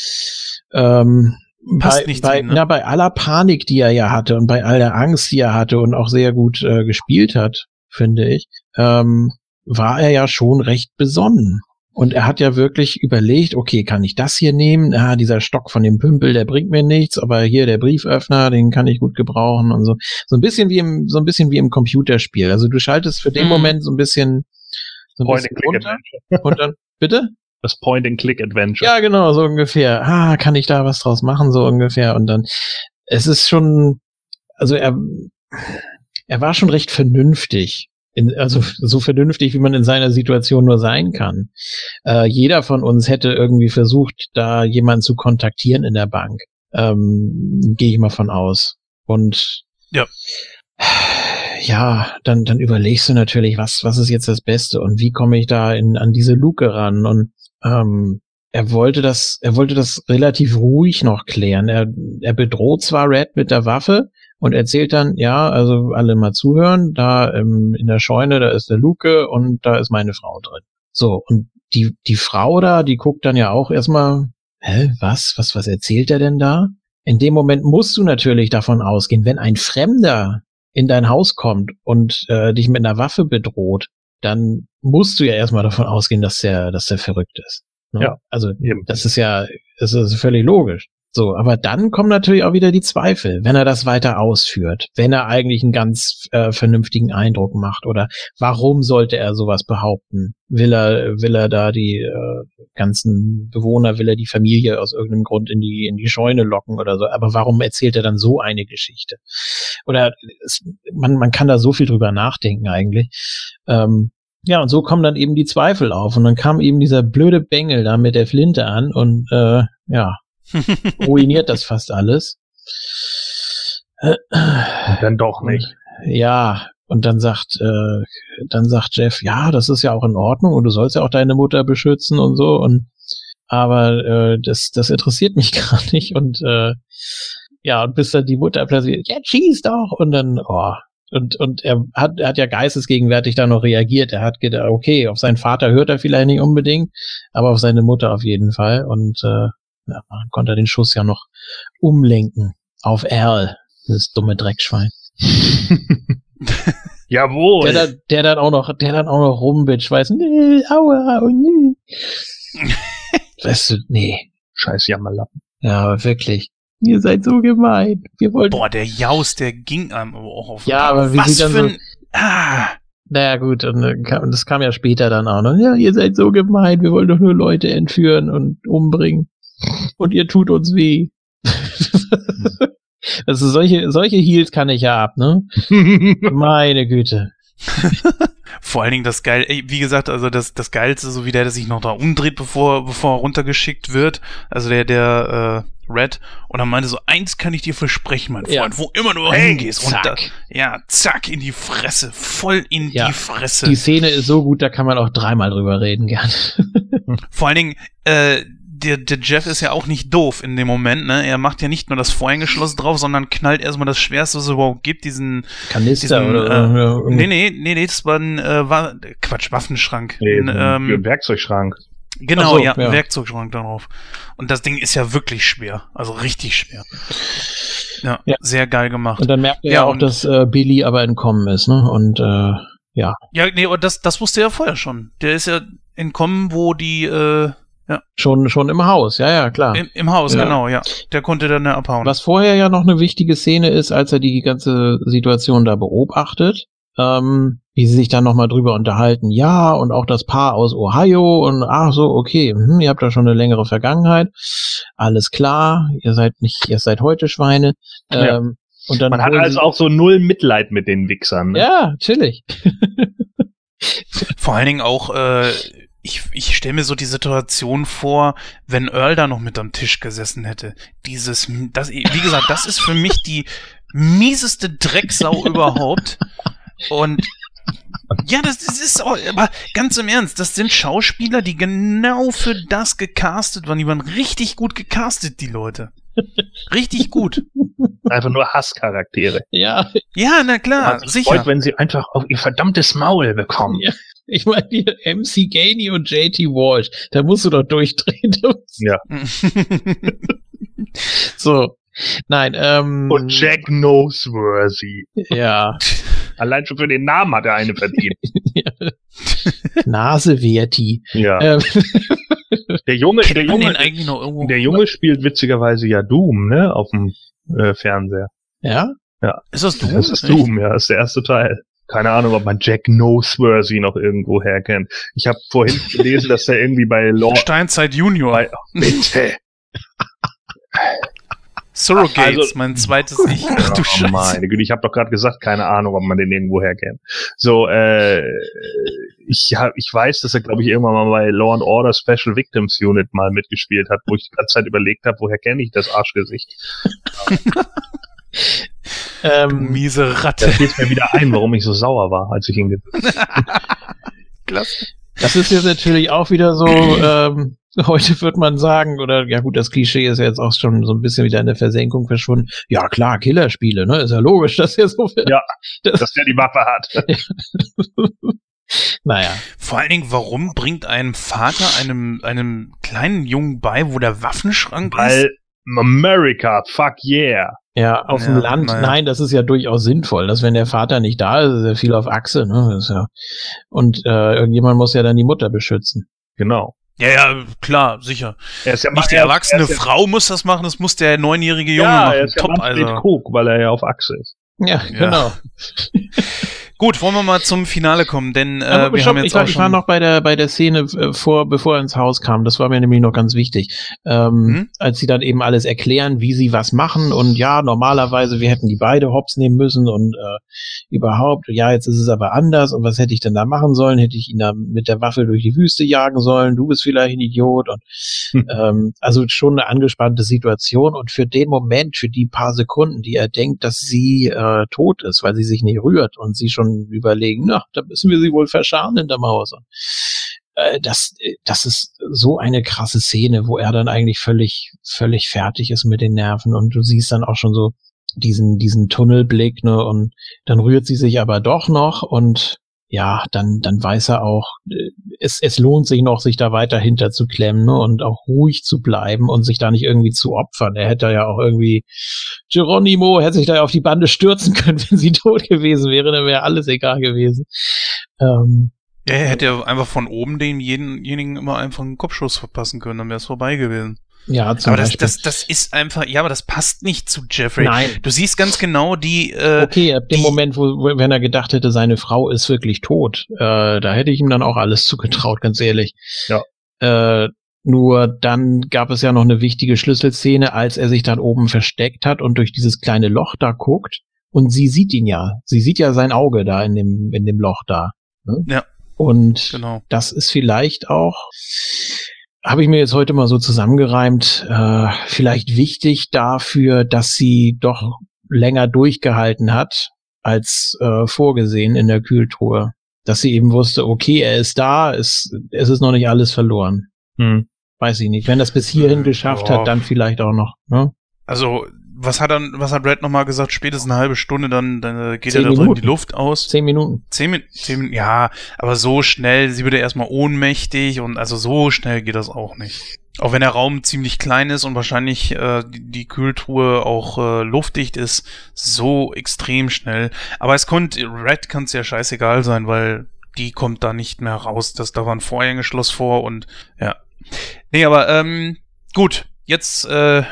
Passt nicht zu ihm, ne? bei aller Panik, die er ja hatte und bei all der Angst, die er hatte und auch sehr gut gespielt hat, finde ich, war er ja schon recht besonnen. Und er hat ja wirklich überlegt, okay, kann ich das hier nehmen? Ah, dieser Stock von dem Pümpel, der bringt mir nichts, aber hier der Brieföffner, den kann ich gut gebrauchen und so. So ein bisschen wie im Computerspiel. Also du schaltest für den Moment so ein bisschen runter und dann, bitte? Das Point-and-Click-Adventure. Ja, genau, so ungefähr. Kann ich da was draus machen, so ungefähr. Und dann, es ist schon, also er war schon recht vernünftig. Also so vernünftig, wie man in seiner Situation nur sein kann. Jeder von uns hätte irgendwie versucht, da jemanden zu kontaktieren in der Bank. Gehe ich mal von aus. Und ja, dann überlegst du natürlich, was ist jetzt das Beste und wie komme ich da an diese Luke ran? Und er wollte das relativ ruhig noch klären. Er bedroht zwar Red mit der Waffe und erzählt dann, ja, also alle mal zuhören, da in der Scheune, da ist der Luke und da ist meine Frau drin. So, und die Frau da, die guckt dann ja auch erstmal, was erzählt er denn da? In dem Moment musst du natürlich davon ausgehen, wenn ein Fremder in dein Haus kommt und dich mit einer Waffe bedroht, dann musst du ja erstmal davon ausgehen, dass der verrückt ist. Ne? Ja. Also eben. Das ist völlig logisch. So, aber dann kommen natürlich auch wieder die Zweifel, wenn er das weiter ausführt, wenn er eigentlich einen ganz vernünftigen Eindruck macht, oder warum sollte er sowas behaupten? Will er da die ganzen Bewohner, will er die Familie aus irgendeinem Grund in die Scheune locken oder so? Aber warum erzählt er dann so eine Geschichte? Oder man kann da so viel drüber nachdenken eigentlich. Ja, und so kommen dann eben die Zweifel auf. Und dann kam eben dieser blöde Bengel da mit der Flinte an und ruiniert das fast alles. Und dann doch nicht. Ja, und dann sagt Jeff, ja, das ist ja auch in Ordnung und du sollst ja auch deine Mutter beschützen und so. Aber das interessiert mich gar nicht. Und und bis dann die Mutter plötzlich, ja, schieß doch. Und dann, Und er hat ja geistesgegenwärtig da noch reagiert. Er hat gedacht, okay, auf seinen Vater hört er vielleicht nicht unbedingt, aber auf seine Mutter auf jeden Fall. Und dann konnte er den Schuss ja noch umlenken auf Al, das dumme Dreckschwein. Jawohl. Der dann auch noch rumbitschweißt. Aua, oh nee. Weißt du, nee. Scheiß Jammerlappen. Ja, aber wirklich. Ihr seid so gemein. Boah, der Jaus, der ging einem auch auf. Ja, aber wie was sie dann für so... Naja gut, und das kam ja später dann auch noch. Ja, ihr seid so gemein, wir wollen doch nur Leute entführen und umbringen. Und ihr tut uns weh. Also solche Heels kann ich ja ab, ne? Meine Güte. Vor allen Dingen das Geil, wie gesagt, also das Geilste, so wie der sich noch da umdreht, bevor er runtergeschickt wird, also der Red, und dann meinte so, eins kann ich dir versprechen, mein Freund, wo immer du hingehst, zack. Und zack, in die Fresse, voll in die Fresse. Die Szene ist so gut, da kann man auch dreimal drüber reden, gern. Vor allen Dingen, der Jeff ist ja auch nicht doof in dem Moment, ne? Er macht ja nicht nur das Vorhängeschloss drauf, sondern knallt erstmal das Schwerste, was es überhaupt gibt, diesen Kanister Nee, das war ein Waffenschrank. Nee, ein Werkzeugschrank. Genau, ein Werkzeugschrank darauf. Und das Ding ist ja wirklich schwer, also richtig schwer. Ja, sehr geil gemacht. Und dann merkt er ja auch, dass Billy aber entkommen ist, ne? Und ja. Ja, nee, und das wusste er vorher schon. Der ist ja entkommen, wo die Schon im Haus, ja, klar. Im Haus, genau, ja. Der konnte dann abhauen. Was vorher ja noch eine wichtige Szene ist, als er die ganze Situation da beobachtet, wie sie sich dann nochmal drüber unterhalten, ja, und auch das Paar aus Ohio und ach so, okay, ihr habt da schon eine längere Vergangenheit, alles klar, ihr seid heute Schweine. Und dann man hat also auch so null Mitleid mit den Wichsern. Ne? Ja, natürlich. Vor allen Dingen auch, ich stelle mir so die Situation vor, wenn Earl da noch mit am Tisch gesessen hätte. Wie gesagt, das ist für mich die mieseste Drecksau überhaupt. Und ja, das ist auch, aber ganz im Ernst, das sind Schauspieler, die genau für das gecastet waren. Die waren richtig gut gecastet, die Leute. Richtig gut. Einfach nur Hasscharaktere. Ja, na klar, sicher. Freut, wenn sie einfach auf ihr verdammtes Maul bekommen. Ja. Ich meine, hier MC Gainey und JT Walsh, da musst du doch durchdrehen. Ja. So, nein, und Jack Noseworthy. Ja. Allein schon für den Namen hat er eine verdient. Nasewerti. Ja. Der Junge spielt witzigerweise ja Doom, ne, auf dem Fernseher. Ja? Ja. Ist das Doom? Das ist Doom, ja, das ist der erste Teil. Keine Ahnung, ob man Jack Noseworthy noch irgendwo herkennt. Ich habe vorhin gelesen, dass der irgendwie bei Lord Steinzeit Junior. Bitte. Surrogates, mein zweites Ich. Ach du Scheiße. Meine Güte, ich habe doch gerade gesagt, keine Ahnung, ob man den irgendwo herkennt. So, ich weiß, dass er, glaube ich, irgendwann mal bei Law & Order Special Victims Unit mal mitgespielt hat, wo ich die ganze Zeit überlegt habe, woher kenne ich das Arschgesicht. Du miese Ratte. Da geht's mir wieder ein, warum ich so sauer war, als ich ihn Klasse. Das ist jetzt natürlich auch wieder so, heute wird man sagen, oder ja gut, das Klischee ist ja jetzt auch schon so ein bisschen wieder in der Versenkung verschwunden. Ja klar, Killerspiele, ne? Ist ja logisch, dass er so wird. Ja, dass der die Waffe hat. Naja. Vor allen Dingen, warum bringt einem Vater einem kleinen Jungen bei, wo der Waffenschrank ist? Weil America, fuck yeah. Ja, auf dem Land, nein, das ist ja durchaus sinnvoll, dass wenn der Vater nicht da ist, ist ja viel auf Achse, ne? Das ist ja, und irgendjemand muss ja dann die Mutter beschützen. Genau. Ja, klar, sicher. Er ist ja nicht die erwachsene Frau muss das machen, das muss der 9-jährige Junge machen. Er ist ja Manfred Krug, weil er ja auf Achse ist. Ja, genau. Gut, wollen wir mal zum Finale kommen, denn wir haben jetzt ich war noch bei der Szene bevor er ins Haus kam. Das war mir nämlich noch ganz wichtig. Als sie dann eben alles erklären, wie sie was machen und ja, normalerweise, wir hätten die beide hops nehmen müssen und überhaupt, ja, jetzt ist es aber anders und was hätte ich denn da machen sollen? Hätte ich ihn da mit der Waffe durch die Wüste jagen sollen? Du bist vielleicht ein Idiot und also schon eine angespannte Situation und für den Moment, für die paar Sekunden, die er denkt, dass sie tot ist, weil sie sich nicht rührt und sie schon überlegen, na, da müssen wir sie wohl verscharren hinterm Haus. Das ist so eine krasse Szene, wo er dann eigentlich völlig fertig ist mit den Nerven und du siehst dann auch schon so diesen Tunnelblick, ne, und dann rührt sie sich aber doch noch und ja, dann weiß er auch, es lohnt sich noch, sich da weiter hinter zu klemmen, ne, und auch ruhig zu bleiben und sich da nicht irgendwie zu opfern. Er hätte ja auch irgendwie, Geronimo hätte sich da ja auf die Bande stürzen können, wenn sie tot gewesen wäre, dann wäre alles egal gewesen. Ja, er hätte ja einfach von oben denjenigen immer einfach einen Kopfschuss verpassen können, dann wäre es vorbei gewesen. Ja, aber das ist einfach, ja, aber das passt nicht zu Jeffrey. Nein. Du siehst ganz genau okay, ab dem Moment, wenn er gedacht hätte, seine Frau ist wirklich tot, da hätte ich ihm dann auch alles zugetraut, ganz ehrlich. Ja. Nur dann gab es ja noch eine wichtige Schlüsselszene, als er sich dann oben versteckt hat und durch dieses kleine Loch da guckt und sie sieht ihn ja. Sie sieht ja sein Auge da in dem Loch da. Ne? Ja. Und genau. Das ist vielleicht auch, habe ich mir jetzt heute mal so zusammengereimt, vielleicht wichtig dafür, dass sie doch länger durchgehalten hat als vorgesehen in der Kühltruhe. Dass sie eben wusste, okay, er ist da, es ist noch nicht alles verloren. Weiß ich nicht. Wenn das bis hierhin geschafft hat, dann vielleicht auch noch. Ne? Also, was hat Red nochmal gesagt? Spätestens eine halbe Stunde, dann geht er da drin die Luft aus. 10 Minuten. 10 Minuten, ja, aber so schnell, sie wird ja erstmal ohnmächtig und also so schnell geht das auch nicht. Auch wenn der Raum ziemlich klein ist und wahrscheinlich die Kühltruhe auch luftdicht ist, so extrem schnell. Aber Red kann es ja scheißegal sein, weil die kommt da nicht mehr raus. Da war ein Vorhängeschloss vor und ja. Nee, aber gut, jetzt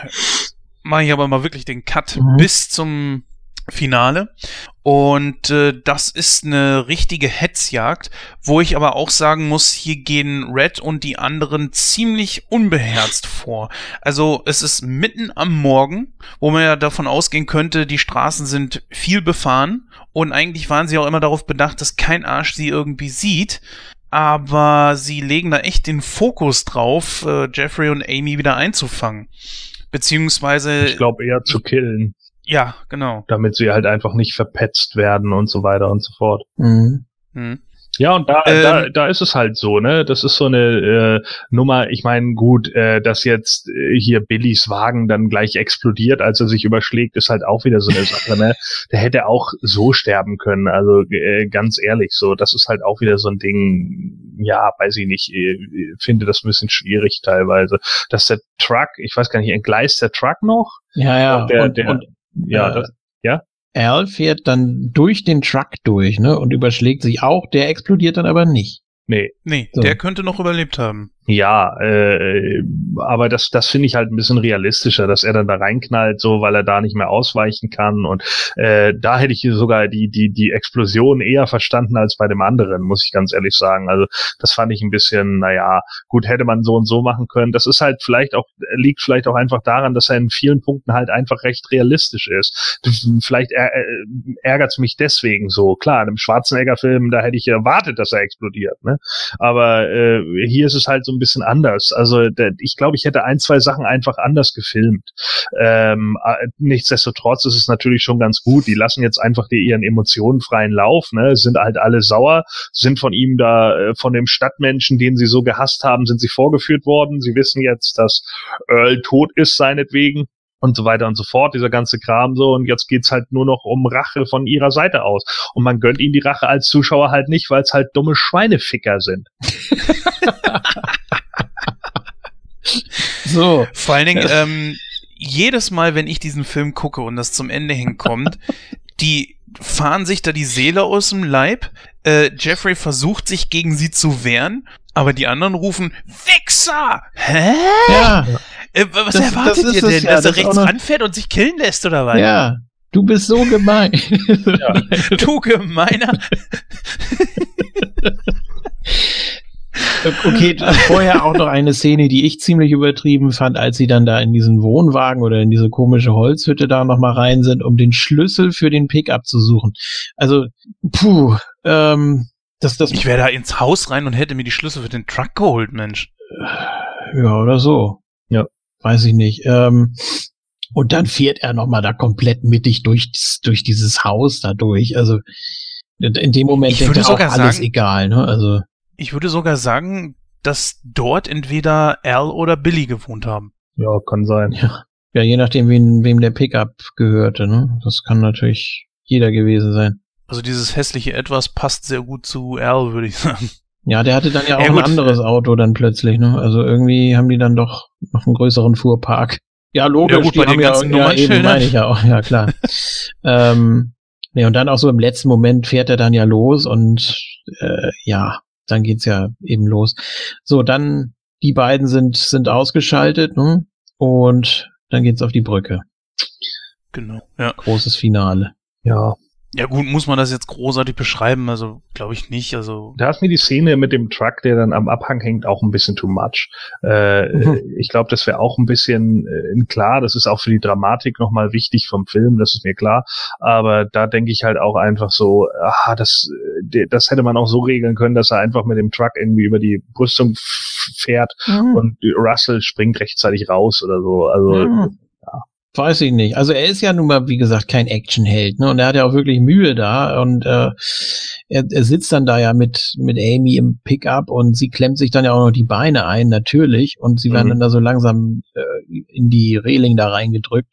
mache ich aber mal wirklich den Cut bis zum Finale. Und das ist eine richtige Hetzjagd, wo ich aber auch sagen muss, hier gehen Red und die anderen ziemlich unbeherzt vor. Also es ist mitten am Morgen, wo man ja davon ausgehen könnte, die Straßen sind viel befahren und eigentlich waren sie auch immer darauf bedacht, dass kein Arsch sie irgendwie sieht. Aber sie legen da echt den Fokus drauf, Jeffrey und Amy wieder einzufangen. Beziehungsweise... Ich glaube eher zu killen. Ja, genau. Damit sie halt einfach nicht verpetzt werden und so weiter und so fort. Mhm. Ja, und da ist es halt so, ne? Das ist so eine Nummer, ich meine, gut, dass jetzt hier Billys Wagen dann gleich explodiert, als er sich überschlägt, ist halt auch wieder so eine Sache, ne? Der hätte auch so sterben können, also ganz ehrlich, so, das ist halt auch wieder so ein Ding, ja, weiß ich nicht, finde das ein bisschen schwierig teilweise. Dass der Truck, ich weiß gar nicht, entgleist der Truck noch? Ja, ja. Al fährt dann durch den Truck durch, ne, und überschlägt sich auch, der explodiert dann aber nicht. Nee, so. Der könnte noch überlebt haben. Ja, aber das finde ich halt ein bisschen realistischer, dass er dann da reinknallt, so, weil er da nicht mehr ausweichen kann und da hätte ich sogar die Explosion eher verstanden als bei dem anderen, muss ich ganz ehrlich sagen. Also das fand ich ein bisschen, naja, gut, hätte man so und so machen können. Das ist halt liegt vielleicht auch einfach daran, dass er in vielen Punkten halt einfach recht realistisch ist. Vielleicht ärgert's mich deswegen so. Klar, in einem Schwarzenegger-Film, da hätte ich erwartet, dass er explodiert, ne? Aber hier ist es halt so ein bisschen anders. Also ich glaube, ich hätte 1, 2 Sachen einfach anders gefilmt. Nichtsdestotrotz ist es natürlich schon ganz gut. Die lassen jetzt einfach ihren Emotionen freien Lauf, ne? Sind halt alle sauer, sind von ihm da, von dem Stadtmenschen, den sie so gehasst haben, sind sie vorgeführt worden. Sie wissen jetzt, dass Earl tot ist seinetwegen. Und so weiter und so fort, dieser ganze Kram so, und jetzt geht's halt nur noch um Rache von ihrer Seite aus. Und man gönnt ihnen die Rache als Zuschauer halt nicht, weil es halt dumme Schweineficker sind. So. Vor allen Dingen, jedes Mal, wenn ich diesen Film gucke und das zum Ende hinkommt, die fahren sich da die Seele aus dem Leib, Jeffrey versucht sich gegen sie zu wehren, aber die anderen rufen, Wichser! Hä? Ja. Was erwartet ihr denn? Dass er rechts ranfährt und sich killen lässt, oder was? Ja, du bist so gemein. Ja. Du Gemeiner. Okay, vorher auch noch eine Szene, die ich ziemlich übertrieben fand, als sie dann da in diesen Wohnwagen oder in diese komische Holzhütte da nochmal rein sind, um den Schlüssel für den Pickup zu suchen. Also, ich wäre da ins Haus rein und hätte mir die Schlüssel für den Truck geholt, Mensch. Ja, oder so. Ja. Weiß ich nicht. Und dann fährt er nochmal da komplett mittig durch dieses Haus da durch. Also in dem Moment denkt er auch alles sagen, egal. Ne? Also ich würde sogar sagen, dass dort entweder Al oder Billy gewohnt haben. Ja, kann sein. Ja, je nachdem, wem der Pickup gehörte. Ne? Das kann natürlich jeder gewesen sein. Also dieses hässliche Etwas passt sehr gut zu Al, würde ich sagen. Ja, der hatte dann ja auch ein anderes Auto dann plötzlich, ne? Also irgendwie haben die dann doch noch einen größeren Fuhrpark. Ja, logisch, ja, gut, die haben ja eben, meine ich ja auch, ja klar. Nee, und dann auch so im letzten Moment fährt er dann ja los und dann geht's ja eben los. So, dann die beiden sind ausgeschaltet, ne? Und dann geht's auf die Brücke. Genau, ja. Großes Finale. Ja. Ja gut, muss man das jetzt großartig beschreiben? Also, glaube ich nicht. Also da ist mir die Szene mit dem Truck, der dann am Abhang hängt, auch ein bisschen too much. Ich glaube, das wäre auch ein bisschen klar. Das ist auch für die Dramatik nochmal wichtig vom Film, das ist mir klar. Aber da denke ich halt auch einfach so, das hätte man auch so regeln können, dass er einfach mit dem Truck irgendwie über die Brüstung fährt und Russell springt rechtzeitig raus oder so. Also, ja. Weiß ich nicht. Also er ist ja nun mal, wie gesagt, kein Actionheld, ne? Und er hat ja auch wirklich Mühe da und er sitzt dann da ja mit Amy im Pickup und sie klemmt sich dann ja auch noch die Beine ein, natürlich, und sie werden dann da so langsam in die Reling da reingedrückt.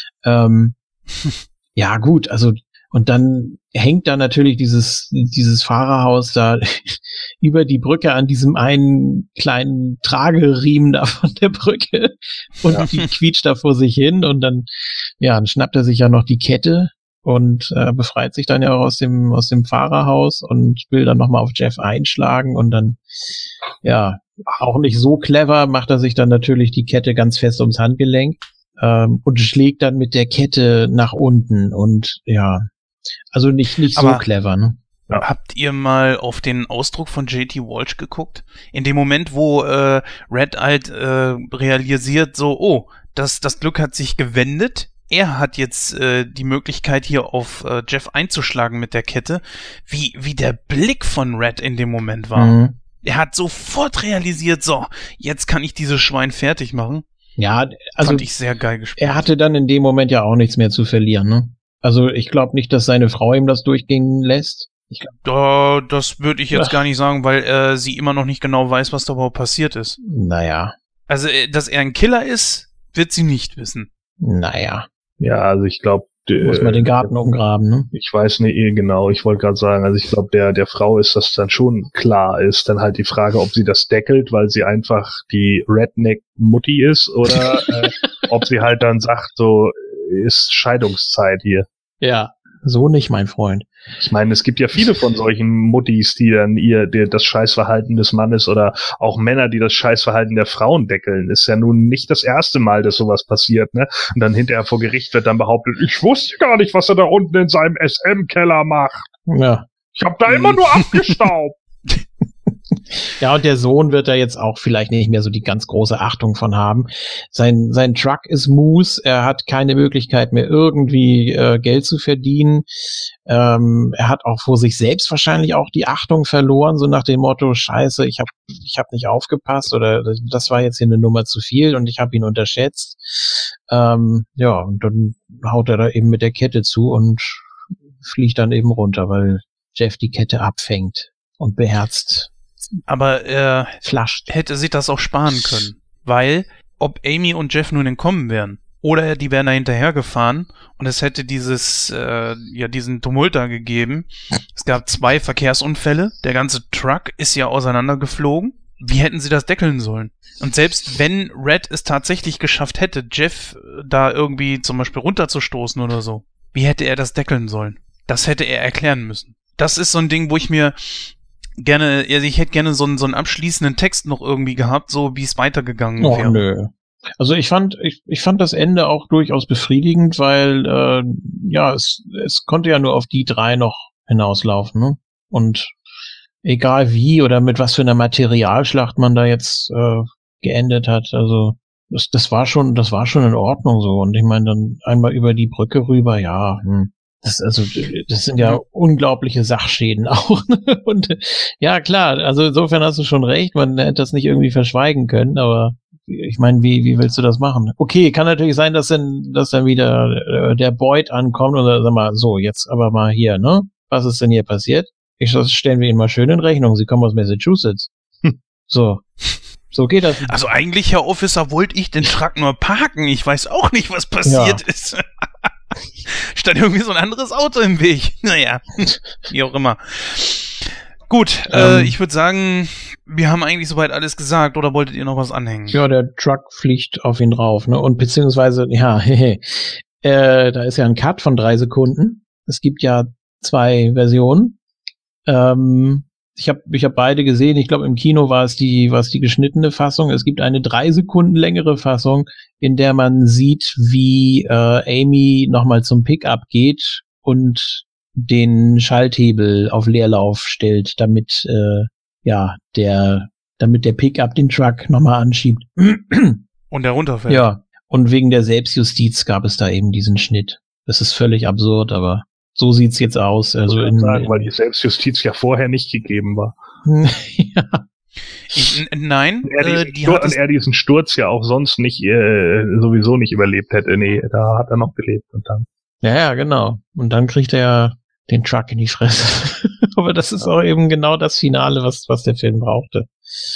Ja gut, also und dann hängt da natürlich dieses Fahrerhaus da über die Brücke an diesem einen kleinen Trageriemen da von der Brücke und die quietscht da vor sich hin und dann schnappt er sich ja noch die Kette und befreit sich dann ja auch aus dem Fahrerhaus und will dann nochmal auf Jeff einschlagen und dann, auch nicht so clever, macht er sich dann natürlich die Kette ganz fest ums Handgelenk und schlägt dann mit der Kette nach unten und also nicht so clever, ne? Ja. Habt ihr mal auf den Ausdruck von J.T. Walsh geguckt? In dem Moment, wo Red halt realisiert, so, das Glück hat sich gewendet. Er hat jetzt die Möglichkeit, hier auf Jeff einzuschlagen mit der Kette. Wie der Blick von Red in dem Moment war. Mhm. Er hat sofort realisiert, so, jetzt kann ich dieses Schwein fertig machen. Ja, also fand ich sehr geil gespielt. Er hatte dann in dem Moment ja auch nichts mehr zu verlieren, ne? Also ich glaube nicht, dass seine Frau ihm das durchgehen lässt. Das würde ich jetzt gar nicht sagen, weil sie immer noch nicht genau weiß, was da überhaupt passiert ist. Naja. Also, dass er ein Killer ist, wird sie nicht wissen. Naja. Ja, also ich glaube... Muss man den Garten umgraben, ne? Ich weiß nicht genau, ich wollte gerade sagen, also ich glaube, der Frau ist das dann schon klar, ist dann halt die Frage, ob sie das deckelt, weil sie einfach die Redneck-Mutti ist oder ob sie halt dann sagt, so ist Scheidungszeit hier. Ja, so nicht, mein Freund. Ich meine, es gibt ja viele von solchen Muttis, die dann das Scheißverhalten des Mannes oder auch Männer, die das Scheißverhalten der Frauen deckeln. Ist ja nun nicht das erste Mal, dass sowas passiert, ne? Und dann hinterher vor Gericht wird dann behauptet, ich wusste gar nicht, was er da unten in seinem SM-Keller macht. Ja. Ich hab da immer nur abgestaubt. Ja, und der Sohn wird da jetzt auch vielleicht nicht mehr so die ganz große Achtung von haben. Sein Truck ist Moose, er hat keine Möglichkeit mehr irgendwie Geld zu verdienen. Er hat auch vor sich selbst wahrscheinlich auch die Achtung verloren, so nach dem Motto, Scheiße, ich hab nicht aufgepasst oder das war jetzt hier eine Nummer zu viel und ich habe ihn unterschätzt. Ja, und dann haut er da eben mit der Kette zu und fliegt dann eben runter, weil Jeff die Kette abfängt und beherzt. Aber er flasht. Hätte sich das auch sparen können, weil ob Amy und Jeff nun entkommen wären oder die wären da hinterhergefahren und es hätte diesen Tumult da gegeben. Es gab 2 Verkehrsunfälle, der ganze Truck ist ja auseinandergeflogen. Wie hätten sie das deckeln sollen? Und selbst wenn Red es tatsächlich geschafft hätte, Jeff da irgendwie zum Beispiel runterzustoßen oder so, wie hätte er das deckeln sollen? Das hätte er erklären müssen. Das ist so ein Ding, wo ich mir ich hätte gerne so einen abschließenden Text noch irgendwie gehabt, so wie es weitergegangen wäre. Nö. Also ich fand das Ende auch durchaus befriedigend, weil es konnte ja nur auf die 3 noch hinauslaufen, ne? Und egal wie oder mit was für einer Materialschlacht man da jetzt geendet hat, also das war schon in Ordnung so. Und ich meine dann einmal über die Brücke rüber, ja. Das sind ja unglaubliche Sachschäden auch. Und ja, klar, also insofern hast du schon recht, man hätte das nicht irgendwie verschweigen können, aber ich meine, wie willst du das machen? Okay, kann natürlich sein, dass dann wieder der Boyd ankommt und sag mal, so, jetzt aber mal hier, ne? Was ist denn hier passiert? Das stellen wir Ihnen mal schön in Rechnung. Sie kommen aus Massachusetts. So geht das. Also eigentlich, Herr Officer, wollte ich den Truck nur parken. Ich weiß auch nicht, was passiert ist. Stand irgendwie so ein anderes Auto im Weg. Naja, wie auch immer. Gut, ich würde sagen, wir haben eigentlich soweit alles gesagt, oder wolltet ihr noch was anhängen? Ja, der Truck fliegt auf ihn drauf, ne? Und beziehungsweise, ja, da ist ja ein Cut von 3 Sekunden. Es gibt ja 2 Versionen. Ich hab beide gesehen. Ich glaube, im Kino war es die geschnittene Fassung. Es gibt eine 3 Sekunden längere Fassung, in der man sieht, wie Amy nochmal zum Pickup geht und den Schalthebel auf Leerlauf stellt, damit der Pickup den Truck nochmal anschiebt. Und der runterfällt. Ja. Und wegen der Selbstjustiz gab es da eben diesen Schnitt. Das ist völlig absurd, aber so sieht's jetzt aus. Also weil die Selbstjustiz ja vorher nicht gegeben war. Ja. Nein, er diesen Sturz ja auch sonst nicht sowieso nicht überlebt hätte. Nee, da hat er noch gelebt und dann. Ja, genau. Und dann kriegt er den Truck in die Fresse. Aber das ist auch eben genau das Finale, was der Film brauchte.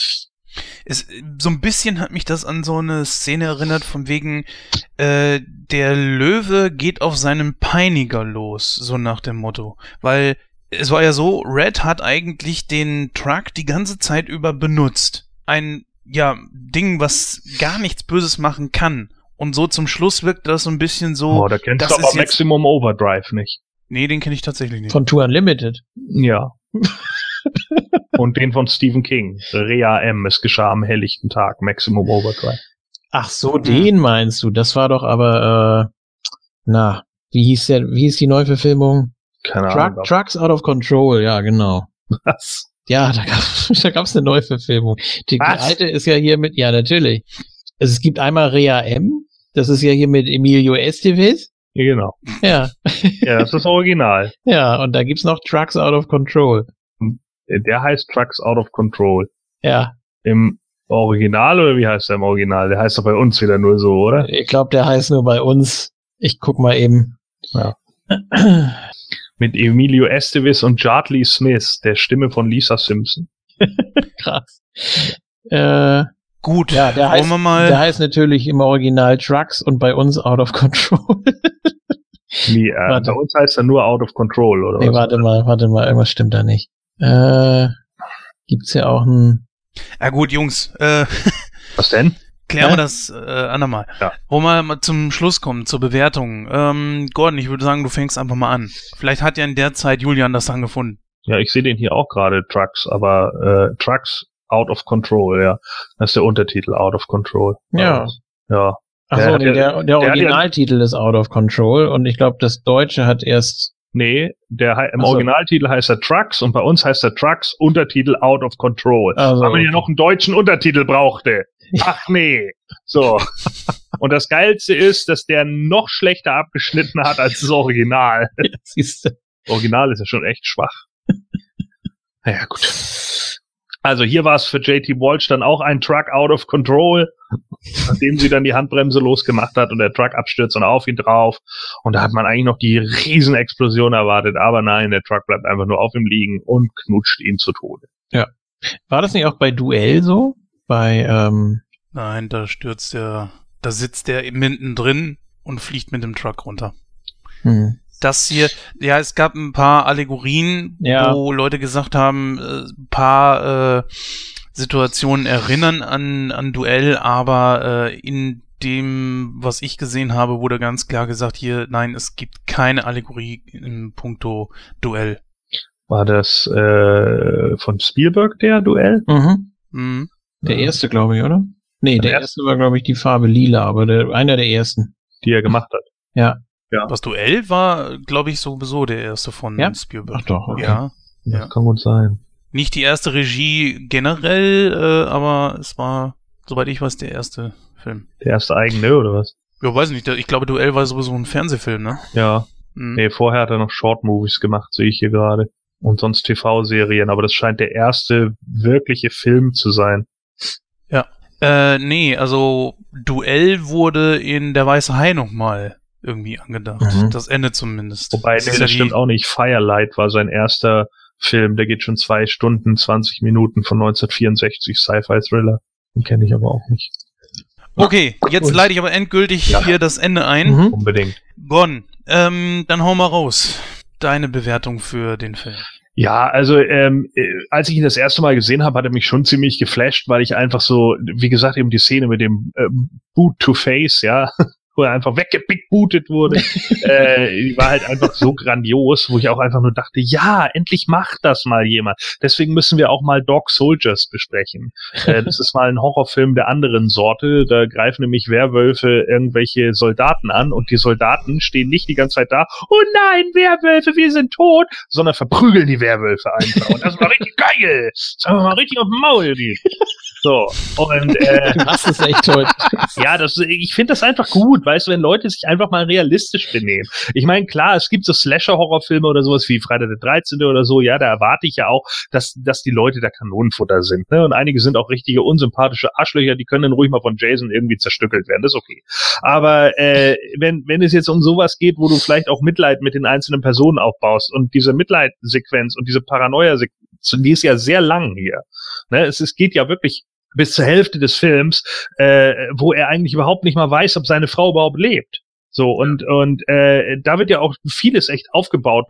So ein bisschen hat mich das an so eine Szene erinnert, von wegen, der Löwe geht auf seinen Peiniger los, so nach dem Motto. Weil es war ja so, Red hat eigentlich den Truck die ganze Zeit über benutzt. Ein, Ding, was gar nichts Böses machen kann. Und so zum Schluss wirkt das so ein bisschen so. Da kennst du aber Maximum Overdrive nicht. Nee, den kenne ich tatsächlich nicht. Von Tour Unlimited? Ja. Und den von Stephen King. Rea M. Es geschah am helllichten Tag. Maximum Overdrive. Ach so, den meinst du? Das war doch aber, wie hieß die Neuverfilmung? Keine Ahnung. Trucks Out of Control, ja, genau. Was? Ja, da gab's eine Neuverfilmung. Die alte ist ja hier mit, ja, natürlich. Also es gibt einmal Rea M. Das ist ja hier mit Emilio Estevez. Ja, genau. Ja. Ja, das ist das Original. Ja, und da gibt's noch Trucks Out of Control. Der heißt Trucks Out of Control. Ja. Im Original, oder wie heißt der im Original? Der heißt doch bei uns wieder nur so, oder? Ich glaube, der heißt nur bei uns. Ich guck mal eben. Ja. Mit Emilio Estevez und Yardley Smith, der Stimme von Lisa Simpson. Krass. Gut, ja, der heißt natürlich im Original Trucks und bei uns Out of Control. Wie, bei uns heißt er nur Out of Control, oder? Nee, warte mal, irgendwas stimmt da nicht. Gibt's ja auch ein... Ja gut, Jungs. Was denn? Klären wir das andermal. Ja. Wo wir mal zum Schluss kommen, zur Bewertung. Gordon, ich würde sagen, du fängst einfach mal an. Vielleicht hat ja in der Zeit Julian das dann gefunden. Ja, ich sehe den hier auch gerade, Trucks, aber Trucks Out of Control, ja. Das ist der Untertitel, Out of Control. Ja. Ja. Achso, der Originaltitel ist Out of Control und ich glaube, das Deutsche hat erst Nee, im Originaltitel heißt er Trucks und bei uns heißt er Trucks, Untertitel Out of Control. Also, weil man ja noch einen deutschen Untertitel brauchte. Ach nee. So. Und das Geilste ist, dass der noch schlechter abgeschnitten hat als das Original. Ja, siehste. Original ist ja schon echt schwach. Naja, gut. Also hier war es für JT Walsh dann auch ein Truck out of control, nachdem sie dann die Handbremse losgemacht hat und der Truck abstürzt und auf ihn drauf. Und da hat man eigentlich noch die Riesenexplosion erwartet, aber nein, der Truck bleibt einfach nur auf ihm liegen und knutscht ihn zu Tode. Ja. War das nicht auch bei Duell so? Nein, da sitzt der mittendrin und fliegt mit dem Truck runter. Das hier, ja, es gab ein paar Allegorien, wo Leute gesagt haben, ein paar Situationen erinnern an Duell, aber in dem, was ich gesehen habe, wurde ganz klar gesagt, hier, nein, es gibt keine Allegorie in puncto Duell. War das von Spielberg, der Duell? Der erste, glaube ich, oder? Nee, der erste war, glaube ich, die Farbe lila, aber einer der ersten. Die er gemacht hat. Ja. Das Duell war, glaube ich, sowieso der erste von Spielberg. Ach doch, okay. Ja. Das kann gut sein. Nicht die erste Regie generell, aber es war, soweit ich weiß, der erste Film. Der erste eigene, oder was? Ja, weiß nicht. Ich glaube, Duell war sowieso ein Fernsehfilm, ne? Ja. Nee, vorher hat er noch Short-Movies gemacht, sehe ich hier gerade. Und sonst TV-Serien, aber das scheint der erste wirkliche Film zu sein. Ja. Nee, also Duell wurde in Der Weiße Hai nochmal irgendwie angedacht. Das Ende zumindest. Wobei, das stimmt auch nicht. Firelight war sein erster Film, der geht schon 2 Stunden, 20 Minuten von 1964, Sci-Fi-Thriller. Den kenne ich aber auch nicht. Okay, jetzt leite ich aber endgültig hier das Ende ein. Unbedingt. Gon, dann hau mal raus. Deine Bewertung für den Film. Ja, also als ich ihn das erste Mal gesehen habe, hat er mich schon ziemlich geflasht, weil ich einfach so, wie gesagt, eben die Szene mit dem Boot to Face, ja, wo er einfach weggebootet wurde, die war halt einfach so grandios, wo ich auch einfach nur dachte, ja, endlich macht das mal jemand. Deswegen müssen wir auch mal Dog Soldiers besprechen. Das ist mal ein Horrorfilm der anderen Sorte. Da greifen nämlich Werwölfe irgendwelche Soldaten an und die Soldaten stehen nicht die ganze Zeit da, oh nein, Werwölfe, wir sind tot, sondern verprügeln die Werwölfe einfach. Und das war richtig geil. Das haben wir mal richtig auf den Maul gegeben. So, und das ist echt toll. Ja, ich finde das einfach gut, weißt du, wenn Leute sich einfach mal realistisch benehmen. Ich meine, klar, es gibt so Slasher-Horrorfilme oder sowas wie Freitag der 13. oder so, ja, da erwarte ich ja auch, dass die Leute da Kanonenfutter sind, ne? Und einige sind auch richtige unsympathische Arschlöcher, die können dann ruhig mal von Jason irgendwie zerstückelt werden, das ist okay. Aber wenn es jetzt um sowas geht, wo du vielleicht auch Mitleid mit den einzelnen Personen aufbaust und diese Mitleidsequenz und diese Paranoia-Sequenz, die ist ja sehr lang hier. Ne? Es geht ja wirklich bis zur Hälfte des Films, wo er eigentlich überhaupt nicht mal weiß, ob seine Frau überhaupt lebt. So, und da wird ja auch vieles echt aufgebaut.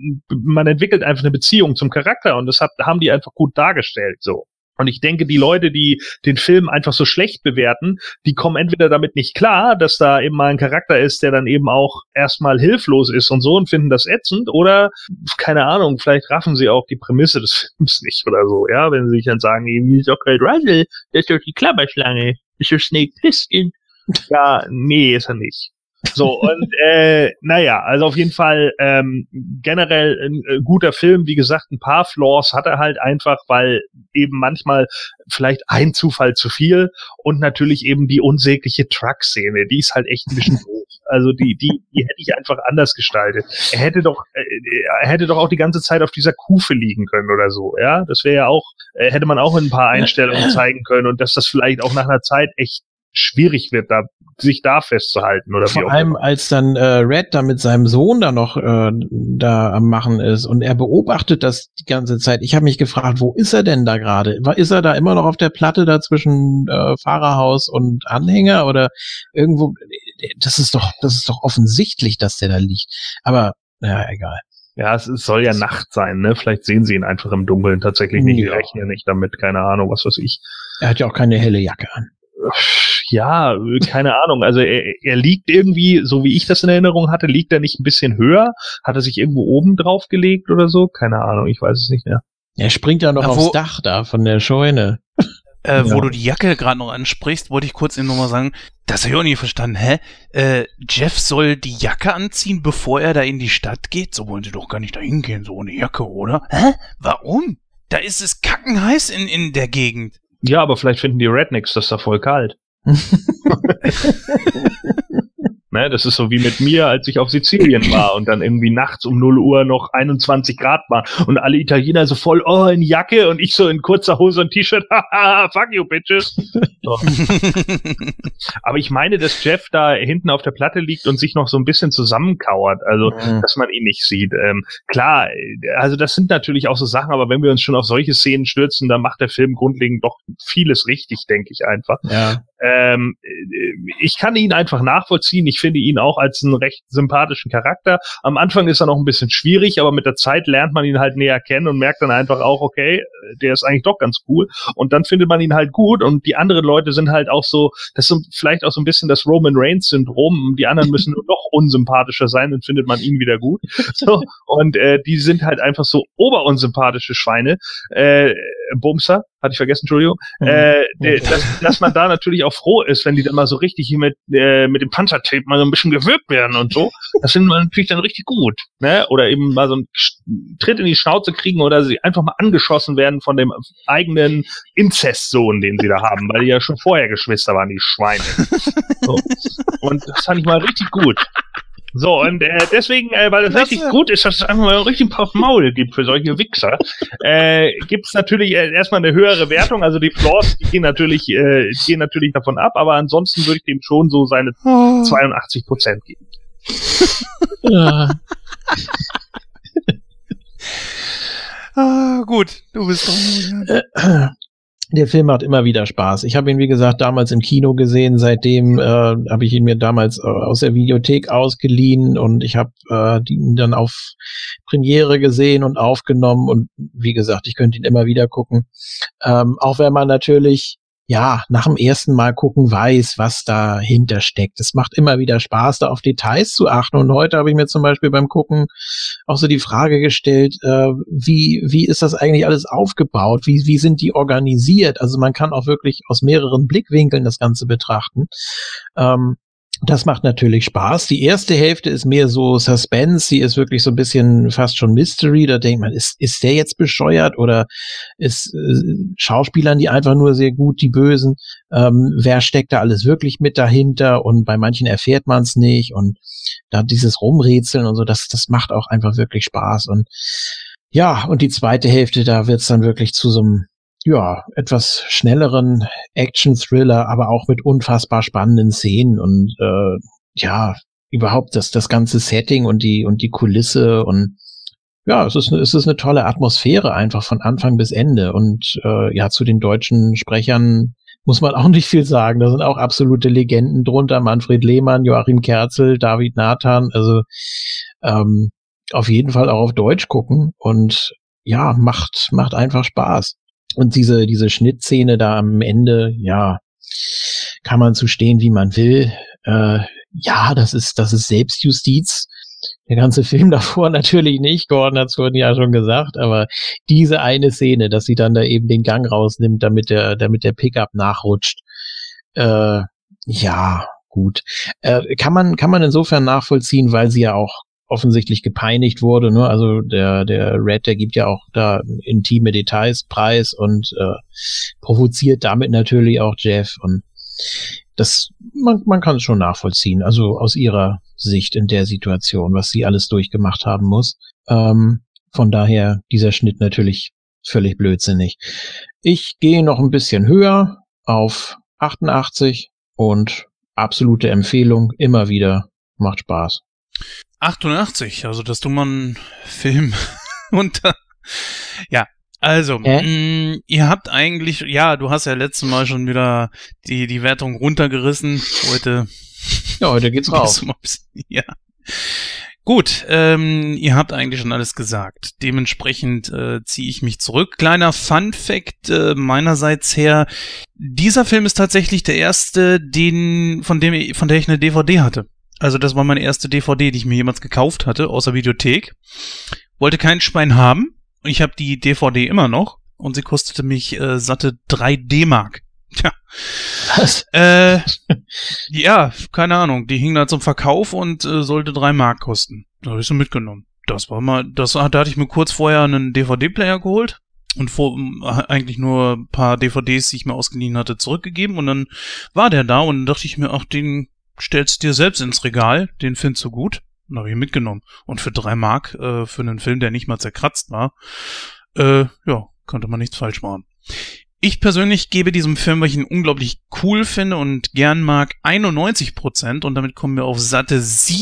Man entwickelt einfach eine Beziehung zum Charakter und das haben die einfach gut dargestellt, so. Und ich denke, die Leute, die den Film einfach so schlecht bewerten, die kommen entweder damit nicht klar, dass da eben mal ein Charakter ist, der dann eben auch erstmal hilflos ist und so und finden das ätzend, oder, keine Ahnung, vielleicht raffen sie auch die Prämisse des Films nicht oder so, ja, wenn sie sich dann sagen, wie ist doch Kurt Russell, das ist doch die Klapperschlange, das ist doch Snake Plissken. Ja, nee, ist er nicht. So, und naja, also auf jeden Fall generell ein guter Film. Wie gesagt, ein paar Flaws hat er halt einfach, weil eben manchmal vielleicht ein Zufall zu viel und natürlich eben die unsägliche Truck-Szene, die ist halt echt ein bisschen doof. Also die hätte ich einfach anders gestaltet. Er hätte doch auch die ganze Zeit auf dieser Kufe liegen können oder so, ja. Das wäre ja auch, hätte man auch in ein paar Einstellungen zeigen können und dass das vielleicht auch nach einer Zeit echt schwierig wird, sich da festzuhalten oder vor allem als dann Red da mit seinem Sohn da noch da am Machen ist und er beobachtet das die ganze Zeit. Ich habe mich gefragt, wo ist er denn da gerade? Ist er da immer noch auf der Platte da zwischen Fahrerhaus und Anhänger oder irgendwo? Das ist doch offensichtlich, dass der da liegt. Aber naja, egal. Ja, es soll ja Nacht sein, ne? Vielleicht sehen sie ihn einfach im Dunkeln tatsächlich nicht. Die rechnen ja nicht damit, keine Ahnung, was weiß ich. Er hat ja auch keine helle Jacke an. Ja, keine Ahnung. Also er liegt irgendwie, so wie ich das in Erinnerung hatte, liegt er nicht ein bisschen höher? Hat er sich irgendwo oben drauf gelegt oder so? Keine Ahnung, ich weiß es nicht mehr. Er springt ja noch aufs Dach da von der Scheune. Wo du die Jacke gerade noch ansprichst, wollte ich kurz eben nochmal sagen, das habe ich auch nie verstanden. Jeff soll die Jacke anziehen, bevor er da in die Stadt geht? So wollen sie doch gar nicht da hingehen, so ohne Jacke, oder? Warum? Da ist es kackenheiß in der Gegend. Ja, aber vielleicht finden die Rednecks das da voll kalt. Ne, das ist so wie mit mir, als ich auf Sizilien war und dann irgendwie nachts um 0 Uhr noch 21 Grad war und alle Italiener so voll, in Jacke und ich so in kurzer Hose und T-Shirt, haha, fuck you, bitches. So. Aber ich meine, dass Jeff da hinten auf der Platte liegt und sich noch so ein bisschen zusammenkauert, also, dass man ihn nicht sieht. Klar, also das sind natürlich auch so Sachen, aber wenn wir uns schon auf solche Szenen stürzen, dann macht der Film grundlegend doch vieles richtig, denke ich einfach. Ja. Ich kann ihn einfach nachvollziehen. Ich finde ihn auch als einen recht sympathischen Charakter. Am Anfang ist er noch ein bisschen schwierig, aber mit der Zeit lernt man ihn halt näher kennen und merkt dann einfach auch, okay, der ist eigentlich doch ganz cool. Und dann findet man ihn halt gut und die anderen Leute sind halt auch so, das ist vielleicht auch so ein bisschen das Roman Reigns-Syndrom. Die anderen müssen nur noch unsympathischer sein, dann findet man ihn wieder gut. So, und die sind halt einfach so oberunsympathische Schweine. Bumser, hatte ich vergessen, Entschuldigung. Dass man da natürlich auch froh ist, wenn die dann mal so richtig hier mit dem Panzertape mal so ein bisschen gewürgt werden und so. Das findet man natürlich dann richtig gut. Ne? Oder eben mal so einen Tritt in die Schnauze kriegen oder sie einfach mal angeschossen werden von dem eigenen Inzestsohn, den sie da haben, weil die ja schon vorher Geschwister waren, die Schweine. So. Und das fand ich mal richtig gut. So, und deswegen, weil das richtig gut ist, dass es einfach mal richtig ein paar Maul gibt für solche Wichser, gibt's natürlich erstmal eine höhere Wertung, also die Flaws, die gehen natürlich davon ab, aber ansonsten würde ich dem schon so seine 82% geben. Gut, du bist doch Der Film macht immer wieder Spaß. Ich habe ihn, wie gesagt, damals im Kino gesehen. Seitdem habe ich ihn mir damals aus der Videothek ausgeliehen und ich habe ihn dann auf Premiere gesehen und aufgenommen. Und wie gesagt, ich könnte ihn immer wieder gucken. Auch wenn man natürlich nach dem ersten Mal gucken weiß, was dahinter steckt. Es macht immer wieder Spaß, da auf Details zu achten. Und heute habe ich mir zum Beispiel beim Gucken auch so die Frage gestellt, wie ist das eigentlich alles aufgebaut? Wie sind die organisiert? Also man kann auch wirklich aus mehreren Blickwinkeln das Ganze betrachten. Das macht natürlich Spaß. Die erste Hälfte ist mehr so Suspense, die ist wirklich so ein bisschen fast schon Mystery. Da denkt man, ist der jetzt bescheuert oder ist Schauspielern die einfach nur sehr gut, die Bösen? Wer steckt da alles wirklich mit dahinter? Und bei manchen erfährt man es nicht. Und da dieses Rumrätseln und so, das macht auch einfach wirklich Spaß. Und ja, und die zweite Hälfte, da wird's dann wirklich zu so einem etwas schnelleren Action-Thriller, aber auch mit unfassbar spannenden Szenen und überhaupt das ganze Setting und die Kulisse und es ist eine tolle Atmosphäre einfach von Anfang bis Ende und zu den deutschen Sprechern muss man auch nicht viel sagen, da sind auch absolute Legenden drunter, Manfred Lehmann, Joachim Kerzel, David Nathan, also auf jeden Fall auch auf Deutsch gucken und macht einfach Spaß. Und diese Schnittszene da am Ende, kann man zu stehen, wie man will. Das ist Selbstjustiz. Der ganze Film davor natürlich nicht. Gordon hat es vorhin ja schon gesagt, aber diese eine Szene, dass sie dann da eben den Gang rausnimmt, damit der Pickup nachrutscht. Gut. Kann man insofern nachvollziehen, weil sie ja auch offensichtlich gepeinigt wurde, ne? Also der Red, der gibt ja auch da intime Details preis und provoziert damit natürlich auch Jeff und das, man kann es schon nachvollziehen, also aus ihrer Sicht in der Situation, was sie alles durchgemacht haben muss. Von daher dieser Schnitt natürlich völlig blödsinnig. Ich gehe noch ein bisschen höher auf 88 und absolute Empfehlung, immer wieder, macht Spaß. 88, also dass du mal einen Film unter... Ja, also, ihr habt eigentlich... Ja, du hast ja letztes Mal schon wieder die Wertung runtergerissen. Heute geht's raus. Ja. Gut, ihr habt eigentlich schon alles gesagt. Dementsprechend ziehe ich mich zurück. Kleiner Fun-Fact meinerseits her. Dieser Film ist tatsächlich der erste, von der ich eine DVD hatte. Also das war meine erste DVD, die ich mir jemals gekauft hatte, aus der Videothek. Wollte kein Schwein haben. Und ich habe die DVD immer noch. und sie kostete mich satte 3 D-Mark. Tja. Was? Ja, keine Ahnung. Die hing da zum Verkauf und sollte 3 Mark kosten. Da habe ich sie mitgenommen. Da hatte ich mir kurz vorher einen DVD-Player geholt und eigentlich nur ein paar DVDs, die ich mir ausgeliehen hatte, zurückgegeben und dann war der da und dann dachte ich mir, ach, den stellst du dir selbst ins Regal, den findest du gut. Und habe ich ihn mitgenommen. Und für 3 Mark, für einen Film, der nicht mal zerkratzt war, konnte man nichts falsch machen. Ich persönlich gebe diesem Film, weil ich ihn unglaublich cool finde und gern mag, 91% und damit kommen wir auf satte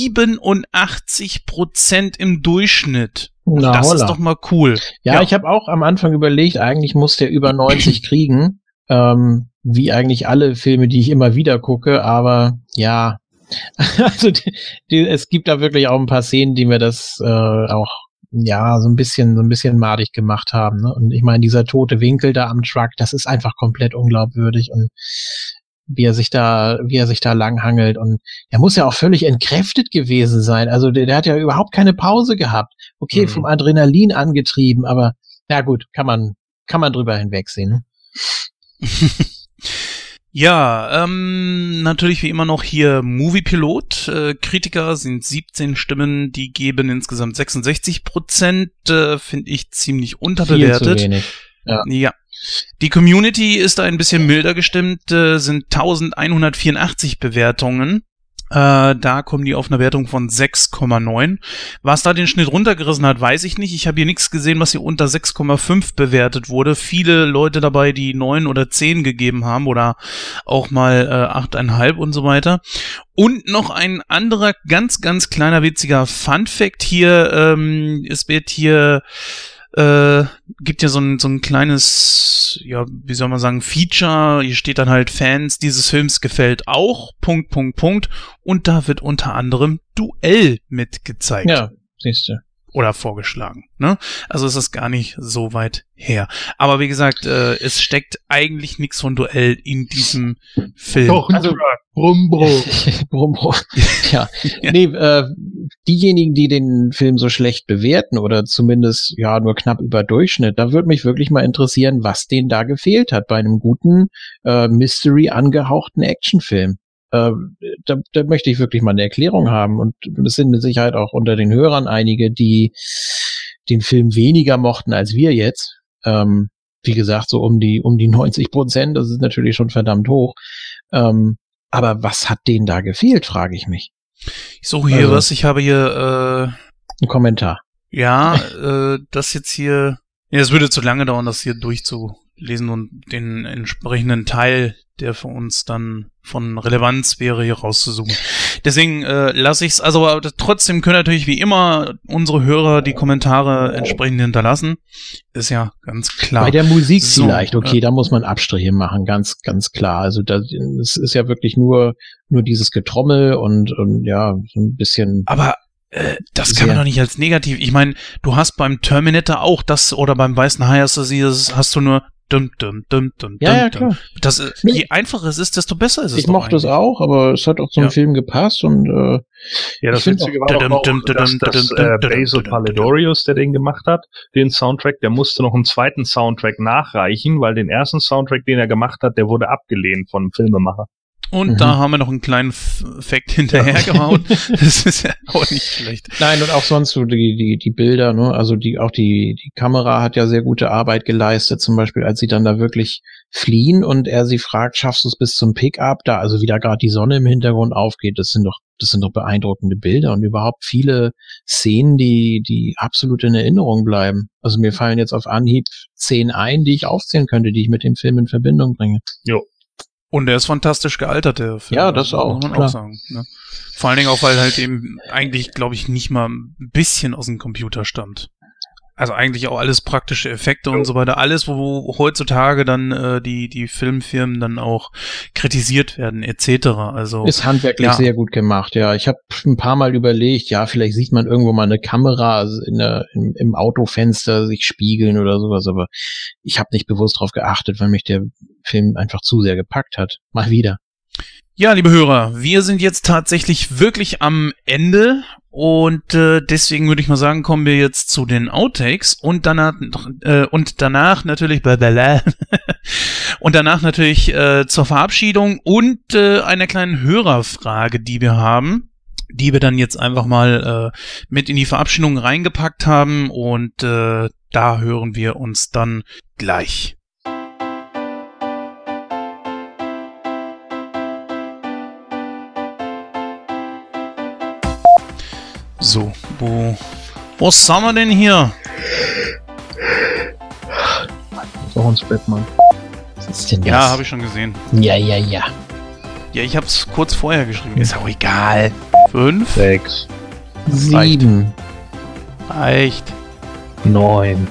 87% im Durchschnitt. Na, das holla. ist doch mal cool. Ja, ich habe auch am Anfang überlegt, eigentlich muss der über 90 kriegen, wie eigentlich alle Filme, die ich immer wieder gucke, aber ja, also es gibt da wirklich auch ein paar Szenen, die mir das auch ja so ein bisschen madig gemacht haben, ne? Und ich meine, dieser tote Winkel da am Truck, das ist einfach komplett unglaubwürdig und wie er sich da langhangelt und er muss ja auch völlig entkräftet gewesen sein. Also der hat ja überhaupt keine Pause gehabt. Okay, vom Adrenalin angetrieben, aber ja gut, kann man drüber hinwegsehen. Ne? Ja, natürlich wie immer noch hier Moviepilot. Kritiker sind 17 Stimmen, die geben insgesamt 66%. Finde ich ziemlich unterbewertet. Viel zu wenig. Ja. Die Community ist da ein bisschen milder gestimmt, sind 1184 Bewertungen. Da kommen die auf eine Wertung von 6,9. Was da den Schnitt runtergerissen hat, weiß ich nicht. Ich habe hier nichts gesehen, was hier unter 6,5 bewertet wurde. Viele Leute dabei, die 9 oder 10 gegeben haben oder auch mal 8,5 und so weiter. Und noch ein anderer ganz, ganz kleiner witziger Fun-Fact hier. Es wird hier gibt ja so ein kleines, ja, wie soll man sagen, Feature, hier steht dann halt Fans dieses Films gefällt auch, ... Und da wird unter anderem Duell mitgezeigt. Ja, siehste. Oder vorgeschlagen, ne? Also ist das gar nicht so weit her. Aber wie gesagt, es steckt eigentlich nichts von Duell in diesem Film. Doch, also, Brumbro. Ja. Nee, diejenigen, die den Film so schlecht bewerten oder zumindest ja nur knapp über Durchschnitt, da würde mich wirklich mal interessieren, was denen da gefehlt hat bei einem guten Mystery angehauchten Actionfilm. Da möchte ich wirklich mal eine Erklärung haben und es sind mit Sicherheit auch unter den Hörern einige, die den Film weniger mochten als wir jetzt. Wie gesagt, so um die 90%, das ist natürlich schon verdammt hoch. Aber was hat denen da gefehlt, frage ich mich. Ich suche hier was, ich habe hier ein Kommentar. Ja, das jetzt hier, ja, es würde zu lange dauern, das hier durchzulesen und den entsprechenden Teil, der für uns dann von Relevanz wäre, hier rauszusuchen. Deswegen lasse ich es, also aber trotzdem können natürlich wie immer unsere Hörer die Kommentare entsprechend hinterlassen. Ist ja ganz klar. Bei der Musik vielleicht, okay, da muss man Abstriche machen, ganz, ganz klar. Also es ist ja wirklich nur dieses Getrommel und ja, so ein bisschen. Aber das kann man doch nicht als negativ. Ich meine, du hast beim Terminator auch das, oder beim Weißen Hai hast du nur ja, klar. Je einfacher es ist, desto besser ist es. Ich mochte es auch, aber es hat auch zum Film gepasst und ja, das Witzige war auch, dass Basil Palladorius, der den gemacht hat, den Soundtrack, der musste noch einen zweiten Soundtrack nachreichen, weil den ersten Soundtrack, den er gemacht hat, der wurde abgelehnt von einem Filmemacher. Und da haben wir noch einen kleinen Fact hinterhergehauen. Das ist ja auch nicht schlecht. Nein, und auch sonst so die Bilder, ne? Also die Kamera hat ja sehr gute Arbeit geleistet, zum Beispiel, als sie dann da wirklich fliehen und er sie fragt, schaffst du es bis zum Pickup da, also wie da gerade die Sonne im Hintergrund aufgeht, das sind doch beeindruckende Bilder und überhaupt viele Szenen, die absolut in Erinnerung bleiben. Also mir fallen jetzt auf Anhieb 10 ein, die ich aufzählen könnte, die ich mit dem Film in Verbindung bringe. Jo. Und der ist fantastisch gealtert, der Film. Ja, das auch. Muss man auch sagen. Ne? Vor allen Dingen auch, weil halt eben eigentlich, glaube ich, nicht mal ein bisschen aus dem Computer stammt. Also eigentlich auch alles praktische Effekte und so weiter. Alles, wo heutzutage dann die Filmfirmen dann auch kritisiert werden, etc. Also ist handwerklich sehr gut gemacht, ja. Ich habe ein paar Mal überlegt, ja, vielleicht sieht man irgendwo mal eine Kamera im Autofenster sich spiegeln oder sowas, aber ich habe nicht bewusst drauf geachtet, weil mich der Film einfach zu sehr gepackt hat. Mal wieder. Ja, liebe Hörer, wir sind jetzt tatsächlich wirklich am Ende und deswegen würde ich mal sagen, kommen wir jetzt zu den Outtakes und danach natürlich und danach natürlich zur Verabschiedung und einer kleinen Hörerfrage, die wir haben, die wir dann jetzt einfach mal mit in die Verabschiedung reingepackt haben und da hören wir uns dann gleich. So, wo sind wir denn hier? Auch ins Bett, Mann. Was ist denn das? Ja, habe ich schon gesehen. Ja. Ja, ich habe es kurz vorher geschrieben. Ist auch egal. 5? 6, 7. Reicht. 9.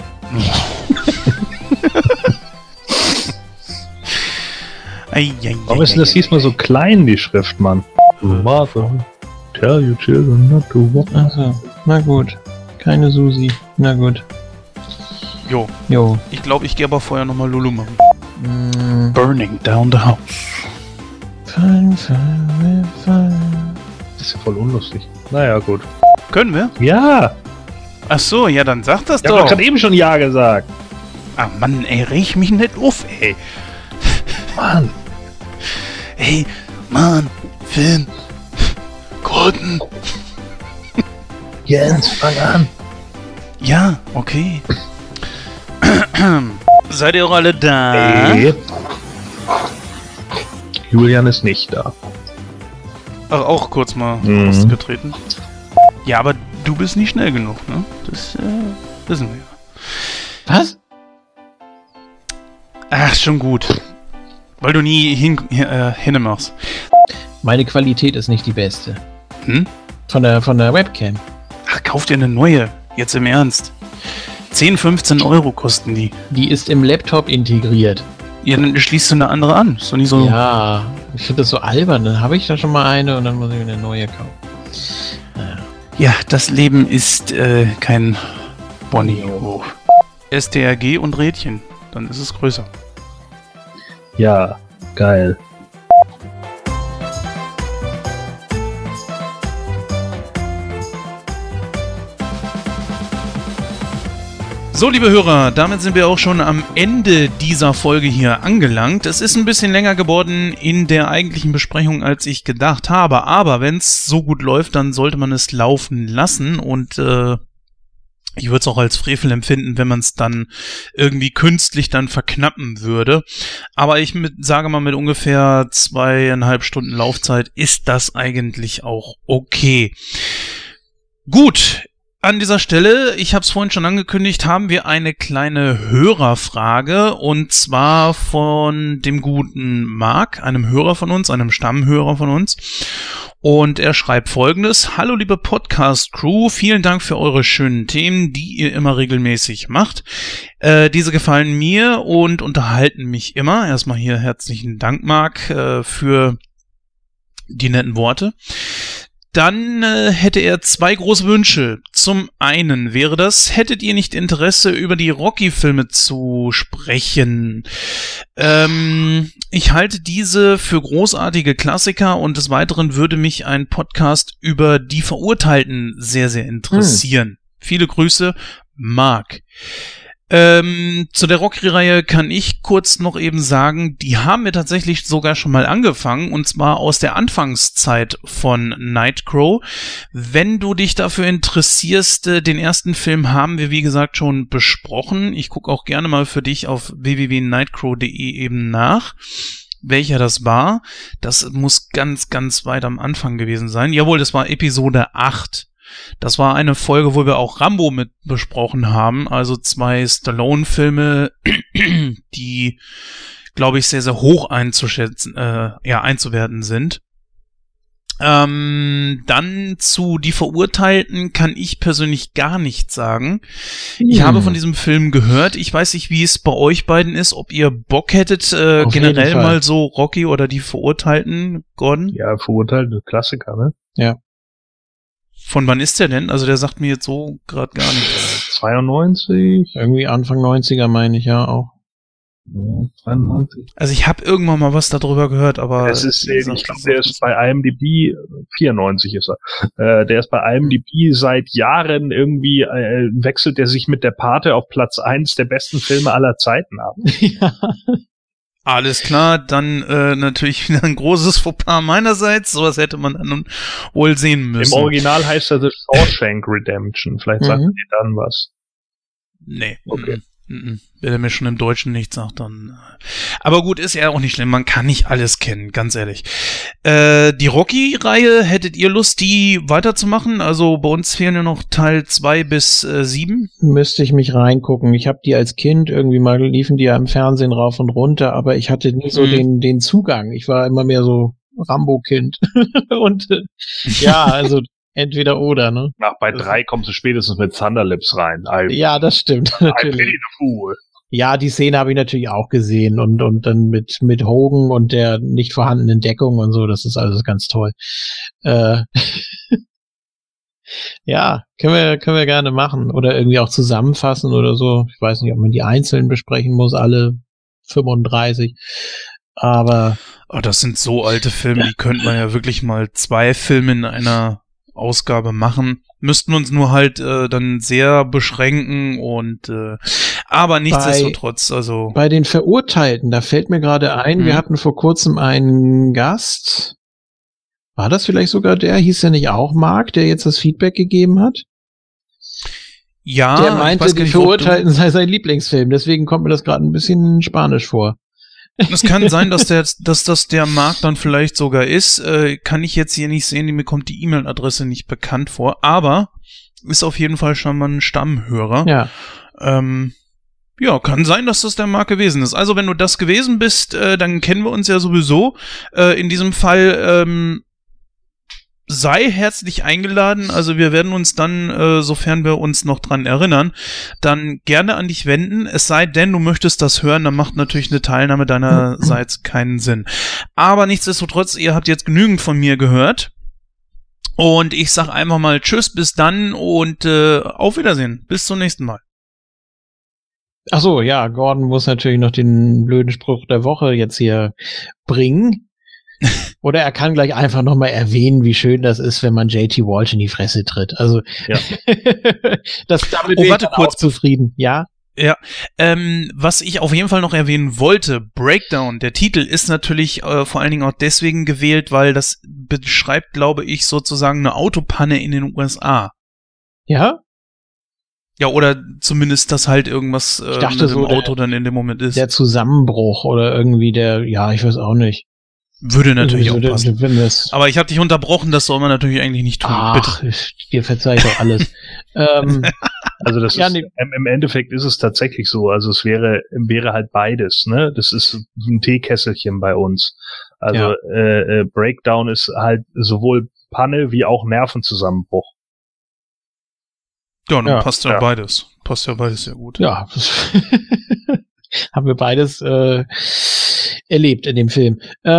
Warum ist denn das diesmal so klein, die Schrift, Mann? Mother, tell your children not to walk. Achso, na gut. Keine Susi. Na gut. Jo. Ich glaube, ich gehe aber vorher nochmal Lulu machen. Burning down the house. Fallen. Das ist ja voll unlustig. Naja, gut. Können wir? Ja! Ach so, ja, dann sag das Ich hab doch doch. gerade eben schon Ja gesagt. Ah, Mann, ey, reg mich nicht auf, ey. Mann. Ey, Mann, Finn, Gordon. Jens, fang an. Ja, okay. Seid ihr auch alle da? Nee. Julian ist nicht da. Ach, auch kurz mal Mhm. ausgetreten. Ja, aber du bist nicht schnell genug, ne? Das wissen wir ja. Was? Ach, schon gut. Weil du nie hinmachst. Meine Qualität ist nicht die beste. Hm? Von der Webcam. Ach, kauf dir eine neue. Jetzt im Ernst. 10, 15 Euro kosten die. Die ist im Laptop integriert. Ja, dann schließt du eine andere an. Ist doch nicht so... Ja, ich finde das so albern. Dann habe ich da schon mal eine und dann muss ich mir eine neue kaufen. Ja, das Leben ist kein Bonniehof. STRG und Rädchen. Dann ist es größer. Ja, geil. So, liebe Hörer, damit sind wir auch schon am Ende dieser Folge hier angelangt. Es ist ein bisschen länger geworden in der eigentlichen Besprechung, als ich gedacht habe. Aber wenn es so gut läuft, dann sollte man es laufen lassen. Und ich würde es auch als Frevel empfinden, wenn man es dann irgendwie künstlich dann verknappen würde. Aber ich sage mal, mit ungefähr 2,5 Stunden Laufzeit ist das eigentlich auch okay. Gut. An dieser Stelle, ich habe es vorhin schon angekündigt, haben wir eine kleine Hörerfrage und zwar von dem guten Marc, einem Hörer von uns, einem Stammhörer von uns. Und er schreibt Folgendes: Hallo liebe Podcast-Crew, vielen Dank für eure schönen Themen, die ihr immer regelmäßig macht. Diese gefallen mir und unterhalten mich immer. Erstmal hier herzlichen Dank, Marc, für die netten Worte. Dann hätte er 2 große Wünsche. Zum einen wäre das, hättet ihr nicht Interesse, über die Rocky-Filme zu sprechen? Ich halte diese für großartige Klassiker und des Weiteren würde mich ein Podcast über die Verurteilten sehr, sehr interessieren. Viele Grüße, Marc. Zu der Rocky-Reihe kann ich kurz noch eben sagen, die haben wir tatsächlich sogar schon mal angefangen, und zwar aus der Anfangszeit von Nightcrow. Wenn du dich dafür interessierst, den ersten Film haben wir, wie gesagt, schon besprochen. Ich gucke auch gerne mal für dich auf www.nightcrow.de eben nach, welcher das war. Das muss ganz, ganz weit am Anfang gewesen sein. Jawohl, das war Episode 8. Das war eine Folge, wo wir auch Rambo mit besprochen haben, also 2 Stallone-Filme, die, glaube ich, sehr, sehr hoch einzuwerten sind. Dann zu Die Verurteilten kann ich persönlich gar nichts sagen. Ich habe von diesem Film gehört. Ich weiß nicht, wie es bei euch beiden ist, ob ihr Bock hättet, generell mal so Rocky oder Die Verurteilten, Gordon? Ja, Verurteilten, Klassiker, ne? Ja. Von wann ist der denn? Also der sagt mir jetzt so gerade gar nichts. 92? Irgendwie Anfang 90er meine ich ja auch. 93. Also ich habe irgendwann mal was darüber gehört, aber... Ich glaube, der ist bei IMDb, 94 ist er. Der ist bei IMDb seit Jahren irgendwie, wechselt er sich mit der Pate auf Platz 1 der besten Filme aller Zeiten ab. Ja. Alles klar, dann natürlich wieder ein großes Fauxpas meinerseits. Sowas hätte man dann wohl sehen müssen. Im Original heißt er The Shawshank Redemption. Vielleicht sagt er dir dann was. Nee. Okay. Wenn er mir schon im Deutschen nichts sagt, dann... Aber gut, ist ja auch nicht schlimm. Man kann nicht alles kennen, ganz ehrlich. Die Rocky-Reihe, hättet ihr Lust, die weiterzumachen? Also bei uns fehlen ja noch Teil 2 bis 7. Müsste ich mich reingucken. Ich habe die als Kind irgendwie mal, liefen die ja im Fernsehen rauf und runter, aber ich hatte nie so den Zugang. Ich war immer mehr so Rambo-Kind. Und ja, also entweder oder, ne? Bei 3 kommst du spätestens mit Thunderlips rein. Ja, das stimmt. Natürlich. Ja, die Szene habe ich natürlich auch gesehen und dann mit Hogan und der nicht vorhandenen Deckung und so, das ist alles ganz toll. Ja, können wir gerne machen oder irgendwie auch zusammenfassen oder so. Ich weiß nicht, ob man die einzeln besprechen muss, alle 35. Aber das sind so alte Filme, die könnte man ja wirklich mal 2 Filme in einer Ausgabe machen. Müssten uns nur halt dann sehr beschränken und aber nichtsdestotrotz, also bei den Verurteilten, da fällt mir gerade ein, wir hatten vor kurzem einen Gast. War das vielleicht sogar der? Hieß der nicht auch Marc, der jetzt das Feedback gegeben hat? Ja, der meinte, die Verurteilten sei sein Lieblingsfilm, deswegen kommt mir das gerade ein bisschen spanisch vor. Es kann sein, dass das der Markt dann vielleicht sogar ist. Kann ich jetzt hier nicht sehen, mir kommt die E-Mail-Adresse nicht bekannt vor, aber ist auf jeden Fall schon mal ein Stammhörer. Ja. Ja, kann sein, dass das der Markt gewesen ist. Also wenn du das gewesen bist, dann kennen wir uns ja sowieso. In diesem Fall sei herzlich eingeladen, also wir werden uns dann, sofern wir uns noch dran erinnern, dann gerne an dich wenden, es sei denn, du möchtest das hören, dann macht natürlich eine Teilnahme deinerseits keinen Sinn. Aber nichtsdestotrotz, ihr habt jetzt genügend von mir gehört und ich sag einfach mal Tschüss, bis dann und auf Wiedersehen, bis zum nächsten Mal. Ach so, ja, Gordon muss natürlich noch den blöden Spruch der Woche jetzt hier bringen. Oder er kann gleich einfach nochmal erwähnen, wie schön das ist, wenn man JT Walsh in die Fresse tritt. Also, ja. Damit bin ich dann auch zufrieden, ja? Ja, was ich auf jeden Fall noch erwähnen wollte, Breakdown, der Titel ist natürlich vor allen Dingen auch deswegen gewählt, weil das beschreibt, glaube ich, sozusagen eine Autopanne in den USA. Ja? Ja, oder zumindest, dass halt irgendwas ich dachte mit dem so Auto dann in dem Moment ist. Der Zusammenbruch oder irgendwie ja, ich weiß auch nicht. Würde natürlich auch passen. Aber ich habe dich unterbrochen, das soll man natürlich eigentlich nicht tun. Ach, dir verzeih ich doch alles. Also das ist, im Endeffekt ist es tatsächlich so. Also es wäre halt beides, ne? Das ist ein Teekesselchen bei uns. Also Breakdown ist halt sowohl Panne wie auch Nervenzusammenbruch. Ja, dann passt ja beides. Passt ja beides sehr gut. Ja, haben wir beides erlebt in dem Film.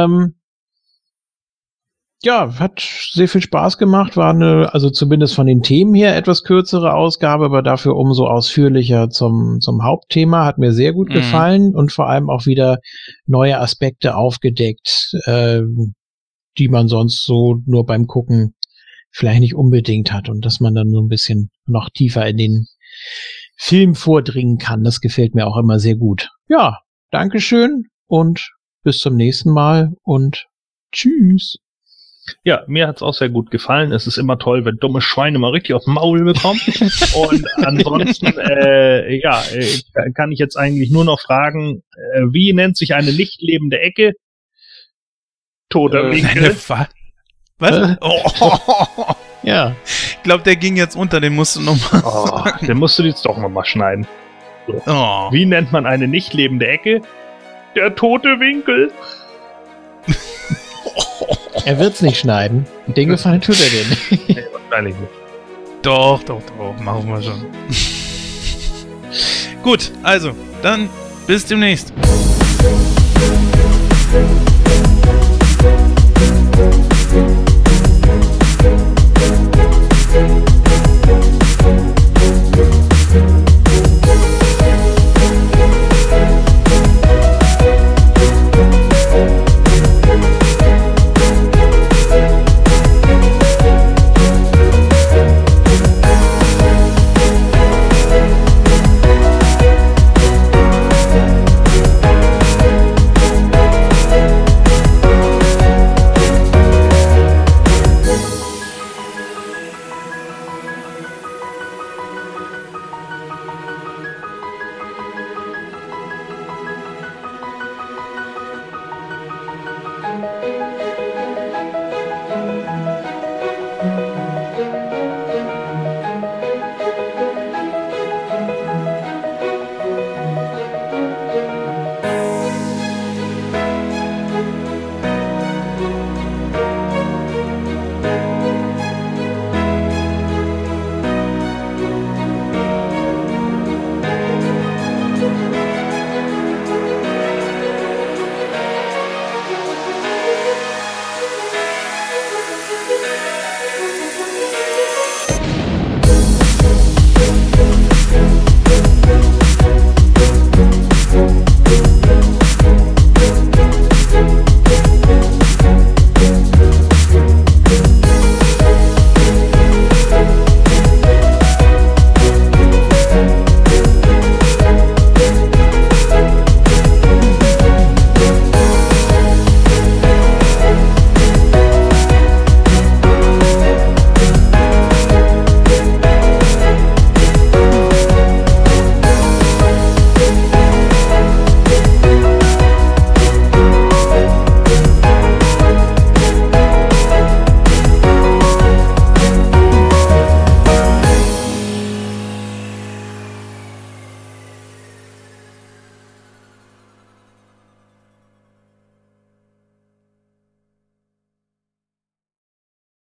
Ja, hat sehr viel Spaß gemacht, war also zumindest von den Themen her etwas kürzere Ausgabe, aber dafür umso ausführlicher zum Hauptthema, hat mir sehr gut gefallen und vor allem auch wieder neue Aspekte aufgedeckt, die man sonst so nur beim Gucken vielleicht nicht unbedingt hat und dass man dann so ein bisschen noch tiefer in den Film vordringen kann. Das gefällt mir auch immer sehr gut. Ja, Dankeschön und bis zum nächsten Mal und tschüss. Ja, mir hat's auch sehr gut gefallen. Es ist immer toll, wenn dumme Schweine mal richtig aufs Maul bekommen. Und ansonsten, kann ich jetzt eigentlich nur noch fragen, wie nennt sich eine nicht lebende Ecke? Toter Winkel. Was? Oh. Ja. Ich glaube, der ging jetzt unter, den musst du nochmal den musst du jetzt doch nochmal schneiden. So. Oh. Wie nennt man eine nicht lebende Ecke? Der tote Winkel. Er wird's nicht schneiden. Den Gefallen tut er dir nicht. Nee, wahrscheinlich nicht. Doch, machen wir schon. Gut, also, dann bis demnächst.